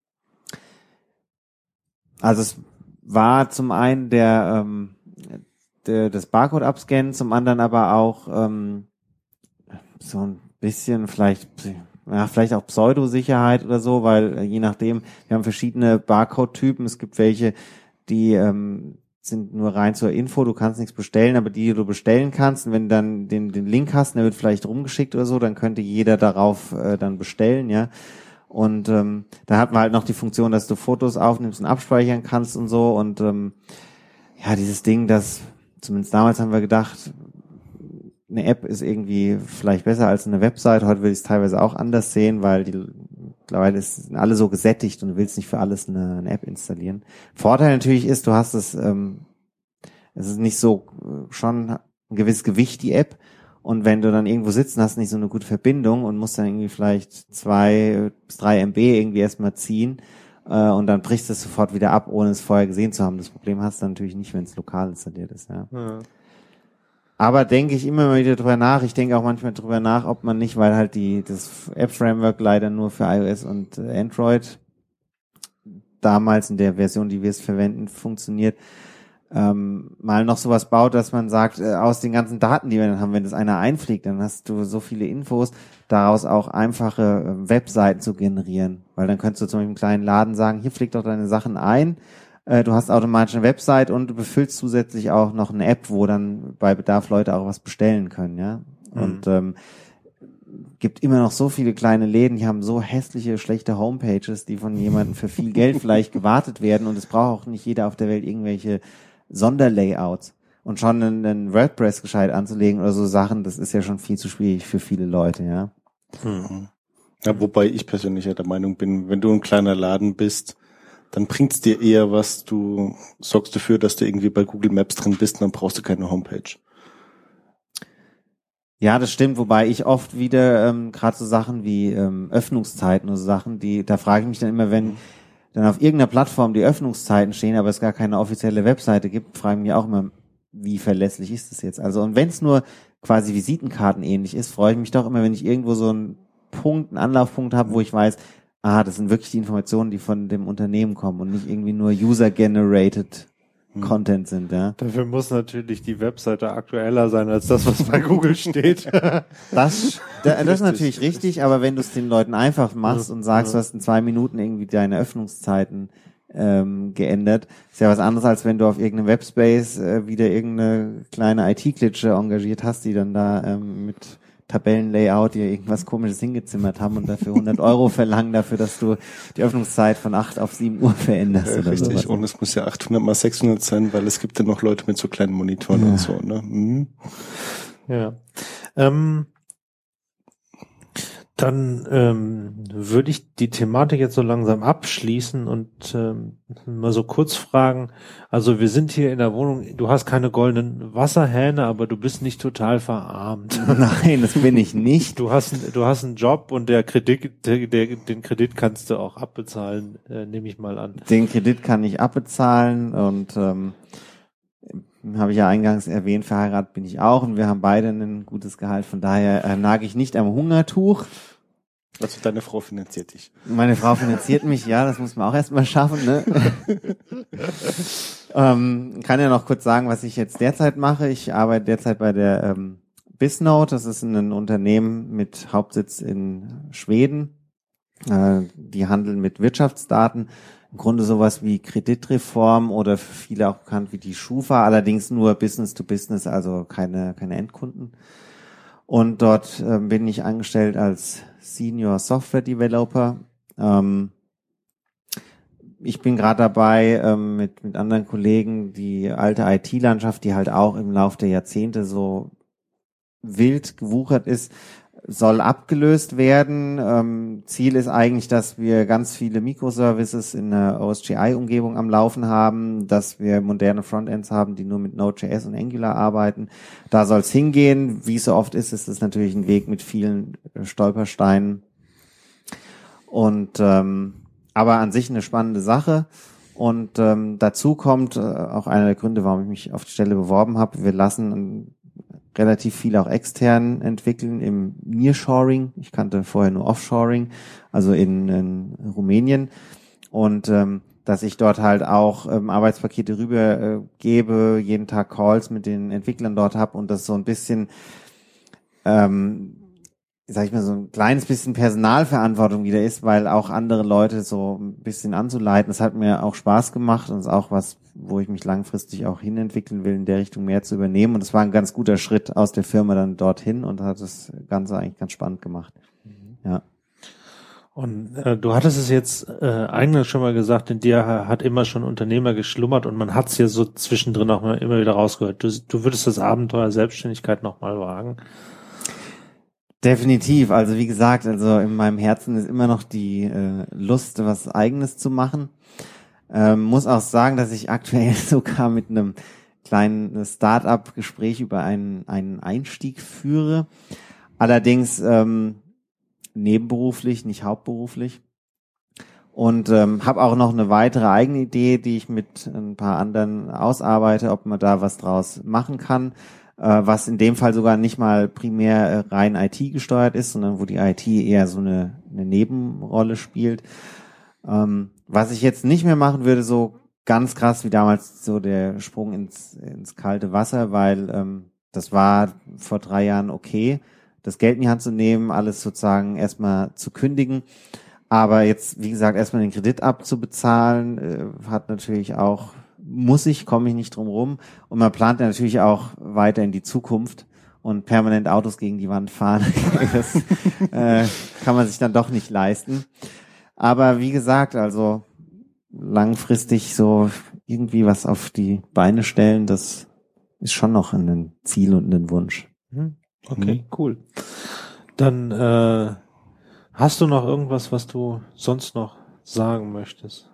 S2: also es war zum einen der, ähm, der das Barcode-Abscannen, zum anderen aber auch ähm, so ein bisschen vielleicht, ja, vielleicht auch Pseudo-Sicherheit oder so, weil äh, je nachdem, wir haben verschiedene Barcode-Typen. Es gibt welche, die ähm, sind nur rein zur Info, du kannst nichts bestellen, aber die, die du bestellen kannst, und wenn du dann den, den Link hast, der wird vielleicht rumgeschickt oder so, dann könnte jeder darauf äh, dann bestellen, ja. Und ähm, da hat man halt noch die Funktion, dass du Fotos aufnimmst und abspeichern kannst und so. Und ähm, ja, dieses Ding, das, zumindest damals haben wir gedacht, eine App ist irgendwie vielleicht besser als eine Website. Heute will ich es teilweise auch anders sehen, weil die mittlerweile sind alle so gesättigt und du willst nicht für alles eine, eine App installieren. Vorteil natürlich ist, du hast es, ähm, es ist nicht so äh, schon ein gewisses Gewicht, die App. Und wenn du dann irgendwo sitzt und hast nicht so eine gute Verbindung und musst dann irgendwie vielleicht zwei bis drei M B irgendwie erstmal ziehen äh, und dann brichst du es sofort wieder ab, ohne es vorher gesehen zu haben. Das Problem hast du natürlich nicht, wenn es lokal installiert ist. Ja.
S1: Ja.
S2: Aber denke ich immer mal wieder drüber nach. Ich denke auch manchmal drüber nach, ob man nicht, weil halt die das App-Framework leider nur für iOS und äh, Android damals in der Version, die wir es verwenden, funktioniert, ähm, mal noch sowas baut, dass man sagt, äh, aus den ganzen Daten, die wir dann haben, wenn das einer einfliegt, dann hast du so viele Infos, daraus auch einfache äh, Webseiten zu generieren. Weil dann könntest du zum Beispiel einem kleinen Laden sagen, hier flieg doch deine Sachen ein, äh, du hast automatisch eine Website und du befüllst zusätzlich auch noch eine App, wo dann bei Bedarf Leute auch was bestellen können, ja. Mhm. Und ähm, gibt immer noch so viele kleine Läden, die haben so hässliche, schlechte Homepages, die von jemandem für viel Geld vielleicht gewartet werden, und es braucht auch nicht jeder auf der Welt irgendwelche Sonderlayouts. Und schon einen, einen WordPress gescheit anzulegen oder so Sachen, das ist ja schon viel zu schwierig für viele Leute, ja.
S3: Mhm. Ja, wobei ich persönlich ja der Meinung bin, wenn du ein kleiner Laden bist, dann bringt's dir eher was, du sorgst dafür, dass du irgendwie bei Google Maps drin bist, und dann brauchst du keine Homepage.
S2: Ja, das stimmt, wobei ich oft wieder ähm, gerade so Sachen wie ähm, Öffnungszeiten oder so Sachen, die, da frage ich mich dann immer, wenn dann auf irgendeiner Plattform die Öffnungszeiten stehen, aber es gar keine offizielle Webseite gibt, frage ich mich auch immer, wie verlässlich ist das jetzt? Also, und wenn es nur quasi Visitenkarten ähnlich ist, freue ich mich doch immer, wenn ich irgendwo so einen Punkt, einen Anlaufpunkt habe, wo ich weiß, ah, das sind wirklich die Informationen, die von dem Unternehmen kommen und nicht irgendwie nur user-generated Content sind, ja.
S1: Dafür muss natürlich die Webseite aktueller sein als das, was bei Google steht.
S2: Das, das ist natürlich richtig, aber wenn du es den Leuten einfach machst und sagst, du hast in zwei Minuten irgendwie deine Öffnungszeiten ähm, geändert, ist ja was anderes, als wenn du auf irgendeinem Webspace äh, wieder irgendeine kleine I T-Klitsche engagiert hast, die dann da ähm, mit Tabellenlayout dir irgendwas Komisches hingezimmert haben und dafür hundert Euro verlangen dafür, dass du die Öffnungszeit von acht auf sieben Uhr veränderst.
S3: Ja,
S2: oder
S3: richtig,
S2: sowas.
S3: und es muss ja achthundert mal sechshundert sein, weil es gibt ja noch Leute mit so kleinen Monitoren ja. und so, ne? Mhm.
S1: Ja. Ähm, Dann ähm, würde ich die Thematik jetzt so langsam abschließen und ähm, mal so kurz fragen, also wir sind hier in der Wohnung, du hast keine goldenen Wasserhähne, aber du bist nicht total verarmt.
S2: Nein, das bin ich nicht.
S1: Du hast, du hast einen Job und der Kredit, der, der, den Kredit kannst du auch abbezahlen, äh, nehme ich mal an.
S2: Den Kredit kann ich abbezahlen und ähm, habe ich ja eingangs erwähnt, verheiratet bin ich auch und wir haben beide ein gutes Gehalt, von daher äh, nage ich nicht am Hungertuch.
S3: Also deine Frau finanziert dich.
S2: Meine Frau finanziert mich, ja, das muss man auch erstmal schaffen, ne? ähm, kann ja noch kurz sagen, was ich jetzt derzeit mache. Ich arbeite derzeit bei der ähm, Bisnode, das ist ein Unternehmen mit Hauptsitz in Schweden. Äh, die handeln mit Wirtschaftsdaten. Im Grunde sowas wie Kreditreform oder für viele auch bekannt wie die Schufa, allerdings nur Business to Business, also keine keine Endkunden. Und dort äh, bin ich angestellt als Senior Software Developer. Ähm, ich bin gerade dabei, ähm, mit mit anderen Kollegen die alte I T-Landschaft, die halt auch im Laufe der Jahrzehnte so wild gewuchert ist, soll abgelöst werden. Ähm, Ziel ist eigentlich, dass wir ganz viele Microservices in der O S G I-Umgebung am Laufen haben, dass wir moderne Frontends haben, die nur mit Node.js und Angular arbeiten. Da soll es hingehen. Wie es so oft ist, ist es natürlich ein Weg mit vielen äh, Stolpersteinen. Und ähm, aber an sich eine spannende Sache. Und ähm, dazu kommt äh, auch einer der Gründe, warum ich mich auf die Stelle beworben habe. Wir lassen ein relativ viel auch extern entwickeln im Nearshoring. Ich kannte vorher nur Offshoring, also in, in Rumänien. Und ähm, dass ich dort halt auch ähm, Arbeitspakete rüber äh, gebe, jeden Tag Calls mit den Entwicklern dort habe und das so ein bisschen, ähm, sag ich mal, so ein kleines bisschen Personalverantwortung wieder ist, weil auch andere Leute so ein bisschen anzuleiten. Das hat mir auch Spaß gemacht und ist auch was, wo ich mich langfristig auch hinentwickeln will, in der Richtung mehr zu übernehmen. Und es war ein ganz guter Schritt aus der Firma dann dorthin und hat das Ganze eigentlich ganz spannend gemacht. Mhm. Ja.
S1: Und äh, du hattest es jetzt äh, eingangs schon mal gesagt, in dir hat immer schon Unternehmer geschlummert und man hat es ja so zwischendrin auch mal immer wieder rausgehört. Du, du würdest das Abenteuer Selbstständigkeit nochmal wagen?
S2: Definitiv. Also wie gesagt, also in meinem Herzen ist immer noch die äh, Lust, was Eigenes zu machen. Ähm, muss auch sagen, dass ich aktuell sogar mit einem kleinen Start-up-Gespräch über einen, einen Einstieg führe. Allerdings ähm, nebenberuflich, nicht hauptberuflich. Und ähm, habe auch noch eine weitere eigene Idee, die ich mit ein paar anderen ausarbeite, ob man da was draus machen kann. Äh, was in dem Fall sogar nicht mal primär äh, rein I T gesteuert ist, sondern wo die I T eher so eine, eine Nebenrolle spielt. Ähm, was ich jetzt nicht mehr machen würde, so ganz krass wie damals so der Sprung ins, ins kalte Wasser, weil ähm, das war vor drei Jahren okay, das Geld in die Hand zu nehmen, alles sozusagen erstmal zu kündigen. Aber jetzt, wie gesagt, erstmal den Kredit abzubezahlen, äh, hat natürlich auch, muss ich, komme ich nicht drum rum. Und man plant ja natürlich auch weiter in die Zukunft und permanent Autos gegen die Wand fahren. Das äh, kann man sich dann doch nicht leisten. Aber wie gesagt, also langfristig so irgendwie was auf die Beine stellen, das ist schon noch ein Ziel und ein Wunsch.
S1: Okay, mhm. Cool. Dann äh, hast du noch irgendwas, was du sonst noch sagen möchtest?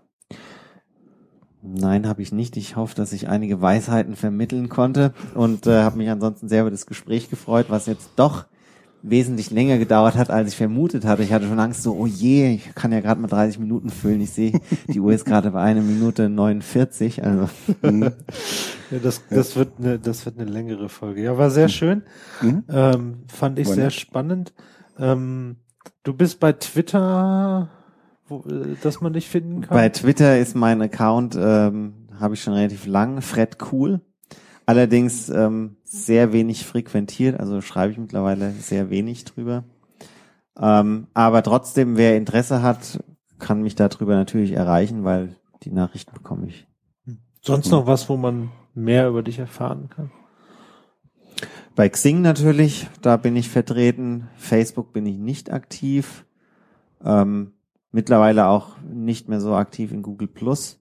S2: Nein, habe ich nicht. Ich hoffe, dass ich einige Weisheiten vermitteln konnte und äh, habe mich ansonsten sehr über das Gespräch gefreut, was jetzt doch wesentlich länger gedauert hat, als ich vermutet hatte. Ich hatte schon Angst, so, oh je, ich kann ja gerade mal dreißig Minuten füllen. Ich sehe, die Uhr ist gerade bei einer Minute neunundvierzig. Also
S1: ja, das, das wird eine, das wird eine längere Folge. Ja, war sehr schön. Mhm. Ähm, fand ich sehr spannend. Ähm, du bist bei Twitter, wo, dass man dich finden kann?
S2: Bei Twitter ist mein Account, ähm, habe ich schon relativ lang, Fred Cool. Allerdings ähm, sehr wenig frequentiert, also schreibe ich mittlerweile sehr wenig drüber. Ähm, aber trotzdem, wer Interesse hat, kann mich darüber natürlich erreichen, weil die Nachrichten bekomme ich.
S1: Sonst noch was, wo man mehr über dich erfahren kann?
S2: Bei Xing natürlich, da bin ich vertreten. Facebook bin ich nicht aktiv. Ähm, mittlerweile auch nicht mehr so aktiv in Google Plus.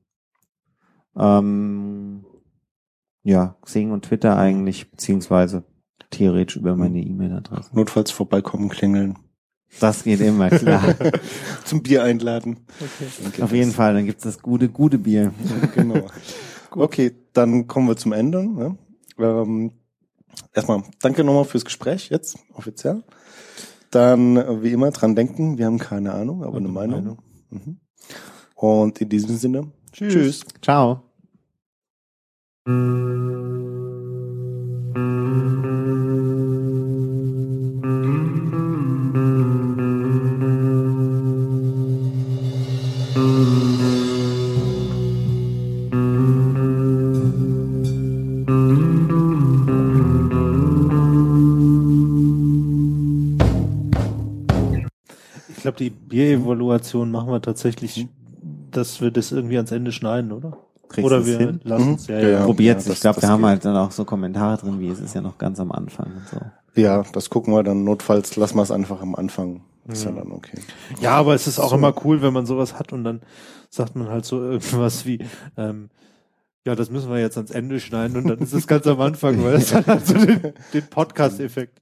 S2: Ähm, Ja, Xing und Twitter eigentlich, beziehungsweise theoretisch über meine E-Mail-Adresse.
S3: Notfalls vorbeikommen, klingeln.
S2: Das geht immer, klar.
S3: Zum Bier einladen.
S2: Okay. Auf jeden Fall, dann gibt's das gute, gute Bier.
S3: Genau. Okay, dann kommen wir zum Ende. Ne? Ähm, erstmal danke nochmal fürs Gespräch jetzt, offiziell. Dann, wie immer, dran denken, wir haben keine Ahnung, aber eine Meinung. Meinung. Mhm. Und in diesem Sinne, tschüss. tschüss.
S2: Ciao.
S1: Ich glaube, die Bierevaluation machen wir tatsächlich, dass wir das irgendwie ans Ende schneiden, oder?
S2: Kriegst
S1: oder wir
S2: hin?
S1: lassen es.
S3: Mhm.
S1: Ja, ja, ja.
S2: Probiert's.
S3: Ja,
S2: ich glaube,
S3: das
S2: wir haben
S3: geht.
S2: halt dann auch so Kommentare drin, wie es ist ja noch ganz am Anfang und so.
S3: Ja, das gucken wir dann. Notfalls lassen wir es einfach am Anfang. Ist ja, ja dann okay.
S1: Ja, aber es ist auch
S3: So.
S1: immer cool, wenn man sowas hat und dann sagt man halt so irgendwas wie, ähm, ja, das müssen wir jetzt ans Ende schneiden und dann ist es ganz am Anfang, weil das hat halt so den, den Podcast-Effekt.